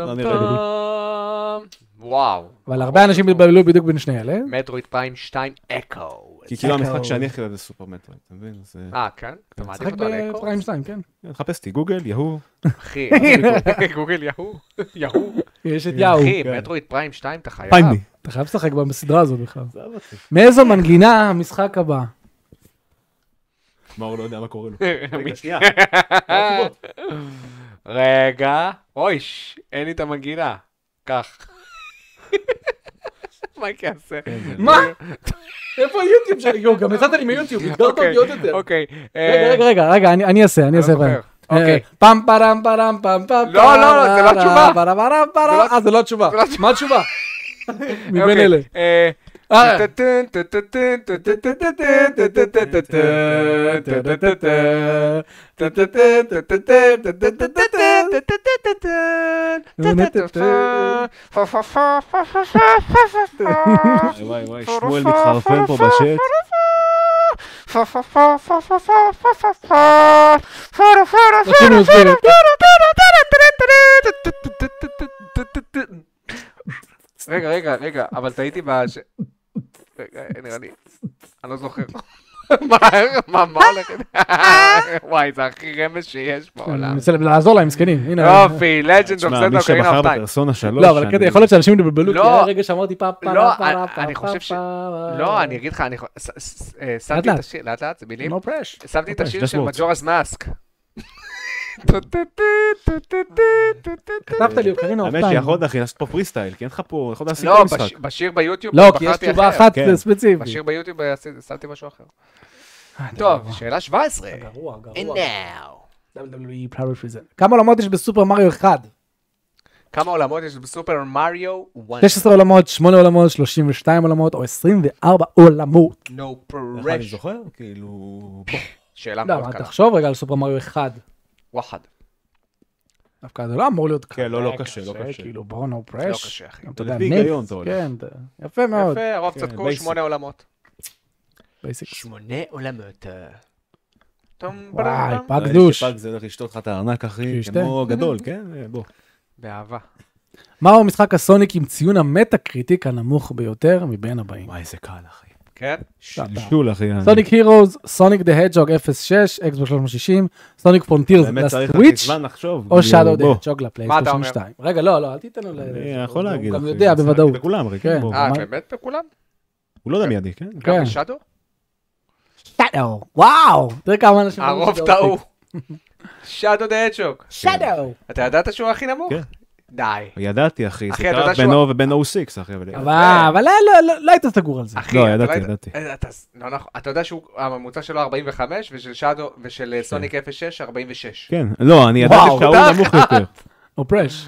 S2: וואו.
S1: אבל הרבה אנשים התבלבלו בדיוק בין שני אלה.
S2: מטרואיד פריים שתיים אקו.
S3: כי כאילו המשחק שאני הכי אוהב זה סופר מטרואיד, אתה מבין?
S2: אה, כן? אתה מעדיף
S1: משחק
S2: אותו על אקו?
S1: בפריים שתיים, כן.
S3: חפש אותי, גוגל, יהו.
S2: אחי, גוגל יהו. יהו.
S1: יש את יאו.
S2: אחי, מטרואיד פריים שתיים אתה חייב.
S3: פיינד מי.
S1: אתה חייב לשחק בסדרה הזאת בכלל. מאיזו מנגינה המשחק הבא?
S3: מה הוא לא יודע מה קורה לו. רגע, שנייה.
S2: רגע. אויש, אין לי את המנגינה. כך. מה יעשה?
S1: מה? איפה היוטיוב שלי? יו, גם יצאת לי מיוטיוב, נתגרת אותי עוד יותר.
S2: אוקיי.
S1: רגע, רגע, רגע, אני אעשה, אני אעשה.
S2: אוקיי.
S1: פם פרם פרם פם פם.
S2: לא, לא, לא, זה לא תשובה.
S1: אה, זה לא תשובה. מה התשובה? מבין אלה.
S3: וואי וואי, שמואל מתחרפן פה בשט.
S2: רגע, רגע, רגע, אבל טעיתי בש... רגע, נראה לי, אני לא זוכר. מה, מה הולכת? וואי, זה הכי רמז שיש בעולם.
S1: אני רוצה לעזור להם, סקנים.
S2: יופי, לג'נד אוף זלדה,
S3: מי שבחר בפרסונה שלוש.
S1: לא, אבל הקטע, יכול להיות שאנשים התבלבלו, כי
S2: לא.
S1: הרגע שאמרתי פעם, פעם,
S2: לא,
S1: פעם,
S2: אני חושב ש... לא, אני אגיד לך, אני חושב... שמתי את השיר, לאט לאט, זה מילים?
S1: No pressure.
S2: שמתי את השיר של
S3: dashboard.
S2: מג'ורס מאסק.
S1: כתבת לי, קרינה אוף
S3: האמת
S1: טיים.
S3: שיכול אחי לעשות פה פרי סטייל, כי אין לך פה, יכול להשיג
S2: לא,
S3: כל משחק.
S2: בשיר ביוטיוב
S1: לא, כי יש
S2: בחרתי
S1: תשובה
S2: אחר.
S1: אחת
S3: כן.
S1: ספציפית.
S2: בשיר ביוטיוב שמתי משהו אחר. טוב, שאלה שבע עשרה.
S1: גרוע,
S2: And
S1: גרוע.
S2: now.
S1: דאבליו דאבליו אי Power Present. כמה עולמות יש בסופר מריו אחד?
S2: כמה עולמות יש בסופר מריו?
S1: שש עשרה עולמות, שמונה עולמות, שלושים ושתיים עולמות, או עשרים וארבע עולמות.
S2: No
S3: איך אני
S2: pressure.
S3: זוכר? כאילו...
S2: שאלה
S1: לא,
S2: מאוד
S1: אבל
S2: קלה.
S1: תחשוב רגע על סופר מריו אחד.
S2: וואחד.
S1: דווקא זה לא אמור להיות קשה.
S3: כן, לא, לא קשה, לא קשה.
S1: כאילו, בואו נו
S2: לא
S1: פרש.
S2: קשה, אחי.
S1: אתה יודע,
S3: לפי
S1: נפט,
S3: היגיון זה הולך.
S1: כן, אתה- יפה מאוד.
S2: יפה, הרוב
S3: כן,
S2: צדקו,
S3: basic.
S2: שמונה עולמות.
S1: בייסיקס.
S2: שמונה עולמות. טום
S1: וואי,
S2: בלם.
S1: פאק דוש.
S3: פאק זה הולך לשתות לך את הארנק, אחי,
S1: שישתה.
S3: כמו גדול, כן? בוא.
S2: באהבה.
S1: מהו משחק הסוניק עם ציון המטה קריטיק הנמוך ביותר מבין הבאים?
S3: וואי, זה קל, אחי.
S2: כן?
S3: שלשול, אחי.
S1: סוניק הירוז, סוניק דה הדג'וג אפס שש, אקסבוקס שלוש מאות שישים, סוניק פרונטירס
S3: באמת צריך לך
S1: לסוויץ',
S3: זמן לחשוב.
S1: או
S3: כאילו,
S1: שאדו דה
S3: בוא.
S1: הדג'וג
S2: מה אתה
S1: לפלייסטיישן
S2: אומר?
S1: שתיים. רגע, לא, לא, אל תיתן לו ל...
S3: אני יכול להגיד.
S1: הוא גם
S3: אחי,
S1: יודע
S3: זה
S1: בוודאות.
S3: בכולם, אחי,
S1: כן.
S3: בוא.
S2: אה,
S1: מה-
S2: באמת בכולם?
S3: הוא לא יודע מיידי, כן?
S2: גם
S1: כן.
S2: בשאדו?
S1: שאדו, וואו! תראה כמה אנשים...
S2: הרוב טעו. שאדו דה הדג'וג.
S1: שאדו!
S2: אתה ידעת שהוא הכי נמוך?
S3: כן.
S2: די.
S3: ידעתי, אחי.
S2: אחי,
S3: זה
S2: אתה יודע
S3: קרה
S2: שהוא-
S3: בינו ובין או שש, אחי. אבל-
S1: אבל אבל לא- לא- לא- לא היית סגור על זה.
S2: אחי,
S3: לא,
S2: אתה
S3: ידעתי,
S2: היית-
S3: ידעתי.
S2: אה, אתה- לא נכון. אתה יודע שהממוצע שלו ארבעים וחמש ושל שאדו ושל אה, סוניק אפס שש ארבעים ושש.
S3: כן, לא, אני ידעתי
S1: וואו,
S3: שההוא
S2: תודה.
S3: נמוך יותר.
S1: או פרש.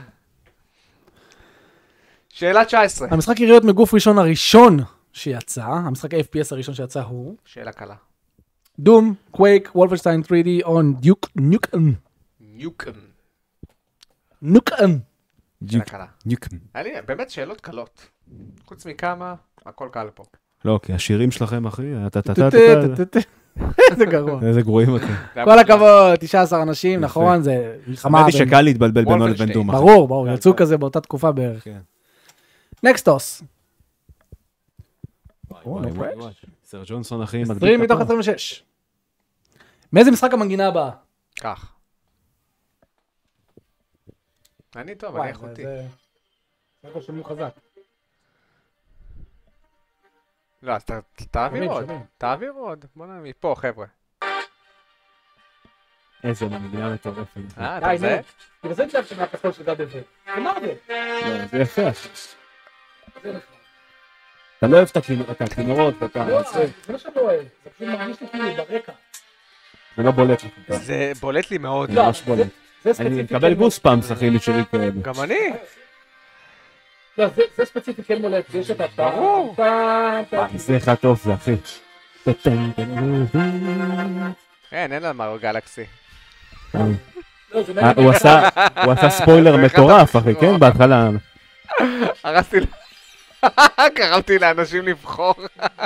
S2: שאלה תשע עשרה.
S1: המשחק יריות מגוף ראשון הראשון שיצא, המשחק ה-אף פי אס הראשון שיצא הוא
S2: שאלה קלה.
S1: דום, קווייק, וולפנשטיין שלוש די או דיוק נוקם.
S2: ניוקם.
S1: נוקם.
S2: שאלה קלה.
S3: ניוקם.
S2: היה לי באמת שאלות קלות. חוץ מכמה, הכל קל פה.
S3: לא, כי השירים שלכם, אחי, טה-טה-טה-טה.
S1: איזה גרוע.
S3: איזה גרועים אתם.
S1: כל הכבוד, תשעה עשר אנשים, נכון, זה מלחמה.
S3: אמרתי
S1: בין-
S3: שקל להתבלבל בינו
S2: וולפנשטיין.
S3: לבין דום, אחי.
S1: ברור, ברור, יצאו כזה באותה תקופה בערך.
S3: כן.
S1: נקסטוס.
S3: וואי, וואי, וואי. סר ג'ונסון, אחי,
S1: עשרים מתוך עשרים ושש. מאיזה משחק המנגינה הבאה?
S2: כך. אני טוב, אני איכותי.
S1: זה הכל שומעים חזק.
S2: לא, אז תעביר עוד, תעביר עוד. בוא נראה מפה, חבר'ה.
S3: איזה מנגינה מטורפת.
S2: אה, אתה מזהה?
S1: כי בזה נשאר שמהפסול של גד זה. זה מה זה?
S3: לא, זה יפה. אתה לא אוהב את הכינורות, אתה...
S1: לא, זה לא שאני לא אוהב. זה פשוט מרגיש לי כאילו ברקע.
S3: זה לא בולט לך.
S2: זה בולט לי מאוד.
S3: זה ממש בולט. אני מקבל גוספאמפס אחי משלי כאלה.
S2: גם אני.
S1: לא, זה ספציפי כן מולט, יש את הפעם.
S2: ברור.
S3: זה אחד טוב זה אחי.
S2: אין, אין על מריו גלקסי.
S3: הוא עשה ספוילר מטורף אחי, כן? בהתחלה.
S2: הרסתי לה. קרבתי לאנשים לבחור.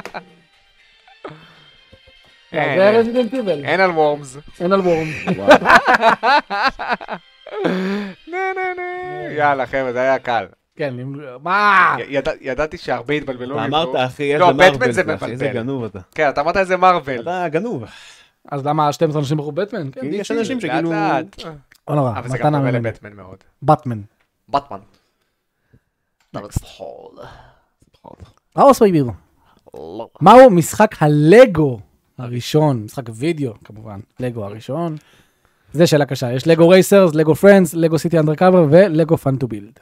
S1: זה רזידנט איבל.
S2: אין על וורמס.
S1: אין על וורמס.
S2: נה נה נה. יאללה חבר'ה, זה היה קל.
S1: כן, מה?
S2: ידעתי שהרבה התבלבלו.
S3: אמרת אחי, איזה
S2: לא,
S3: מרוויל
S2: בטמן זה
S3: זה אחי, איזה
S2: מבלבל.
S3: גנוב אתה.
S2: כן, אתה אמרת איזה מרוויל.
S3: אתה גנוב.
S1: אז למה שתים עשרה אנשים בחרו בטמן?
S3: כי יש אנשים שכאילו...
S2: לאט לאט.
S1: לא נורא,
S2: אבל זה גם דומה לבטמן מאוד.
S1: בטמן.
S2: בטמן.
S1: ראוס וייביר. מהו משחק הלגו הראשון, משחק וידאו כמובן, לגו הראשון. זה שאלה קשה, יש לגו רייסרס, לגו פרנדס, לגו סיטי אנדרקאבר ולגו פאן טו בילד.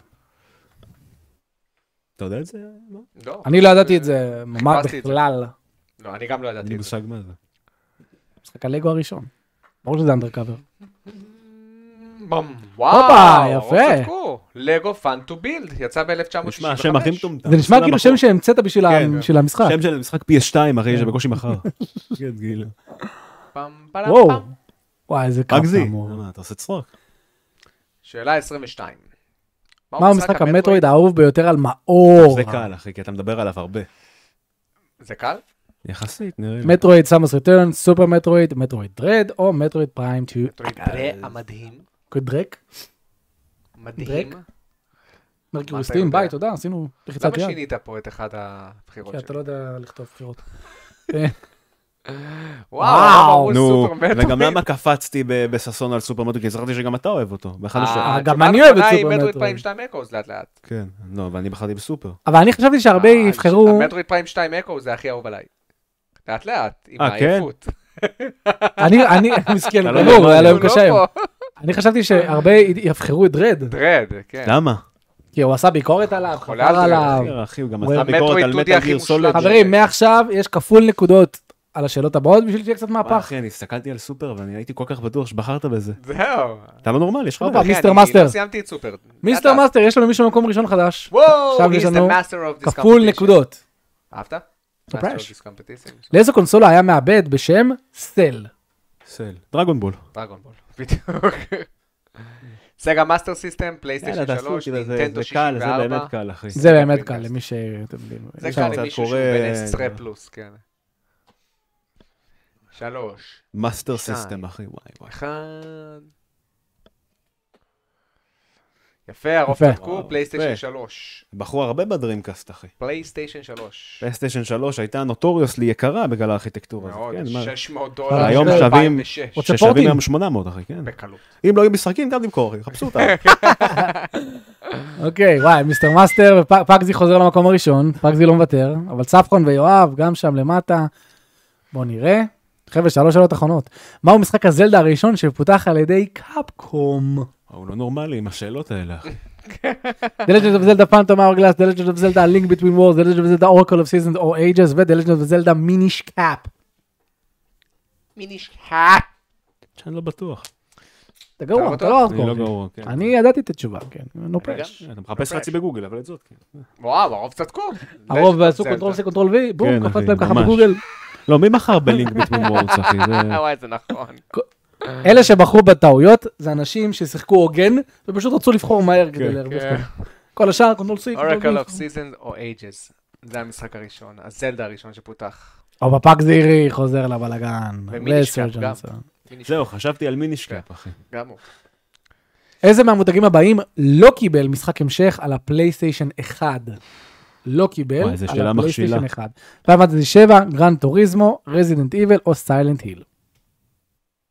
S3: אתה יודע את זה?
S1: אני לא ידעתי את זה ממש בכלל.
S2: לא, אני גם לא ידעתי
S3: אני
S2: את זה.
S3: מושג מה זה.
S1: משחק הלגו הראשון. ברור שזה אנדרקאבר.
S2: וואו,
S1: יפה.
S2: לגו פאן טו בילד, יצא ב-אלף תשע מאות שישים וחמש.
S3: נשמע השם הכי מטומטם.
S1: זה נשמע כאילו שם שהמצאת בשביל המשחק.
S3: שם של משחק פי אס שתיים אחי שבקושי מחר. כן, גילה.
S1: וואו. וואי, איזה קאפ
S3: אגזי.
S1: אמור.
S3: אתה עושה צחוק.
S2: שאלה עשרים ושתיים.
S1: מהו משחק המטרואיד האהוב ביותר על מאור?
S3: זה קל אחי, כי אתה מדבר עליו הרבה.
S2: זה קל?
S3: יחסית, נראה לי.
S1: מטרואיד סאמוס ריטרן, סופר מטרואיד, מטרואיד דרד, או מטרואיד פריים טו.
S2: מטרואיד דרד המדהים.
S1: דרק?
S2: מדהים.
S1: מרקיורי סטים, ביי, תודה, עשינו לחיצת יד.
S2: למה שינית פה את אחד הבחירות
S1: כי
S2: שלי?
S1: אתה לא יודע לכתוב בחירות.
S2: וואו,
S3: נו,
S2: סופר מטרואיד.
S3: וגם למה קפצתי בששון על סופר מטרואיד, כי זכרתי שגם אתה אוהב אותו.
S1: גם אני אוהב את סופר
S2: מטרואיד
S1: מטרואיד.
S2: פריים שתיים אקו, זה לאט לאט.
S3: כן, לא, ואני בחרתי בסופר.
S1: אבל אני חשבתי שהרבה יבחרו...
S2: המטרואיד פריים שתיים אקו זה הכי אהוב עליי. לאט לאט, עם העייפות.
S1: אני, אני, מסכן, גמור, היה להם קשה היום. אני חשבתי שהרבה יבחרו את דרד.
S2: דרד, כן.
S3: למה?
S1: כי הוא עשה ביקורת עליו, חפר עליו.
S3: אחי, הוא גם עשה ביקורת על מטל גיר סולד.
S1: חברים, מעכשיו יש כפול נקודות על השאלות הבאות בשביל שיהיה קצת מהפך.
S3: אחי, אני הסתכלתי על סופר ואני הייתי כל כך בטוח שבחרת בזה.
S2: זהו.
S3: אתה לא נורמלי, יש לך
S1: הופה,
S3: בזה.
S1: מיסטר
S2: אני
S1: מאסטר.
S2: לא סיימתי את סופר.
S1: מיסטר מאסטר, יש לנו מישהו במקום ראשון חדש.
S2: וואו,
S1: עכשיו יש
S2: he's the
S1: לנו
S2: master of this
S1: כפול
S2: competition.
S1: נקודות.
S2: אהבת?
S1: Surprise.
S2: Master of this competition.
S1: לאיזו קונסולה היה מעבד בשם סל?
S3: סל. דרגון בול.
S2: דרגון בול. בדיוק. סגה מאסטר סיסטם, פלייסטיישן
S3: יאללה, תעשו,
S2: שלוש,
S3: כאילו, זה
S2: נינטנדו
S3: זה קל,
S2: שישים
S3: זה
S2: וארבע.
S3: באמת קל, אחי.
S1: זה באמת קל למי שאתם יודעים.
S2: זה
S3: יש
S2: קל
S3: קצת
S2: למישהו שהוא
S3: קורא-
S2: בן עשרה פלוס, כן. שלוש.
S3: מאסטר
S2: שתיים.
S3: סיסטם, אחי, וואי וואי.
S2: אחד. יפה, הרוב
S1: יפה.
S2: צדקו,
S3: וואו,
S2: פלייסטיישן
S3: יפה.
S2: שלוש.
S3: בחרו הרבה בדרימקאסט, אחי.
S2: פלייסטיישן שלוש.
S3: פלייסטיישן שלוש הייתה נוטוריוסלי יקרה בגלל הארכיטקטורה הזאת,
S2: מאוד,
S3: כן, מה?
S2: שש מאות
S1: אה,
S2: דולר.
S3: היום
S1: זה-
S3: שווים,
S2: אלפיים ושש.
S1: רוצה
S3: ששווים
S1: פורטים?
S3: היום שמונה מאות, אחי, כן.
S2: בקלות.
S3: אם לא יהיו משחקים, גם למכור, אחי, חפשו אותם.
S1: אוקיי, וואי, מיסטר מאסטר ופאקזי חוזר למקום הראשון, פאקזי לא מוותר, אבל צפחון ויואב גם שם למטה. בואו נראה. חבר'ה, שלוש שאלות אחרונות. מהו משחק הזלדה הראשון שפותח על ידי קאפקום?
S3: הוא לא נורמלי עם השאלות האלה, אחי.
S1: The Legend of Zelda Phantom Hourglass, The Legend of Zelda A Link Between Worlds, The Legend of Zelda Oracle of Seasons or Ages, ו-The Legend of Zelda Minish Cap.
S2: מיניש האט.
S3: שאני לא בטוח.
S1: אתה גרוע,
S2: אתה
S1: אתה לא
S3: אני לא
S1: ארדקור.
S3: גרוע, כן.
S1: אני ידעתי את התשובה, כן. נו
S2: אני
S1: פרש.
S3: אתה מחפש חצי בגוגל, אבל את זאת, כן.
S2: וואו, הרוב צדקו.
S1: הרוב
S2: Legend of
S1: עשו
S2: Zelda.
S1: קונטרול סי קונטרול וי, בום,
S3: כן,
S1: קפץ
S3: אחי,
S1: להם ככה
S3: ממש.
S1: בגוגל.
S3: לא, מי מכר בלינק ביטווין וורדס, אחי? זה-
S2: וואי, זה נכון.
S1: אלה שבחרו בטעויות, זה אנשים ששיחקו הוגן, ופשוט רצו לבחור מהר כדי
S3: כן.
S1: להרוויח
S2: כן.
S1: ככה. כל השאר, קונטרול סי, קונטרול
S2: Oracle
S1: וי.
S2: of Seasons או Ages. זה המשחק הראשון, הזלדה הראשון שפותח.
S1: או בפאק זירי חוזר לבלגן.
S2: ומיניש קאפ גם. מיניש
S3: זהו, חשבתי על מינישקאפ, אחי.
S2: גם הוא.
S1: איזה מהמותגים הבאים לא קיבל משחק המשך על הפלייסטיישן אחד? לא קיבל
S3: וואי, זו
S1: על
S3: שאלה
S1: הפלייסטיישן
S3: מכשילה.
S1: אחד. פיינל פנטזי שבע, גרנד טוריזמו, רזידנט איבל או סיילנט היל.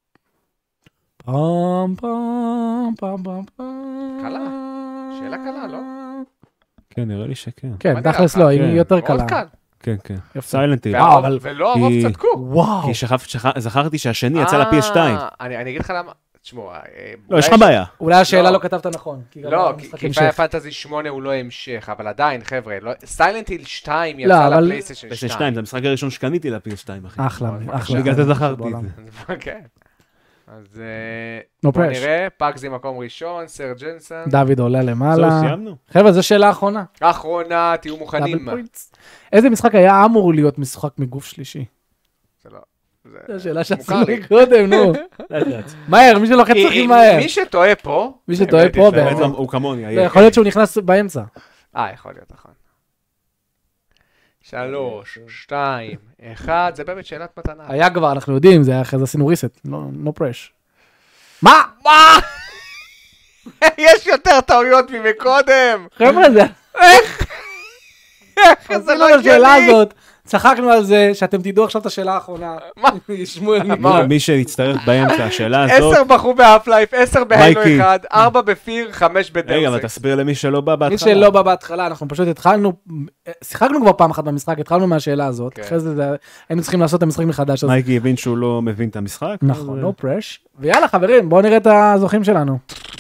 S1: פם פם פם פם פם.
S2: קלה. שאלה קלה, לא?
S3: כן, נראה לי שכן.
S1: כן, תכלס לא, היא יותר קלה.
S2: מאוד קל.
S3: כן, כן. סיילנט היל.
S2: ולא הרוב צדקו.
S1: וואו.
S3: כי זכרתי שהשני יצא ל-פי אס שתיים.
S2: אני אגיד לך למה, תשמעו,
S3: לא, יש לך בעיה.
S1: אולי השאלה לא כתבת נכון.
S2: לא, כי פייר פנטזי שמונה הוא לא המשך, אבל עדיין, חבר'ה, סיילנט היל שתיים יצא לפלייסטיישן שתיים.
S3: זה המשחק הראשון שקניתי ל-פי אס שתיים, אחי.
S1: אחלה, אחלה.
S3: בגלל זה זכרתי את זה.
S2: כן. אז בוא נראה, פאקזי מקום ראשון, סר ג'נסון.
S1: דוד עולה למעלה.
S3: זהו, סיימנו.
S1: חבר'ה, זו שאלה אחרונה.
S2: אחרונה, תהיו מוכנים.
S1: איזה משחק היה אמור להיות משחק מגוף שלישי?
S2: זה לא.
S1: זו שאלה שעשינו קודם, נו. מהר, מי שלוחץ צריכים מהר.
S2: מי שטועה פה.
S1: מי שטועה פה.
S3: הוא כמוני.
S1: יכול להיות שהוא נכנס באמצע.
S2: אה, יכול להיות, נכון. שלוש, שתיים, אחד, זה באמת שאלת מתנה.
S1: היה כבר, אנחנו יודעים, זה היה אחרי זה עשינו ריסט, no press. מה?
S2: מה? יש יותר טעויות ממקודם.
S1: חבר'ה, זה...
S2: איך? איך? זה לא הגיוני.
S1: צחקנו על זה, שאתם תדעו עכשיו את השאלה האחרונה.
S2: מה?
S3: מי שיצטרף באמצע, השאלה הזאת...
S2: עשר בחרו באף לייף, עשר בהיילו אחד, ארבע בפיר, חמש בדרסק.
S3: רגע, אבל תסביר למי שלא בא בהתחלה.
S1: מי שלא בא בהתחלה, אנחנו פשוט התחלנו, שיחקנו כבר פעם אחת במשחק, התחלנו מהשאלה הזאת, אחרי זה היינו צריכים לעשות את המשחק מחדש.
S3: מייקי הבין שהוא לא מבין את המשחק.
S1: נכון, no press. ויאללה חברים, בואו נראה את הזוכים שלנו.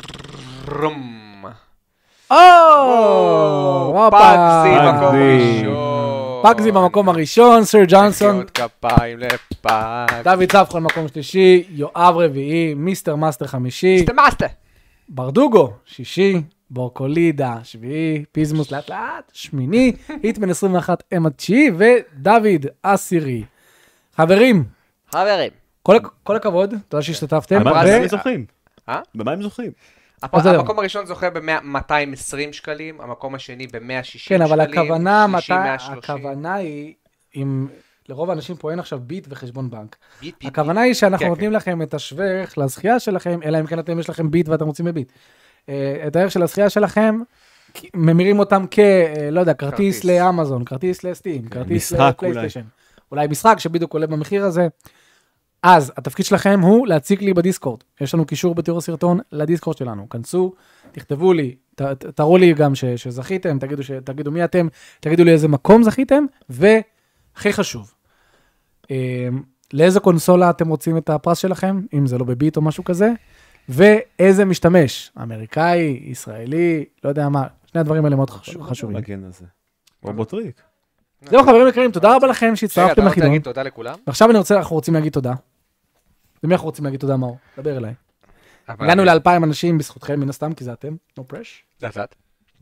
S1: או!
S2: פאקזי במקום ראשון.
S1: פאקזי במקום הראשון, סר ג'ונסון.
S2: עוד כפיים לפאק.
S1: דוד צפחון מקום שלישי, יואב רביעי, מיסטר מאסטר חמישי.
S2: מיסטר מאסטר.
S1: ברדוגו, שישי, בורקולידה, שביעי, פיזמוס לאט לאט, שמיני, היטמן עשרים ואחת, אמה תשיעי, ודוד עשירי. חברים.
S2: חברים.
S1: כל הכבוד, תודה שהשתתפתם.
S3: במה הם זוכים?
S2: אה?
S3: במה הם זוכים?
S2: המקום הראשון זוכה ב-מאתיים ועשרים שקלים, המקום השני ב-מאה ושישים שקלים.
S1: כן, אבל הכוונה, הכוונה היא, אם לרוב האנשים פה אין עכשיו ביט וחשבון בנק. הכוונה היא שאנחנו נותנים לכם את השוורך לזכייה שלכם, אלא אם כן אתם יש לכם ביט ואתם רוצים בביט. את הערך של הזכייה שלכם, ממירים אותם כ, לא יודע, כרטיס לאמזון, כרטיס לסטים, כרטיס לפלייסטיישן. אולי משחק שבדיוק עולה במחיר הזה. אז התפקיד שלכם הוא להציג לי בדיסקורד. יש לנו קישור בתיאור הסרטון לדיסקורד שלנו. כנסו, תכתבו לי, ת, תראו לי גם ש, שזכיתם, תגידו, ש, תגידו מי אתם, תגידו לי איזה מקום זכיתם, והכי חשוב, אה, לאיזה קונסולה אתם רוצים את הפרס שלכם, אם זה לא בביט או משהו כזה, ואיזה משתמש, אמריקאי, ישראלי, לא יודע מה, שני הדברים האלה מאוד חשובים.
S3: רובוטריק.
S1: זהו חברים יקרים, תודה רבה לכם שהצטרפתם לחידון.
S2: להגיד תודה לכולם.
S1: ועכשיו אני רוצה, אנחנו רוצים להגיד תודה. למי אנחנו רוצים להגיד תודה, מאור? דבר אליי. הגענו לאלפיים אנשים בזכותכם, מן הסתם, כי זה אתם, no press.
S2: זה את.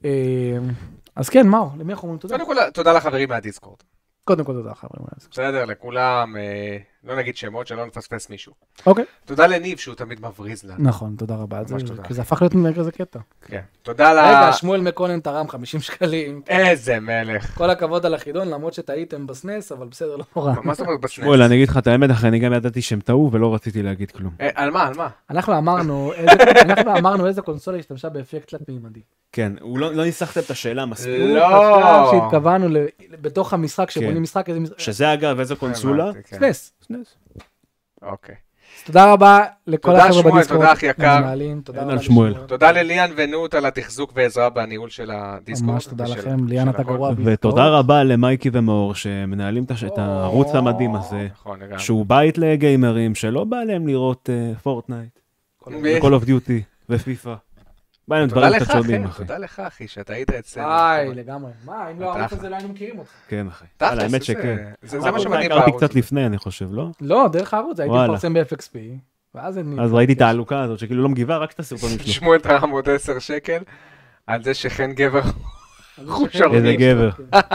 S1: אז כן, מאור, למי אנחנו אומרים תודה?
S2: קודם כל, תודה לחברים מהדיסקורד.
S1: קודם כל תודה לחברים מהדיסקורד.
S2: בסדר, לכולם, לא נגיד שמות, שלא נפספס מישהו.
S1: אוקיי.
S2: תודה לניב, שהוא תמיד מבריז לנו.
S1: נכון, תודה רבה. כי זה הפך להיות כזה קטע.
S2: כן. תודה ל...
S1: רגע, שמואל מקונן תרם חמישים שקלים.
S2: איזה מלך.
S1: כל הכבוד על החידון, למרות שטעיתם בסנס, אבל בסדר, לא נורא.
S2: מה זאת אומרת בסנס?
S3: שמואל, אני אגיד לך את האמת, אחרי אני גם ידעתי שהם טעו ולא רציתי להגיד כלום.
S2: על מה, על מה?
S1: אנחנו אמרנו, אנחנו אמרנו איזה קונסולה השתמשה באפקט תלת-מימדי.
S3: כן, לא ניסחתם את השאלה מספיק.
S2: לא.
S1: שהתכוונו בתוך המשחק, שבונים משחק,
S3: שזה אגב, איזה קונסולה?
S1: סנס.
S3: סנס.
S2: אוקיי.
S1: תודה רבה לכל החבר'ה בדיסקורד.
S2: תודה שמואל, תודה אחי יקר.
S3: תודה שמואל.
S2: תודה לליאן ונות על התחזוק ועזרה בניהול של הדיסקורד.
S1: ממש תודה לכם, ליאן אתה גרוע.
S3: ותודה רבה למייקי ומאור שמנהלים את הערוץ המדהים הזה, שהוא בית לגיימרים שלא בא להם לראות פורטנייט, וקול אוף דיוטי ופיפה. באנו דברים קצת שונים, אחי.
S2: תודה לך, אחי, שאתה היית אצלנו.
S1: איי, לגמרי. מה, אם לא הערוץ הזה לא היינו מכירים אותך.
S3: כן, אחי. האמת שכן.
S2: זה מה שמדהים
S3: בערוץ. הכרתי קצת לפני, אני חושב, לא?
S1: לא, דרך הערוץ, הייתי מפרסם ב-אף אקס פי, ואז אני...
S3: אז ראיתי את העלוקה הזאת, שכאילו לא מגיבה, רק את הסרטונים שלו.
S2: שמואל תרם עוד עשר שקל, על זה שכן גבר חושרני.
S3: איזה גבר.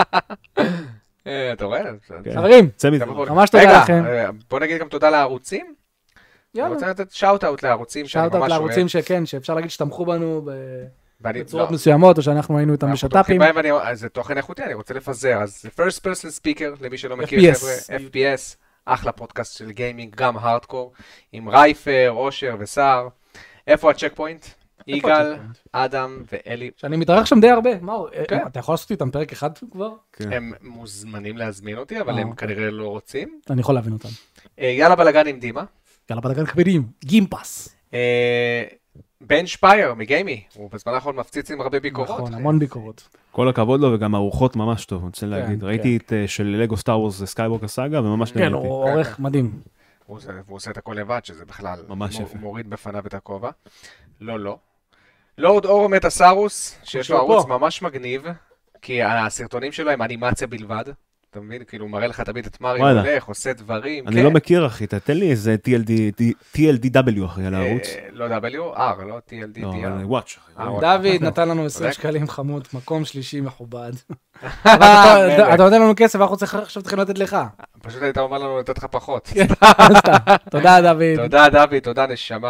S2: אתה רואה?
S1: חברים, ממש תודה לכם.
S2: בוא נגיד גם תודה לערוצים. אני רוצה לתת שאוט-אוט לערוצים.
S1: שאוט-אוט לערוצים שכן, שאפשר להגיד שתמכו בנו בצורות מסוימות, או שאנחנו היינו איתם בשטאפים.
S2: זה תוכן איכותי, אני רוצה לפזר. אז first person speaker, למי שלא מכיר חבר'ה, אף פי אס, אחלה פודקאסט של גיימינג, גם הארדקור, עם רייפר, אושר וסער. איפה הצ'ק פוינט? יגאל, אדם ואלי.
S1: שאני מתארח שם די הרבה. מאור, אתה יכול לעשות איתם פרק אחד כבר?
S2: הם מוזמנים להזמין אותי, אבל הם כנראה לא רוצים.
S1: אני יכול להבין אותם.
S2: יאללה בלגן עם דימה.
S1: יאללה בלגן כבדים, גימפס.
S2: בן שפייר מגיימי, הוא בזמן האחרון מפציץ עם הרבה ביקורות.
S1: נכון, המון ביקורות.
S3: כל הכבוד לו, וגם ארוחות ממש טוב, אני רוצה להגיד. ראיתי את של לגו סטאר וורס סקייווקר סאגה, וממש
S1: נהניתי. כן, הוא עורך מדהים.
S2: הוא עושה את הכל לבד, שזה בכלל מוריד בפניו את הכובע. לא, לא. לורד אור מטסרוס, שיש לו ערוץ ממש מגניב, כי הסרטונים שלו הם אנימציה בלבד. אתה מבין? כאילו הוא מראה לך תמיד את מריו הולך, עושה דברים.
S3: אני לא מכיר, אחי, תתן לי איזה טי אל די דאבליו, אחי, על הערוץ.
S2: לא דאבליו, R, לא טי אל די.
S3: לא, אבל וואץ', אחי.
S1: דוד נתן לנו עשרים שקלים חמוד, מקום שלישי מכובד. אתה נותן לנו כסף, אנחנו עכשיו צריכים לתת לך.
S2: פשוט היית אומר לנו לתת לך פחות.
S1: תודה, דוד.
S2: תודה, דוד, תודה, נשמה.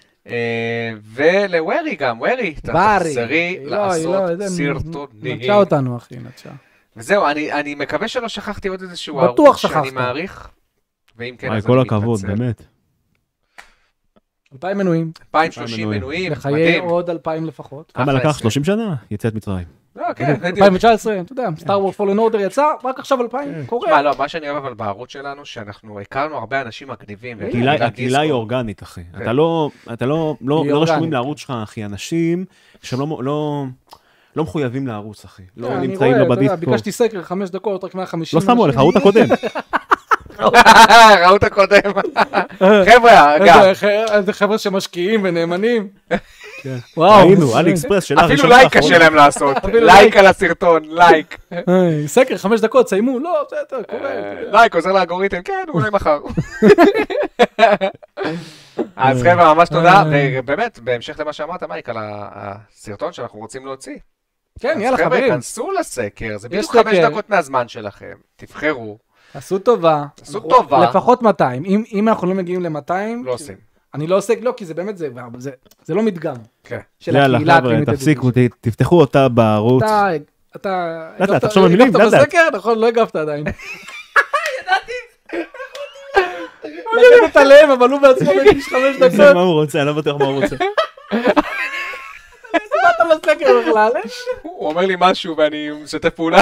S2: ולוורי גם, וורי, תחזרי לעשות סרטונים.
S1: נטשה אותנו, אחי, נטשה.
S2: וזהו, אני, אני מקווה שלא שכחתי עוד איזשהו ערוץ שאני מעריך, ואם כן, אז
S3: אני מתנצל. כל הכבוד, באמת.
S1: אלפיים מנויים.
S2: אלפיים ושלושים מנויים,
S1: לחיי עוד אלפיים לפחות.
S3: כמה לקח? שלושים שנה? יציאת מצרים.
S2: לא, כן.
S1: אלפיים ותשע עשרה, אתה יודע, סטאר וורס פולן אורדר יצא, רק עכשיו אלפיים, קורה.
S2: מה, לא, מה שאני אוהב אבל בערוץ שלנו, שאנחנו הכרנו הרבה אנשים מגניבים.
S3: הקהילה היא אורגנית, אחי. אתה לא, אתה לא, לא רשומים לערוץ שלך, אחי, אנשים שהם לא... לא מחויבים לערוץ, אחי. לא נמצאים לו בדיסקו.
S1: ביקשתי סקר, חמש דקות, רק מאה וחמישים.
S3: לא שמו עליך, ראו את הקודם.
S2: ראו את הקודם. חבר'ה, אגב.
S1: זה חבר'ה שמשקיעים ונאמנים.
S3: ראינו, אלי אקספרס של הראשון.
S2: אפילו לייק קשה להם לעשות. לייק על הסרטון, לייק.
S1: סקר, חמש דקות, סיימו. לא, זה יותר קורה.
S2: לייק עוזר לאלגוריתם, כן, אולי מחר. אז חבר'ה, ממש תודה. ובאמת, בהמשך למה שאמרת, מייק, על הסרטון שאנחנו רוצים להוציא.
S1: כן, יאללה חברים.
S2: חבר'ה, כנסו לסקר, זה בדיוק חמש דקות מהזמן שלכם, תבחרו.
S1: עשו טובה.
S2: עשו טובה.
S1: לפחות מאתיים. אם אנחנו לא מגיעים ל-מאתיים...
S2: לא עושים.
S1: אני לא עושה, לא, כי זה באמת זה, זה לא מדגם.
S2: כן.
S3: יאללה, חבר'ה, תפסיקו, תפתחו אותה בערוץ.
S1: אתה, אתה...
S3: לאט לאט, תחשוב במילים, לאט לאט.
S1: הגבת בסקר? נכון, לא הגבת עדיין.
S2: ידעתי.
S1: לקחת את הלב, אבל הוא בעצמו מגיש חמש דקות.
S3: זה מה הוא רוצה, אני לא בטוח מה הוא רוצה.
S1: סיבת בסקר בכלל.
S2: הוא אומר לי משהו ואני משתף פעולה.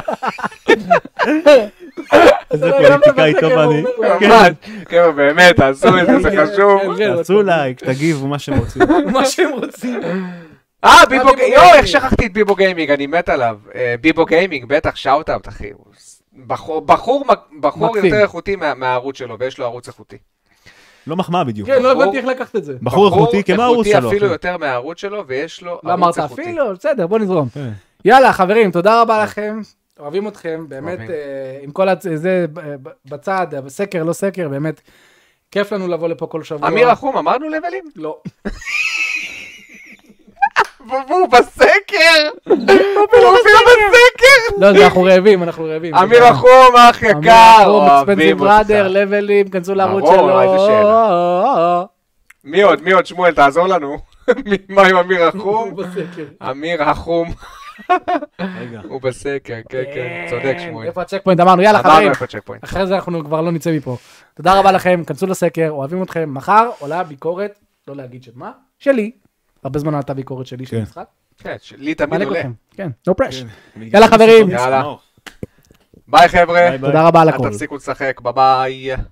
S3: זה פוליטיקאי טוב אני.
S2: כן, באמת, תעשו את זה, זה חשוב.
S3: תעשו לייק, תגיבו מה שהם רוצים.
S1: מה שהם רוצים.
S2: אה, ביבו גיימינג, יואו, איך שכחתי את ביבו גיימינג, אני מת עליו. ביבו גיימינג, בטח, שאוט אאוט, אחי. בחור יותר איכותי מהערוץ שלו, ויש לו ערוץ איכותי.
S3: לא מחמאה בדיוק.
S1: כן, לא הבנתי איך לקחת את זה.
S3: בחור איכותי, כמה הערוץ שלו?
S2: אפילו יותר מהערוץ שלו, ויש לו
S1: ערוץ איכותי. לא אמרת אפילו? בסדר, בוא נזרום. יאללה, חברים, תודה רבה לכם. אוהבים אתכם, באמת, עם כל זה בצד, סקר, לא סקר, באמת, כיף לנו לבוא לפה כל שבוע.
S2: אמיר החום, אמרנו לבלים?
S1: לא.
S2: והוא בסקר! הוא בסקר!
S1: לא, אנחנו רעבים, אנחנו רעבים.
S2: אמיר החום, אח יקר!
S1: אוהבים אותך. לבלים, כנסו לערוץ שלו.
S2: מי עוד? מי עוד? שמואל, תעזור לנו. מה עם אמיר החום? אמיר החום. הוא בסקר, כן, כן, צודק שמואל.
S1: איפה הצ'ק פוינט? אמרנו, יאללה חברים. אחרי זה אנחנו כבר לא נצא מפה. תודה רבה לכם, כנסו לסקר, אוהבים אתכם. מחר עולה ביקורת, לא להגיד של מה? שלי. הרבה זמן עלתה ביקורת שלי של משחק.
S2: כן, לי תמיד עולה.
S1: כן, no pressure. יאללה חברים.
S2: יאללה. ביי חבר'ה.
S1: תודה רבה על הכל.
S2: תפסיקו לשחק, ביי ביי.